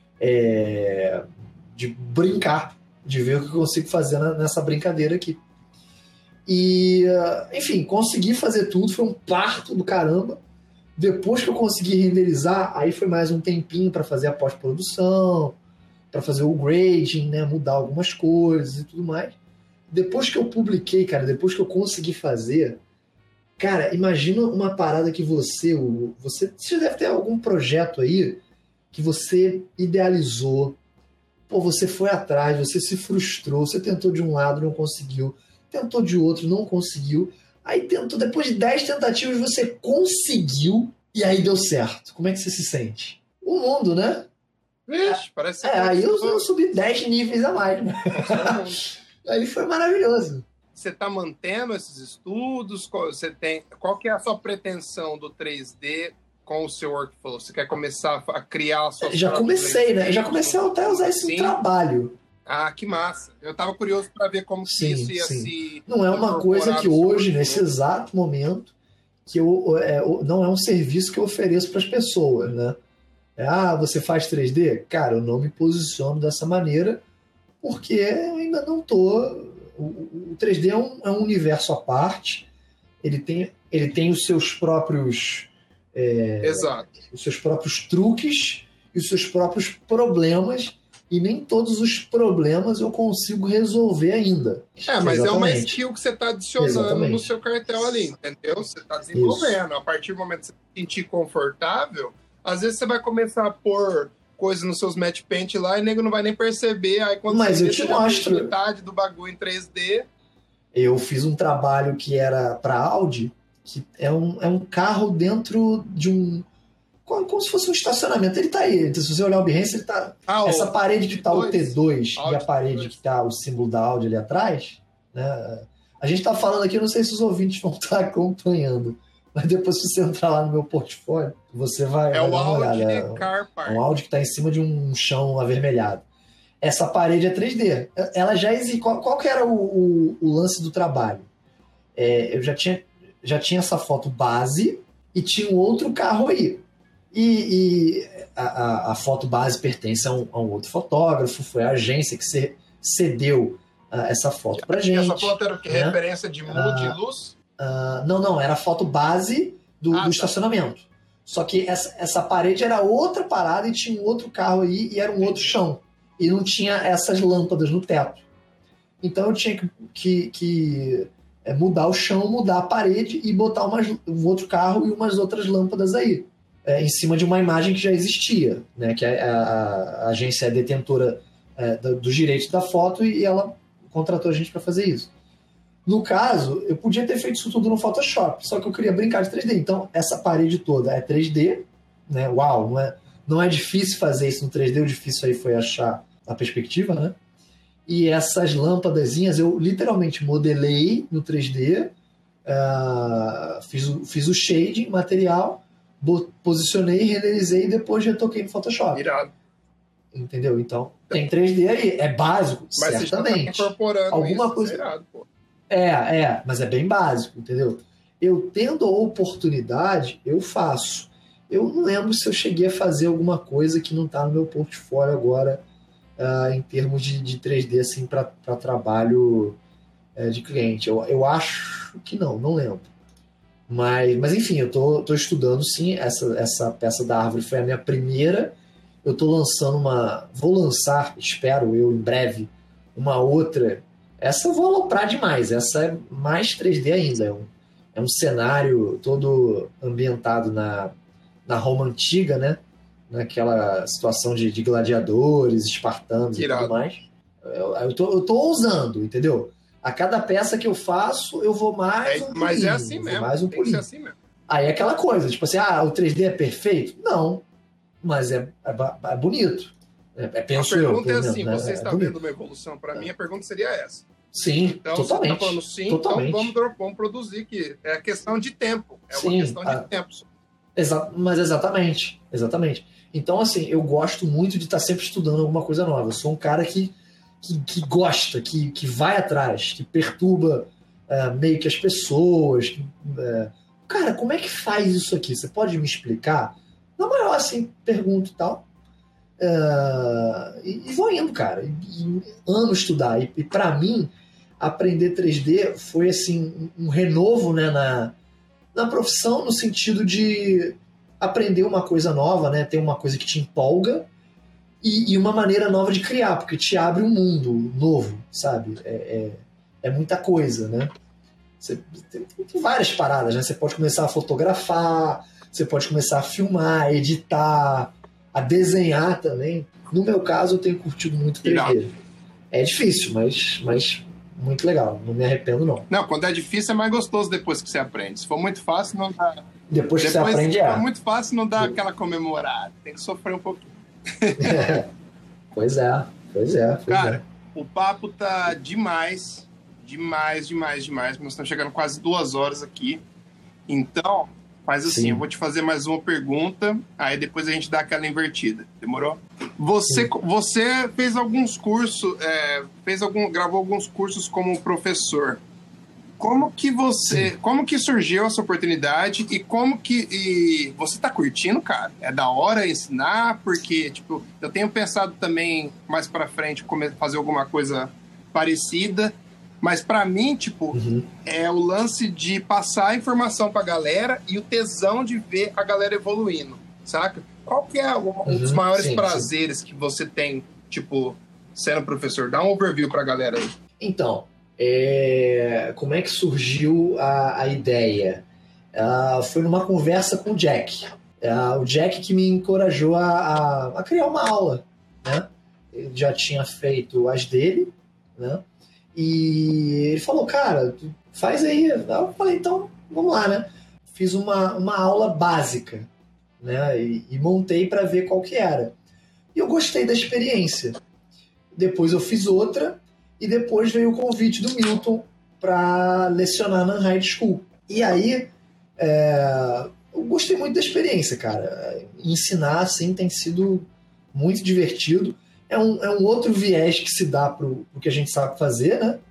Speaker 2: De brincar, de ver o que eu consigo fazer nessa brincadeira aqui. E, enfim, consegui fazer tudo, foi um parto do caramba. Depois que eu consegui renderizar, aí foi mais um tempinho para fazer a pós-produção, para fazer o grading, né, mudar algumas coisas e tudo mais. Depois que eu publiquei, cara, depois que eu consegui fazer, cara, imagina uma parada que você deve ter algum projeto aí que você idealizou, pô, você foi atrás, você se frustrou, você tentou de um lado, não conseguiu, tentou de outro, não conseguiu, aí tentou, depois de 10 tentativas, você conseguiu e aí deu certo. Como é que você se sente? O mundo, né?
Speaker 1: Vixe, parece ser
Speaker 2: Aí eu subi 10 níveis a mais. Né? Aí foi maravilhoso.
Speaker 1: Você está mantendo esses estudos? Qual que é a sua pretensão do 3D com o seu workflow? Você quer começar a criar a sua...
Speaker 2: Já comecei, né? Já comecei a até usar isso no trabalho.
Speaker 1: Ah, que massa. Eu estava curioso para ver como que isso ia se...
Speaker 2: Não é uma coisa que hoje, nesse exato momento, que não é um serviço que eu ofereço para as pessoas, né? Você faz 3D? Cara, eu não me posiciono dessa maneira porque eu ainda não tô... O 3D é um universo à parte. Ele tem os seus próprios...
Speaker 1: Exato.
Speaker 2: Os seus próprios truques e os seus próprios problemas, e nem todos os problemas eu consigo resolver ainda.
Speaker 1: Mas é uma skill que você está adicionando no seu cartel ali, entendeu? Você está desenvolvendo. Isso. A partir do momento que você se sentir confortável, às vezes você vai começar a pôr coisa nos seus match paint lá e o nego não vai nem perceber. Aí quando
Speaker 2: Mas
Speaker 1: você
Speaker 2: eu te mostro
Speaker 1: metade do bagulho em 3D.
Speaker 2: Eu fiz um trabalho que era para Audi, que é um carro dentro de um... Como se fosse um estacionamento. Ele tá aí. Então, se você olhar o Behance, ele tá... Essa parede que tá o T2 e a parede que tá o símbolo da Audi ali atrás, né? A gente tá falando aqui, eu não sei se os ouvintes vão estar acompanhando, mas depois, se você entrar lá no meu portfólio, você vai
Speaker 1: dar
Speaker 2: uma olhada.
Speaker 1: Car Park.
Speaker 2: É um Audi que tá em cima de um chão avermelhado. Essa parede é 3D. Ela já existe. Qual que era o lance do trabalho? Eu já tinha essa foto base e tinha um outro carro aí. E a foto base pertence a um outro fotógrafo, foi a agência que cedeu essa foto pra gente.
Speaker 1: Essa foto era o quê? Referência de mundo de luz?
Speaker 2: Não, era a foto base do estacionamento. Só que essa parede era outra parada e tinha um outro carro aí e era um outro chão. E não tinha essas lâmpadas no teto. Então eu tinha que mudar o chão, mudar a parede e botar um outro carro e umas outras lâmpadas aí. Em cima de uma imagem que já existia, né? Que a agência é detentora dos direitos da foto e ela contratou a gente para fazer isso. No caso, eu podia ter feito isso tudo no Photoshop, só que eu queria brincar de 3D. Então, essa parede toda é 3D, né? Uau, não é difícil fazer isso no 3D, o difícil aí foi achar a perspectiva, né? E essas lâmpadazinhas eu literalmente modelei no 3D, fiz o shading, material, posicionei, renderizei e depois retoquei no Photoshop.
Speaker 1: Irado.
Speaker 2: Entendeu? Então, tem 3D aí. É básico,
Speaker 1: mas
Speaker 2: certamente.
Speaker 1: Você já tá incorporando
Speaker 2: alguma
Speaker 1: isso,
Speaker 2: coisa.
Speaker 1: Irado, pô.
Speaker 2: Mas é bem básico, entendeu? Eu tendo a oportunidade, eu faço. Eu não lembro se eu cheguei a fazer alguma coisa que não está no meu portfólio agora, em termos de 3D, assim, para trabalho de cliente. Eu acho que não lembro. Mas enfim, eu tô estudando, sim. Essa peça da árvore foi a minha primeira. Eu tô lançando vou lançar, espero eu, em breve, uma outra. Essa eu vou aloprar demais. Essa é mais 3D ainda. É um cenário todo ambientado na Roma Antiga, né? Naquela situação de gladiadores, espartanos e tudo mais. Eu tô ousando, entendeu? A cada peça que eu faço, eu vou mais um pulinho.
Speaker 1: Mas é assim mesmo.
Speaker 2: Mais um
Speaker 1: tem que ser
Speaker 2: pulinho.
Speaker 1: assim mesmo.
Speaker 2: Aí é aquela coisa, tipo assim, o 3D é perfeito? Não, mas é bonito. Penso eu.
Speaker 1: A pergunta é assim, né? Você está vendo uma evolução? Para mim, a pergunta seria essa.
Speaker 2: Sim,
Speaker 1: então,
Speaker 2: totalmente.
Speaker 1: Você tá falando sim,
Speaker 2: totalmente.
Speaker 1: Então vamos produzir, que é questão de tempo.
Speaker 2: Sim,
Speaker 1: uma questão de tempo.
Speaker 2: Mas exatamente. Então, assim, eu gosto muito de estar sempre estudando alguma coisa nova. Eu sou um cara que gosta, que vai atrás, que perturba meio que as pessoas. Cara, como é que faz isso aqui? Você pode me explicar? Na maior, assim, pergunto e tal. E vou indo, cara. E amo estudar. E para mim, aprender 3D foi, assim, um renovo, né, na profissão, no sentido de aprender uma coisa nova, né? Ter uma coisa que te empolga e uma maneira nova de criar, porque te abre um mundo novo, sabe? É muita coisa, né? Tem várias paradas, né? Você pode começar a fotografar, você pode começar a filmar, editar, a desenhar também. No meu caso, eu tenho curtido muito 3D. É difícil, mas muito legal. Não me arrependo, não.
Speaker 1: Não, quando é difícil é mais gostoso depois que você aprende. Se for muito fácil, não dá...
Speaker 2: Depois que você aprende,
Speaker 1: Se for muito fácil, não dá aquela comemorada. Tem que sofrer um pouquinho.
Speaker 2: Pois é, pois é.
Speaker 1: Cara, o papo tá demais. Demais, demais, demais. Nós estamos chegando quase 2 horas aqui. Então, faz assim,
Speaker 2: Sim.
Speaker 1: eu vou te fazer mais uma pergunta, aí depois a gente dá aquela invertida. Demorou? Você fez alguns cursos, gravou alguns cursos como professor. Como que surgiu essa oportunidade e você tá curtindo, cara? É da hora ensinar, porque, tipo, eu tenho pensado também mais pra frente fazer alguma coisa parecida, mas pra mim, tipo, é o lance de passar a informação pra galera e o tesão de ver a galera evoluindo, saca? Qual que é um dos maiores prazeres que você tem, tipo, sendo professor? Dá um overview pra galera aí.
Speaker 2: Então, como é que surgiu a ideia? Foi numa conversa com o Jack. O Jack que me encorajou a criar uma aula, né? Ele já tinha feito as dele, né? E ele falou, cara, faz aí. Eu falei, então, vamos lá, né? Fiz uma aula básica, né? E montei para ver qual que era. E eu gostei da experiência. Depois eu fiz outra, e depois veio o convite do Milton para lecionar na High School. E aí, eu gostei muito da experiência, cara. Ensinar, assim, tem sido muito divertido. É um outro viés que se dá para o que a gente sabe fazer, né?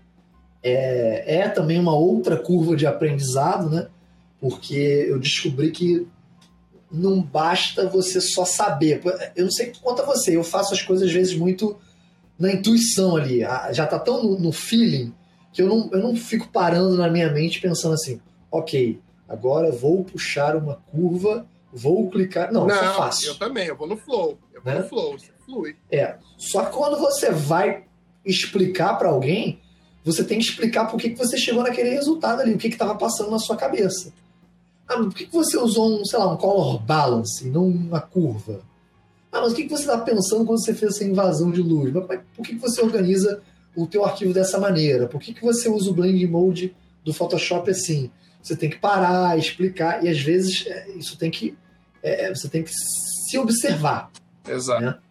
Speaker 2: É também uma outra curva de aprendizado, né? Porque eu descobri que não basta você só saber. Eu não sei quanto a você, eu faço as coisas às vezes muito na intuição ali. Já tá tão no feeling que eu não fico parando na minha mente pensando assim, ok, agora vou puxar uma curva, vou clicar. Não, só faço.
Speaker 1: Eu também, eu vou no flow. No flow, você flui.
Speaker 2: Só que quando você vai explicar para alguém, você tem que explicar por que você chegou naquele resultado ali, o que estava passando na sua cabeça. Por que você usou um color balance e não uma curva? Mas o que você estava pensando quando você fez essa invasão de luz? Por que você organiza o teu arquivo dessa maneira? Por que você usa o blend mode do Photoshop assim? Você tem que parar, explicar, e às vezes isso tem que você tem que se observar.
Speaker 1: Exato.
Speaker 2: Né?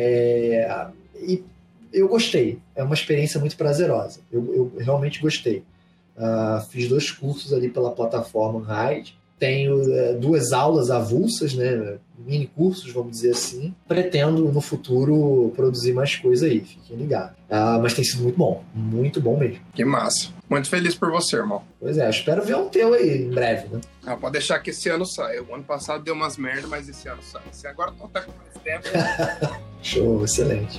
Speaker 2: E eu gostei. É uma experiência muito prazerosa. Eu realmente gostei. Fiz 2 cursos ali pela plataforma Ride. Tenho 2 aulas avulsas, né? Mini cursos, vamos dizer assim. Pretendo, no futuro, produzir mais coisa aí. Fiquem ligados. Mas tem sido muito bom mesmo.
Speaker 1: Que massa. Muito feliz por você, irmão.
Speaker 2: Pois é, espero ver um teu aí em breve, né?
Speaker 1: Pode deixar que esse ano sai. O ano passado deu umas merda, mas esse ano sai. Se agora não tá com mais tempo.
Speaker 2: Show, excelente.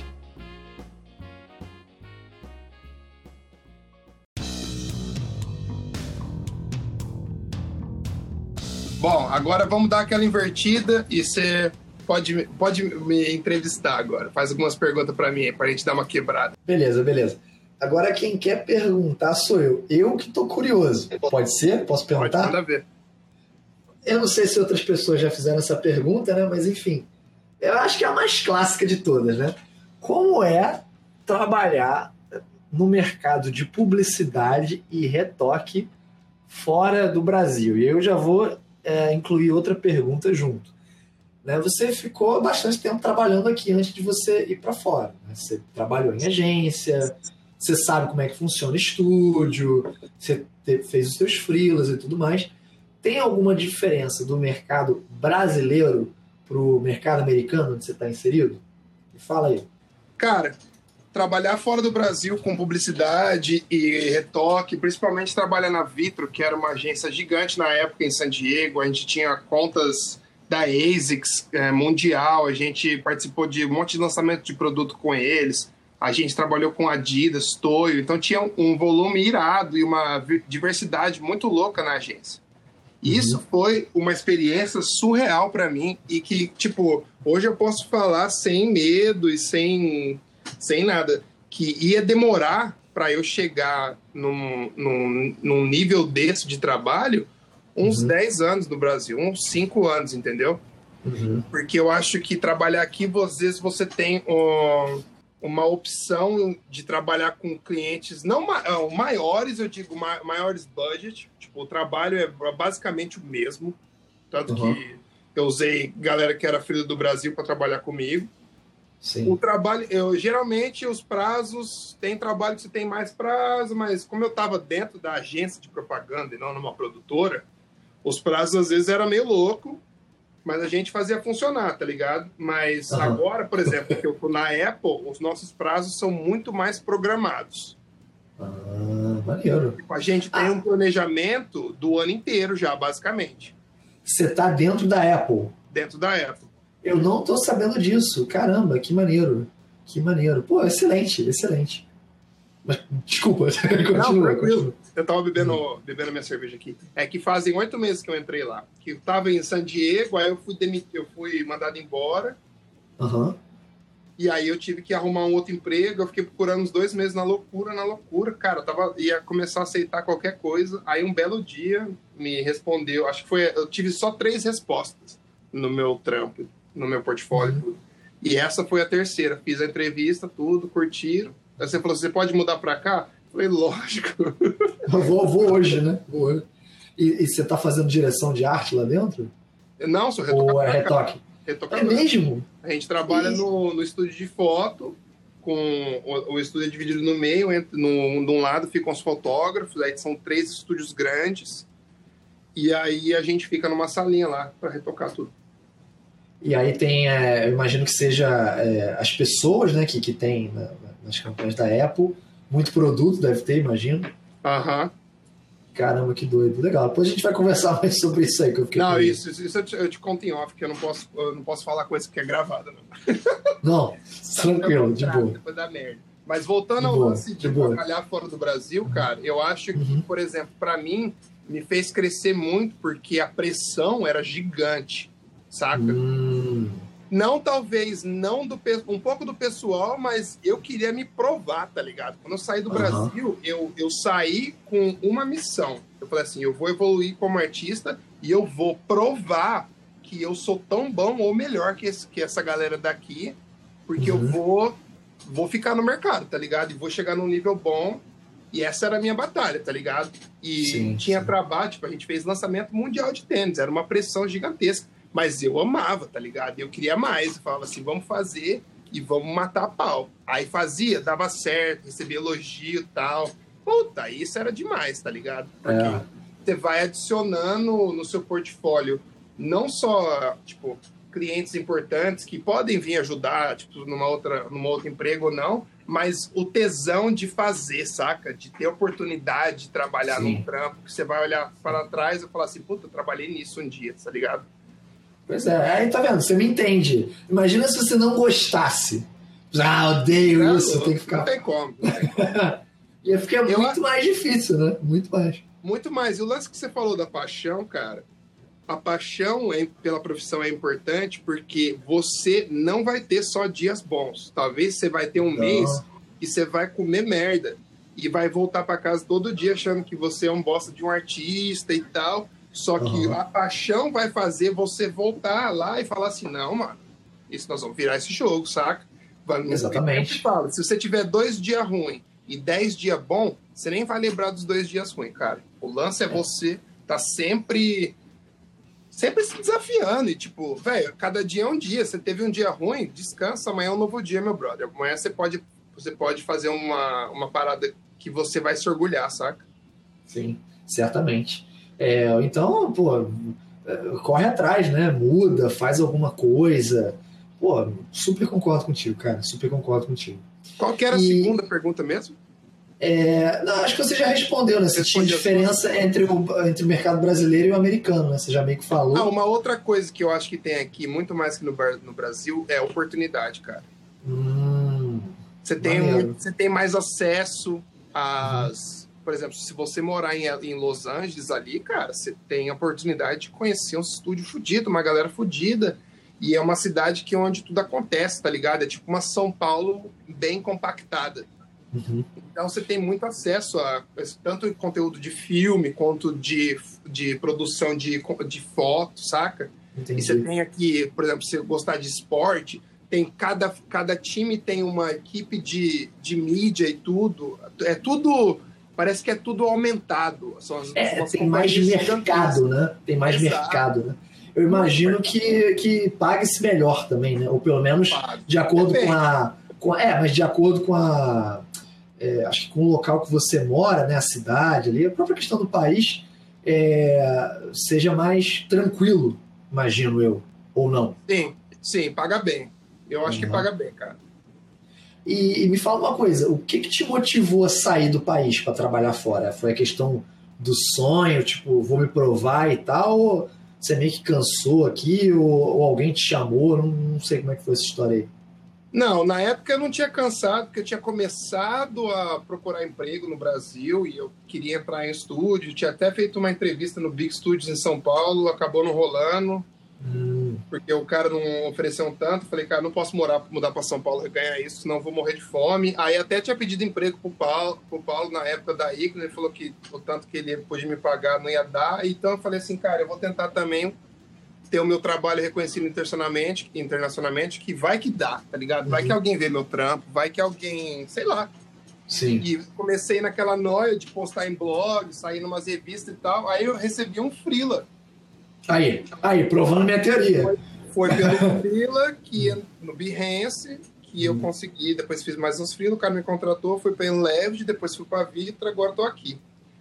Speaker 1: Bom, agora vamos dar aquela invertida e você pode me entrevistar agora. Faz algumas perguntas pra mim aí, pra gente dar uma quebrada.
Speaker 2: Beleza. Agora quem quer perguntar sou eu. Eu que tô curioso. Pode ser? Posso perguntar?
Speaker 1: Pode ver.
Speaker 2: Eu não sei se outras pessoas já fizeram essa pergunta, né? Mas enfim, eu acho que é a mais clássica de todas, né? Como é trabalhar no mercado de publicidade e retoque fora do Brasil? E eu já vou incluir outra pergunta junto. Né? Você ficou bastante tempo trabalhando aqui antes de você ir para fora. Né? Você trabalhou em agência, você sabe como é que funciona o estúdio, você fez os seus freelas e tudo mais. Tem alguma diferença do mercado brasileiro para o mercado americano onde você está inserido? Me fala aí.
Speaker 1: Cara, trabalhar fora do Brasil com publicidade e retoque, principalmente trabalhar na Vitro, que era uma agência gigante na época em San Diego, a gente tinha contas da ASICS mundial, a gente participou de um monte de lançamento de produto com eles, a gente trabalhou com Adidas, Toyo, então tinha um volume irado e uma diversidade muito louca na agência. Isso foi uma experiência surreal para mim e que, tipo, hoje eu posso falar sem medo e sem nada, que ia demorar para eu chegar num nível desse de trabalho uns 10 anos no Brasil, uns 5 anos, entendeu? Porque eu acho que trabalhar aqui, às vezes você tem uma opção de trabalhar com clientes não maiores, eu digo maiores budget, tipo, o trabalho é basicamente o mesmo, tanto que eu usei galera que era filha do Brasil para trabalhar comigo,
Speaker 2: Sim.
Speaker 1: trabalho, geralmente os prazos, tem trabalho que você tem mais prazo, mas como eu estava dentro da agência de propaganda e não numa produtora, os prazos às vezes era meio louco, mas a gente fazia funcionar, tá ligado? Mas agora, por exemplo, que eu tô na Apple, os nossos prazos são muito mais programados.
Speaker 2: Maneiro.
Speaker 1: Tipo, a gente tem um planejamento do ano inteiro já, basicamente.
Speaker 2: Você tá dentro da Apple?
Speaker 1: Dentro da Apple.
Speaker 2: Eu não tô sabendo disso. Caramba, que maneiro. Que maneiro. Pô, excelente, excelente. Mas, desculpa, continua.
Speaker 1: Eu tava bebendo minha cerveja aqui. É que fazem 8 meses que eu entrei lá. Que eu tava em San Diego, aí eu fui mandado embora. E aí eu tive que arrumar um outro emprego. Eu fiquei procurando uns 2 meses na loucura. Cara, ia começar a aceitar qualquer coisa. Aí um belo dia me respondeu. Acho que eu tive só 3 respostas no meu trampo, no meu portfólio. E essa foi a terceira. Fiz a entrevista, tudo, curtiram. Aí você falou, você pode mudar pra cá? Eu falei, lógico.
Speaker 2: Eu vou hoje, né? Vou. E você tá fazendo direção de arte lá dentro?
Speaker 1: Não, sou retocador.
Speaker 2: Ou é retoque?
Speaker 1: Retocador.
Speaker 2: É mesmo?
Speaker 1: A gente trabalha no estúdio de foto, com o estúdio é dividido no meio, de um lado ficam os fotógrafos, aí são 3 estúdios grandes, e aí a gente fica numa salinha lá para retocar tudo.
Speaker 2: E aí tem, eu imagino que seja as pessoas, né, que tem nas campanhas da Apple, muito produto deve ter, imagino. Caramba, que doido. Legal. Depois a gente vai conversar mais sobre isso aí. Que eu fiquei
Speaker 1: isso eu te conto em off, que eu não posso falar coisa que é gravada.
Speaker 2: Não, tranquilo, de boa.
Speaker 1: Depois da merda. Mas voltando ao lance de trabalhar fora do Brasil, cara, eu acho que, por exemplo, para mim, me fez crescer muito porque a pressão era gigante, saca? Não, talvez, um pouco do pessoal, mas eu queria me provar, tá ligado? Quando eu saí do Brasil, eu saí com uma missão. Eu falei assim, eu vou evoluir como artista e eu vou provar que eu sou tão bom ou melhor que essa galera daqui, porque eu vou ficar no mercado, tá ligado? E vou chegar num nível bom. E essa era a minha batalha, tá ligado? E tinha trabalho, tipo, a gente fez lançamento mundial de tênis, era uma pressão gigantesca. Mas eu amava, tá ligado? Eu queria mais. Eu falava assim, vamos fazer e vamos matar a pau. Aí fazia, dava certo, recebia elogio e tal. Puta, isso era demais, tá ligado? Porque você vai adicionando no seu portfólio não só, tipo, clientes importantes que podem vir ajudar, tipo, numa outra emprego ou não, mas o tesão de fazer, saca? De ter oportunidade de trabalhar num trampo, que você vai olhar para trás e falar assim, puta, eu trabalhei nisso um dia, tá ligado?
Speaker 2: Pois é, aí tá vendo, você me entende. Imagina se você não gostasse. Odeio isso, tem que ficar.
Speaker 1: Não tem como.
Speaker 2: Ia ficar muito mais difícil, né? Muito mais.
Speaker 1: Muito mais. E o lance que você falou da paixão, cara, a paixão pela profissão é importante porque você não vai ter só dias bons. Talvez você vai ter um mês que você vai comer merda e vai voltar para casa todo dia achando que você é um bosta de um artista e tal. Só que a paixão vai fazer você voltar lá e falar assim, não, mano, isso nós vamos virar esse jogo, saca?
Speaker 2: Exatamente.
Speaker 1: Falo, se você tiver 2 dias ruins e 10 dias bom, você nem vai lembrar dos 2 dias ruins, cara. O lance é você tá sempre se desafiando e tipo, velho, cada dia é um dia. Você teve um dia ruim, descansa, amanhã é um novo dia, meu brother. Amanhã você pode fazer uma parada que você vai se orgulhar, saca?
Speaker 2: Sim, certamente. Então, pô, corre atrás, né? Muda, faz alguma coisa. Pô, super concordo contigo, cara. Super concordo contigo.
Speaker 1: Qual que era a segunda pergunta mesmo?
Speaker 2: Não, acho que você já respondeu, né? Você tinha diferença entre o mercado brasileiro e o americano, né? Você já meio que falou.
Speaker 1: Uma outra coisa que eu acho que tem aqui, muito mais que no Brasil, é oportunidade, cara. Você tem mais acesso às... Por exemplo, se você morar em Los Angeles ali, cara, você tem a oportunidade de conhecer um estúdio fudido, uma galera fudida. E é uma cidade onde tudo acontece, tá ligado? É tipo uma São Paulo bem compactada. Então você tem muito acesso a tanto conteúdo de filme quanto de produção de foto, saca?
Speaker 2: Entendi.
Speaker 1: E você tem aqui, por exemplo, se você gostar de esporte, tem cada time tem uma equipe de mídia e tudo. É tudo... Parece que é tudo aumentado.
Speaker 2: Tem mais mercado, né? Tem mais mercado, né? eu imagino que pague-se melhor também, né? Ou pelo menos de acordo mas de acordo com acho que com o local que você mora, né? A cidade ali, a própria questão do país, seja mais tranquilo, imagino eu, ou não.
Speaker 1: Sim, paga bem. Eu acho que paga bem, cara.
Speaker 2: E me fala uma coisa, o que te motivou a sair do país para trabalhar fora? Foi a questão do sonho, tipo, vou me provar e tal, ou você meio que cansou aqui, ou alguém te chamou? Não sei como é que foi essa história aí.
Speaker 1: Não, na época eu não tinha cansado, porque eu tinha começado a procurar emprego no Brasil e eu queria entrar em estúdio. Tinha até feito uma entrevista no Big Studios em São Paulo, acabou não rolando. Porque o cara não ofereceu um tanto. Falei, cara, não posso mudar para São Paulo e ganhar isso, senão eu vou morrer de fome. Aí até tinha pedido emprego pro Paulo na época da Icon. Ele falou que o tanto que ele podia me pagar não ia dar. Então eu falei assim, cara, eu vou tentar também ter o meu trabalho reconhecido internacionalmente, que vai que dá, tá ligado? Vai que alguém vê meu trampo, vai que alguém, sei lá.
Speaker 2: Sim.
Speaker 1: E comecei naquela noia de postar em blog, sair em umas revistas e tal. Aí eu recebi um freela.
Speaker 2: Aí, provando minha teoria.
Speaker 1: Foi pelo freela, no Behance, que eu consegui. Depois fiz mais uns freela, o cara me contratou, fui para Enleved, depois fui para Vitra, agora tô aqui.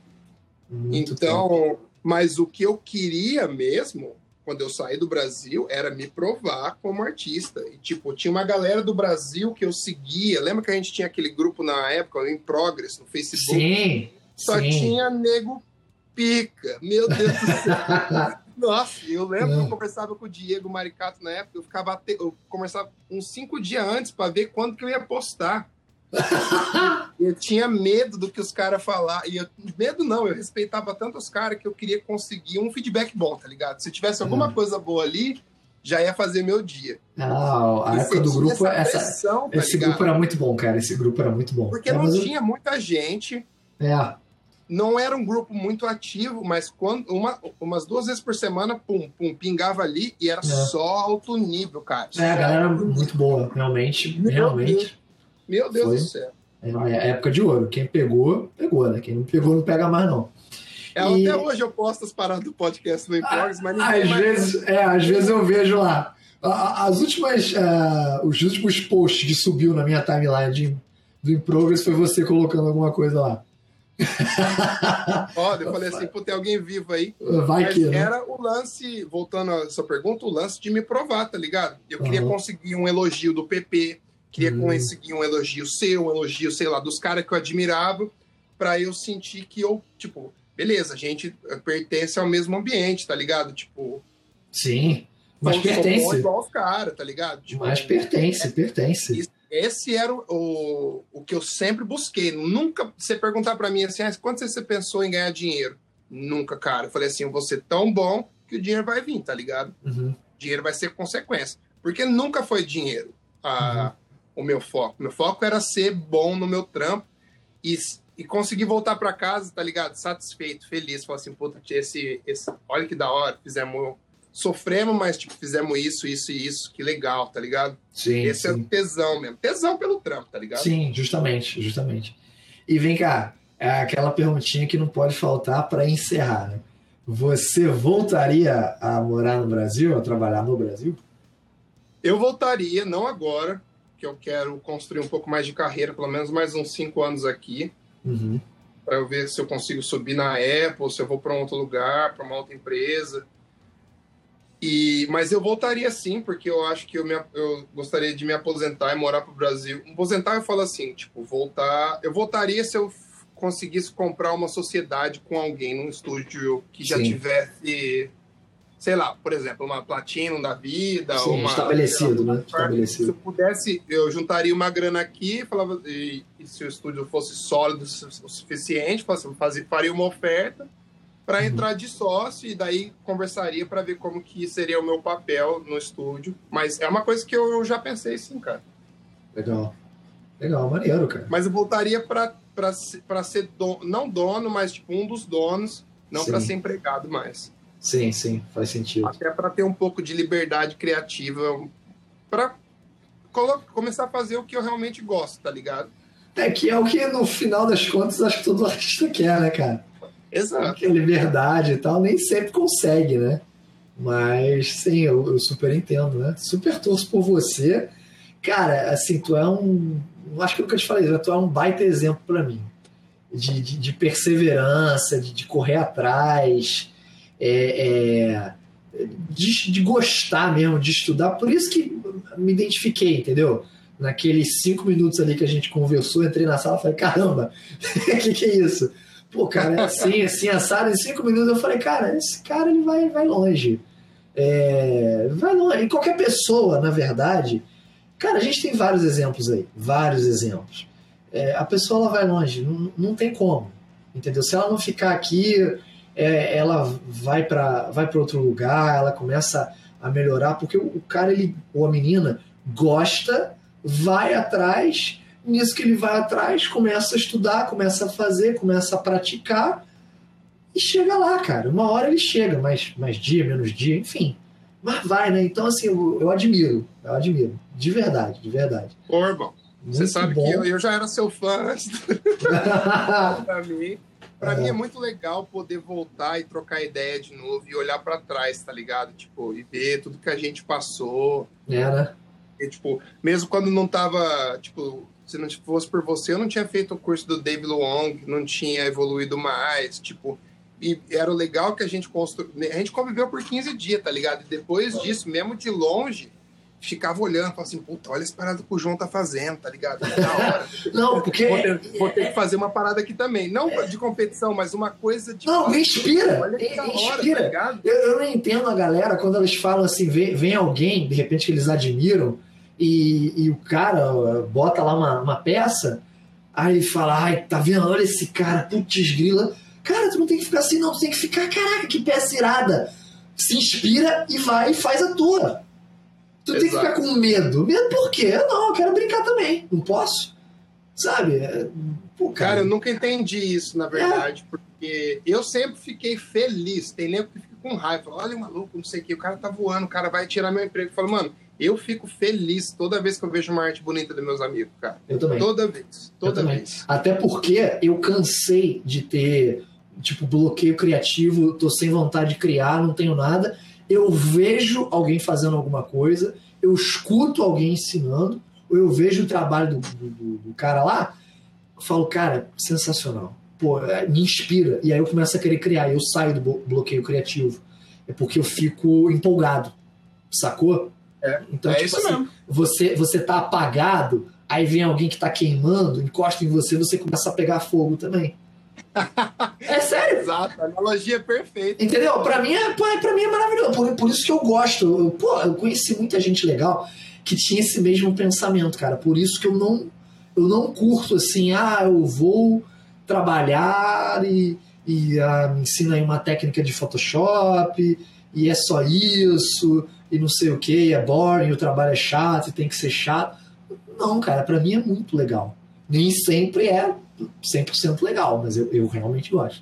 Speaker 1: Então, mas o que eu queria mesmo, quando eu saí do Brasil, era me provar como artista. E, tipo, tinha uma galera do Brasil que eu seguia. Lembra que a gente tinha aquele grupo na época, em Progress, no Facebook?
Speaker 2: Sim.
Speaker 1: Só tinha nego pica. Meu Deus do céu. Nossa, eu lembro que eu conversava com o Diego Maricato na época, eu conversava uns 5 dias antes para ver quando que eu ia postar. Eu tinha medo do que os caras falavam. Medo não, eu respeitava tanto os caras que eu queria conseguir um feedback bom, tá ligado? Se tivesse alguma coisa boa ali, já ia fazer meu dia.
Speaker 2: A época do grupo, esse grupo era muito bom, cara. Esse grupo era muito bom.
Speaker 1: Porque não tinha muita gente. Não era um grupo muito ativo, mas umas 2 vezes por semana, pingava ali e era só alto nível, cara.
Speaker 2: A galera era muito boa, realmente.
Speaker 1: Meu Deus do céu.
Speaker 2: É época de ouro. Quem pegou, né? Quem não pegou, não pega mais, não.
Speaker 1: Até hoje eu posto as paradas do podcast no Improgs, mas ninguém
Speaker 2: às vezes eu vejo lá. Os últimos posts que subiu na minha timeline do Improgs foi você colocando alguma coisa lá.
Speaker 1: Olha, eu falei assim, tem alguém vivo aí. Era o lance, voltando à sua pergunta, o lance de me provar, tá ligado? Eu queria conseguir um elogio do PP, queria conseguir um elogio seu, um elogio, sei lá, dos caras que eu admirava, pra eu sentir que eu, tipo, beleza, a gente pertence ao mesmo ambiente, tá ligado? Tipo...
Speaker 2: Sim, mas pertence.
Speaker 1: Igual os caras, tá ligado? Tipo,
Speaker 2: mas pertence.
Speaker 1: Esse era o que eu sempre busquei. Nunca, você perguntar pra mim assim, quando você pensou em ganhar dinheiro? Nunca, cara. Eu falei assim, eu vou ser tão bom que o dinheiro vai vir, tá ligado? Dinheiro vai ser consequência. Porque nunca foi dinheiro o meu foco. Meu foco era ser bom no meu trampo e conseguir voltar pra casa, tá ligado? Satisfeito, feliz. Falar assim, puta, olha que da hora, sofremos, mas tipo, fizemos isso e isso, que legal, tá ligado? Esse é o tesão mesmo. Tesão pelo trampo, tá ligado?
Speaker 2: Sim, justamente. E vem cá, é aquela perguntinha que não pode faltar para encerrar, né? Você voltaria a morar no Brasil, a trabalhar no Brasil?
Speaker 1: Eu voltaria, não agora, que eu quero construir um pouco mais de carreira, pelo menos mais uns 5 anos aqui, para eu ver se eu consigo subir na Apple, se eu vou para um outro lugar, para uma outra empresa. Mas eu voltaria sim, porque eu acho que eu gostaria de me aposentar e morar pro Brasil. Aposentar, eu falo assim, tipo, voltar... Eu voltaria se eu conseguisse comprar uma sociedade com alguém num estúdio que já tivesse, sei lá, por exemplo, uma Platinum da vida.
Speaker 2: Estabelecido, né?
Speaker 1: Se eu pudesse, eu juntaria uma grana aqui, falava, e se o estúdio fosse sólido o suficiente, faria uma oferta para entrar de sócio e daí conversaria para ver como que seria o meu papel no estúdio. Mas é uma coisa que eu já pensei sim, cara.
Speaker 2: Legal, maneiro, cara.
Speaker 1: Mas eu voltaria para ser não dono, mas tipo um dos donos, não para ser empregado mais.
Speaker 2: Sim, faz sentido.
Speaker 1: Até para ter um pouco de liberdade criativa, para começar a fazer o que eu realmente gosto, tá ligado?
Speaker 2: Que é o que no final das contas acho que todo artista quer, né, cara?
Speaker 1: Exato.
Speaker 2: Que a liberdade e tal, nem sempre consegue, né? Mas, sim, eu super entendo, né? Super torço por você. Cara, assim, tu é um... Acho que eu nunca te falei, tu é um baita exemplo para mim. De perseverança, de correr atrás, de gostar mesmo, de estudar. Por isso que me identifiquei, entendeu? Naqueles 5 minutos ali que a gente conversou, entrei na sala e falei, caramba, o que é isso? Pô, cara, é assim, assado, em 5 minutos eu falei, cara, esse cara ele vai longe. Vai longe. E qualquer pessoa, na verdade, cara, a gente tem vários exemplos aí, vários exemplos. A pessoa ela vai longe, não tem como, entendeu? Se ela não ficar aqui, ela vai para outro lugar, ela começa a melhorar, porque o cara, ou a menina, gosta, vai atrás, nisso que ele vai atrás, começa a estudar, começa a fazer, começa a praticar, e chega lá, cara. Uma hora ele chega, mais dia, menos dia, enfim. Mas vai, né? Então, assim, eu admiro, de verdade, de verdade.
Speaker 1: Ô, irmão, você sabe bom. Que eu já era seu fã antes. Pra mim é muito legal poder voltar e trocar ideia de novo e olhar pra trás, tá ligado? Tipo, e ver tudo que a gente passou.
Speaker 2: Né?
Speaker 1: E, tipo, mesmo quando não tava, tipo, se não fosse por você, eu não tinha feito o curso do David Long, não tinha evoluído mais, tipo, e era o legal que a gente construiu, a gente conviveu por 15 dias, tá ligado? E depois disso, mesmo de longe, ficava olhando, falava assim, puta, olha essa parada que o João tá fazendo, tá ligado? Da hora.
Speaker 2: Não, porque...
Speaker 1: Vou ter que fazer uma parada aqui também. Não de competição, mas uma coisa de...
Speaker 2: Não, me inspira.
Speaker 1: Olha que da hora,
Speaker 2: inspira.
Speaker 1: Tá ligado?
Speaker 2: Eu não entendo a galera quando eles falam assim, vem alguém, de repente, que eles admiram, e o cara bota lá uma peça, aí ele fala, ai, tá vendo? Olha esse cara, putz grila. Cara, tu não tem que ficar assim, não. Tu tem que ficar, caraca, que peça irada. Se inspira e vai e faz a tua. Tu tem que ficar com medo. Medo por quê? Não, eu quero brincar também. Não posso. Sabe?
Speaker 1: Pô, cara, eu nunca entendi isso, na verdade. Porque eu sempre fiquei feliz. Tem nego que fica com raiva. Fala, olha o maluco, não sei o que. O cara tá voando, o cara vai tirar meu emprego. Eu falo, mano, eu fico feliz toda vez que eu vejo uma arte bonita dos meus amigos, cara.
Speaker 2: Eu também.
Speaker 1: Toda vez.
Speaker 2: Até porque eu cansei de ter, tipo, bloqueio criativo. Tô sem vontade de criar, não tenho nada. Eu vejo alguém fazendo alguma coisa, eu escuto alguém ensinando, ou eu vejo o trabalho do cara lá, eu falo, cara, sensacional. Pô, me inspira. E aí eu começo a querer criar, e eu saio do bloqueio criativo. É porque eu fico empolgado, sacou? Então, tipo
Speaker 1: isso
Speaker 2: assim,
Speaker 1: mesmo.
Speaker 2: Você tá apagado, aí vem alguém que tá queimando, encosta em você, você começa a pegar fogo também. É sério.
Speaker 1: Exato, a analogia é perfeita.
Speaker 2: Entendeu? Pra mim é maravilhoso. Por isso que eu gosto. Eu conheci muita gente legal que tinha esse mesmo pensamento, cara. Por isso que eu não curto assim, eu vou trabalhar e me ensina aí uma técnica de Photoshop e é só isso e não sei o que, é boring, o trabalho é chato e tem que ser chato. Não, cara, pra mim é muito legal. Nem sempre é 100% legal, mas eu realmente gosto.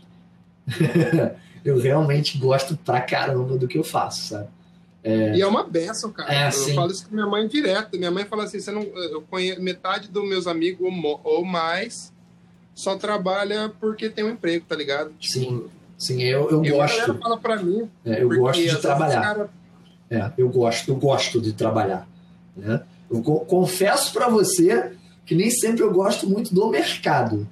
Speaker 2: Eu realmente gosto pra caramba do que eu faço, sabe?
Speaker 1: E é uma benção, cara. Eu
Speaker 2: sim.
Speaker 1: falo isso com minha mãe direto. Minha mãe fala assim, eu conheço metade dos meus amigos ou mais só trabalha porque tem um emprego, tá ligado?
Speaker 2: Tipo, sim, eu gosto.
Speaker 1: A galera fala pra mim.
Speaker 2: Eu gosto de trabalhar. Eu gosto de trabalhar. Né? Eu confesso pra você que nem sempre eu gosto muito do mercado.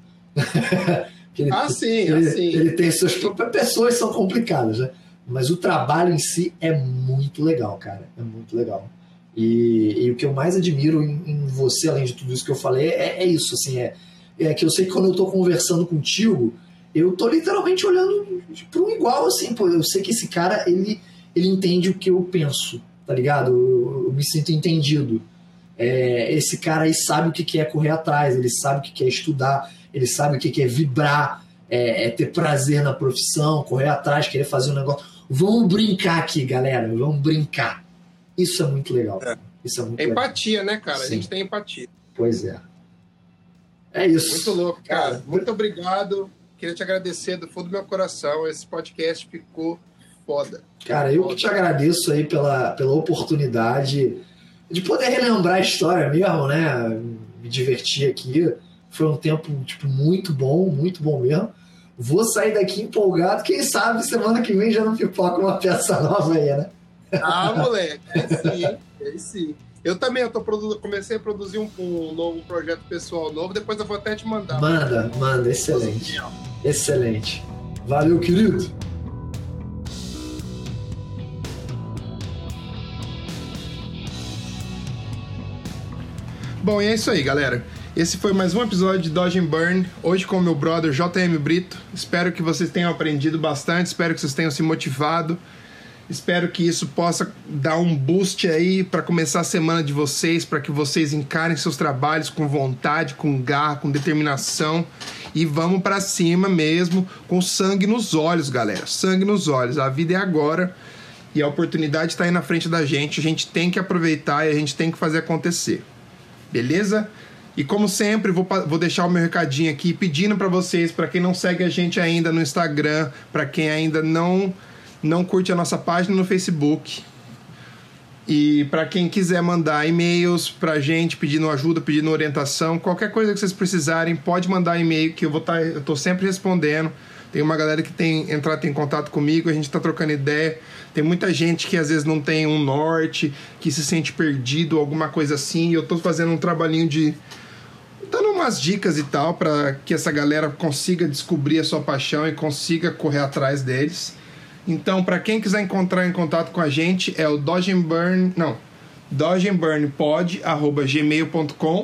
Speaker 2: Ele tem suas próprias pessoas, são complicadas, né? Mas o trabalho em si é muito legal, cara. É muito legal. E o que eu mais admiro em você, além de tudo isso que eu falei, é isso, assim, é que eu sei que quando eu tô conversando contigo, eu tô literalmente olhando para um igual, assim, pô, eu sei que esse cara, ele entende o que eu penso, tá ligado? Eu me sinto entendido. Esse cara aí sabe o que é correr atrás, ele sabe o que é estudar, ele sabe o que é vibrar, ter prazer na profissão, correr atrás, querer fazer um negócio. Vamos brincar aqui, galera, vamos brincar. Isso é muito legal. Isso é muito
Speaker 1: empatia,
Speaker 2: legal.
Speaker 1: Né, cara? Sim. A gente tem empatia.
Speaker 2: Pois é. É isso.
Speaker 1: Muito louco, cara. Muito obrigado. Queria te agradecer do fundo do meu coração. Esse podcast ficou foda.
Speaker 2: Cara, eu que te agradeço aí pela oportunidade de poder relembrar a história mesmo, né? Me divertir aqui. Foi um tempo, tipo, muito bom mesmo. Vou sair daqui empolgado. Quem sabe semana que vem já não pipoca uma peça nova aí, né?
Speaker 1: Ah, moleque, é sim. Eu também, comecei a produzir um novo projeto pessoal novo, depois eu vou até te mandar.
Speaker 2: Manda, excelente. Excelente. Valeu, querido.
Speaker 1: Bom, e é isso aí, galera. Esse foi mais um episódio de Dodge and Burn, hoje com o meu brother JM Brito. Espero que vocês tenham aprendido bastante, espero que vocês tenham se motivado. Espero que isso possa dar um boost aí para começar a semana de vocês, para que vocês encarem seus trabalhos com vontade, com garra, com determinação e vamos para cima mesmo, com sangue nos olhos, galera. Sangue nos olhos. A vida é agora e a oportunidade está aí na frente da gente. A gente tem que aproveitar e a gente tem que fazer acontecer. Beleza? E como sempre, vou deixar o meu recadinho aqui pedindo para vocês, para quem não segue a gente ainda no Instagram, para quem ainda não curte a nossa página no Facebook. E para quem quiser mandar e-mails pra gente pedindo ajuda, pedindo orientação, qualquer coisa que vocês precisarem, pode mandar e-mail que eu tô sempre respondendo. Tem uma galera que tem entrado em contato comigo, a gente tá trocando ideia. Tem muita gente que às vezes não tem um norte, que se sente perdido, alguma coisa assim. E eu tô fazendo um trabalhinho de dando umas dicas e tal para que essa galera consiga descobrir a sua paixão e consiga correr atrás deles. Então, para quem quiser entrar em contato com a gente, é o dodgeandburnpod@gmail.com.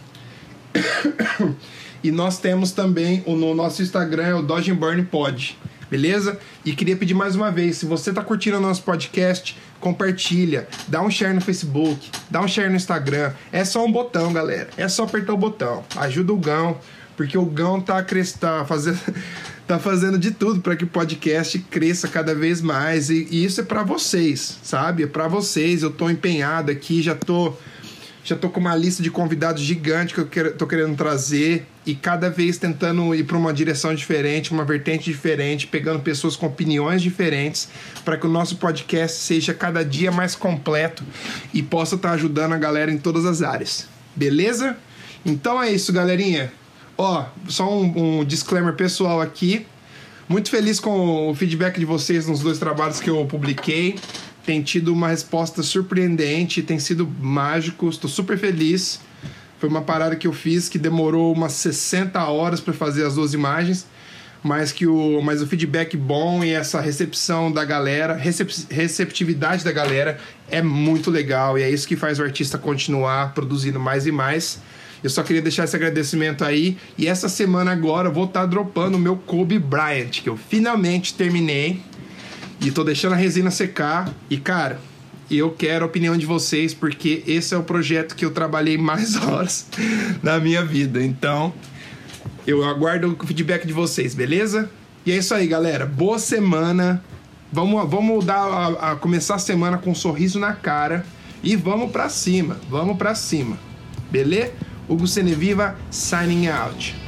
Speaker 1: E nós temos também no nosso Instagram, é o Dodge and Burn Pod, beleza? E queria pedir mais uma vez, se você tá curtindo o nosso podcast, compartilha, dá um share no Facebook, dá um share no Instagram. É só um botão, galera. É só apertar o botão. Ajuda o Gão, porque o Gão tá fazendo de tudo para que o podcast cresça cada vez mais. E isso é para vocês, sabe? É para vocês. Eu tô empenhado aqui, já tô com uma lista de convidados gigante que eu tô querendo trazer e cada vez tentando ir para uma direção diferente, uma vertente diferente, pegando pessoas com opiniões diferentes para que o nosso podcast seja cada dia mais completo e possa estar ajudando a galera em todas as áreas. Beleza? Então é isso, galerinha. Só um disclaimer pessoal aqui. Muito feliz com o feedback de vocês nos 2 trabalhos que eu publiquei. Tem tido uma resposta surpreendente, tem sido mágico, estou super feliz. Foi uma parada que eu fiz que demorou umas 60 horas para fazer as 2 imagens, mas o feedback bom e essa recepção da galera, receptividade da galera é muito legal e é isso que faz o artista continuar produzindo mais e mais. Eu só queria deixar esse agradecimento aí. E essa semana agora eu vou estar dropando o meu Kobe Bryant, que eu finalmente terminei. E tô deixando a resina secar. E, cara, eu quero a opinião de vocês, porque esse é o projeto que eu trabalhei mais horas na minha vida. Então, eu aguardo o feedback de vocês, beleza? E é isso aí, galera. Boa semana. Vamos começar a semana com um sorriso na cara. E vamos pra cima. Beleza? Hugo Seneviva, signing out.